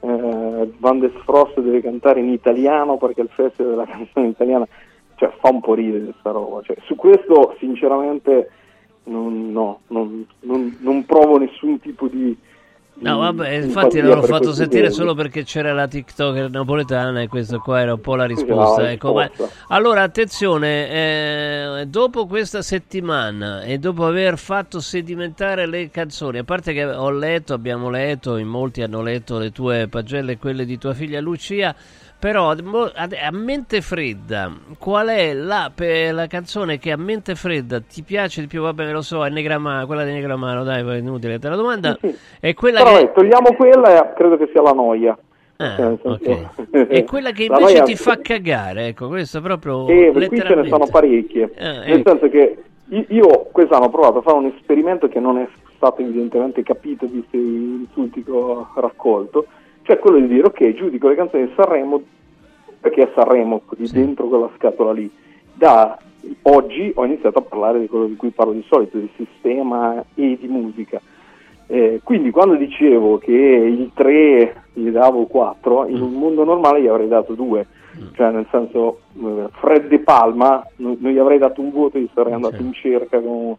eh, Van der Frost deve cantare in italiano perché il festival della canzone italiana, cioè fa un po' ridere questa roba, cioè, su questo sinceramente non, no, non, non, non provo nessun tipo di No, vabbè, infatti l'hanno fatto sentire temi. Solo perché c'era la TikToker napoletana e questa qua era un po' la risposta. La ecco, ma... Allora, attenzione, eh, dopo questa settimana e dopo aver fatto sedimentare le canzoni, a parte che ho letto, abbiamo letto, in molti hanno letto le tue pagelle e quelle di tua figlia Lucia, però a mente fredda, qual è la, la canzone che a mente fredda ti piace di più? Vabbè, me lo so, è Negramaro, quella di Negramaro, dai, è inutile te la domanda. Sì, sì. È quella però che... eh, togliamo quella e credo che sia la noia. Ah, okay. È quella che invece noia... ti fa cagare, ecco, questo proprio eh, qui ce ne sono parecchie, eh, nel ecco. senso che io quest'anno ho provato a fare un esperimento che non è stato evidentemente capito visto gli insulti che ho raccolto, cioè quello di dire ok, giudico le canzoni di Sanremo perché è Sanremo, di sì. dentro quella scatola lì. Da oggi ho iniziato a parlare di quello di cui parlo di solito, di sistema e di musica. Eh, quindi quando dicevo che il tre gli davo quattro, in un mondo normale gli avrei dato due, cioè nel senso Fred De Palma non, non gli avrei dato un voto, gli sarei andato sì. in cerca con...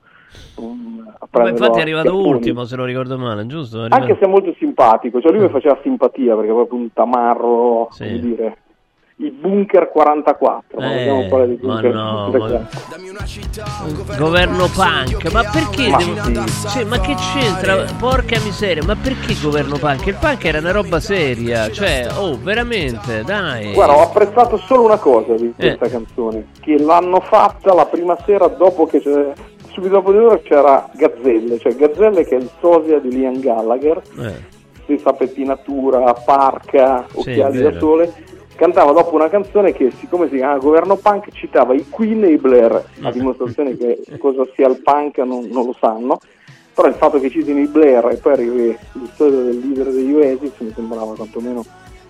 Ma infatti è arrivato ultimo, se non ricordo male, giusto? Arrivato... Anche se è molto simpatico, cioè lui mi faceva simpatia perché è proprio un tamarro, sì. come dire, i Bunker quarantaquattro, eh, ma, di bunker ma no, ma... Governo punk, ma perché? Ma, devo... sì. cioè, ma che c'entra? Porca miseria, ma perché governo punk? Il punk era una roba seria, cioè, oh, veramente, dai. Guarda, ho apprezzato solo una cosa di questa eh. canzone, che l'hanno fatta la prima sera dopo che c'è... subito dopo di loro c'era Gazzelle, cioè Gazzelle che è il sosia di Liam Gallagher, eh. stessa pettinatura, parca, occhiali sì, da sole, cantava dopo una canzone che siccome si chiama Governo Punk citava i Queen e i Blair, a dimostrazione che cosa sia il punk non, non lo sanno, però il fatto che citino i Blair e poi arrivi il sosia del leader degli Oasis mi sembrava quantomeno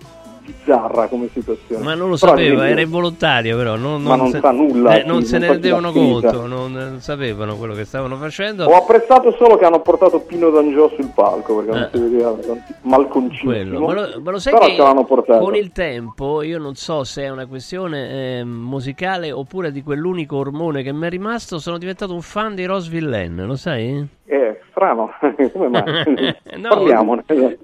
bizzarra come situazione. Ma non lo però sapeva, era involontario però non, non ma non se, sa nulla eh, non se ne rendevano conto, non, non sapevano quello che stavano facendo. Ho apprezzato solo che hanno portato Pino D'Angiò sul palco perché eh. non si vedeva malconcissimo, ma lo, ma lo sai però che ce l'hanno portato. Con il tempo io non so se è una questione eh, musicale oppure di quell'unico ormone che mi è rimasto, sono diventato un fan di Rose Villain, lo sai? Eh, strano, come mai? no. Parliamone.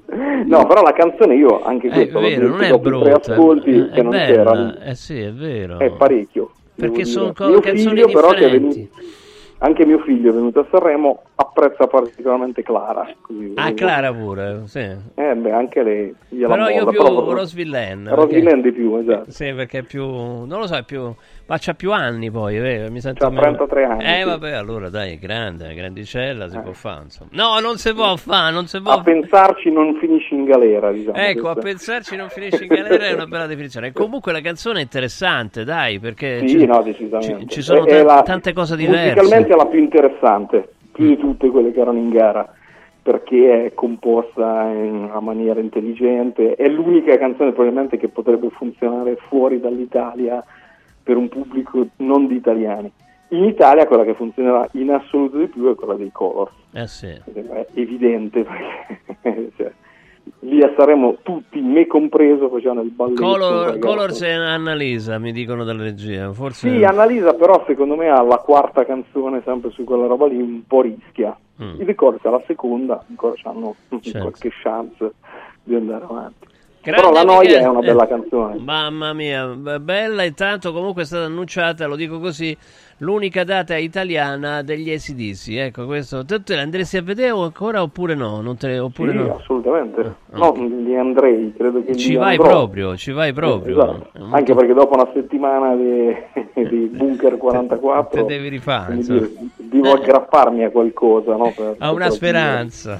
No, però la canzone io anche questo è vero, l'ho non è dopo brutta, tre ascolti è, che è non bella, c'era. Eh sì, è vero. È parecchio. Perché sono co- mio canzoni figlio, però, differenti. Che è venuto, anche mio figlio è venuto a Sanremo, apprezza particolarmente Clara. Così, ah, Clara pure, sì. Eh beh, anche lei. Però io più Rose Villain. Rose Villain di più, esatto. Sì, perché è più, non lo so, è più, ma c'ha più anni poi, vero? Mi sento c'ha trentatré anni. Eh sì. vabbè, allora dai, è grande, è grandicella, si eh. può fare, insomma. No, non si può fare, non si può. A pensarci non finisci in galera, diciamo. Ecco, questo. A pensarci non finisci in galera è una bella definizione. E comunque la canzone è interessante, dai, perché sì, ci, no, decisamente. ci, ci sono è, t- è la, tante cose diverse. Musicalmente è la più interessante, più di tutte quelle che erano in gara, perché è composta in una maniera intelligente, è l'unica canzone probabilmente che potrebbe funzionare fuori dall'Italia per un pubblico non di italiani. In Italia quella che funzionerà in assoluto di più è quella dei Colors. Eh sì. È evidente perché cioè, lì a Sanremo tutti, me compreso, facevano il balletto. Color, Colors e Annalisa mi dicono dalla regia. Forse... Sì, Annalisa però secondo me alla quarta canzone sempre su quella roba lì un po' rischia. Mm. I The Colors alla seconda ancora hanno certo. qualche chance di andare avanti. Però La noia è una bella canzone. Mamma mia, bella, e tanto comunque è stata annunciata, lo dico così, l'unica data italiana degli A C D C. Ecco, questo. Te te andresti a vedere ancora oppure no? Non te, oppure sì, no? assolutamente. No, li andrei, credo che Ci li vai andrò. proprio, ci vai proprio. Esatto. Anche perché dopo una settimana di, di Bunker quarantaquattro te devi rifare, dire, devo aggrapparmi a qualcosa, no? Per, a una per speranza.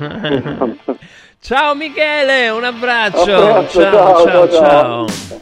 Ciao Michele, un abbraccio. Presto, ciao, ciao, ciao, ciao. ciao.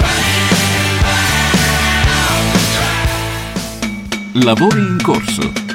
Lavori in corso.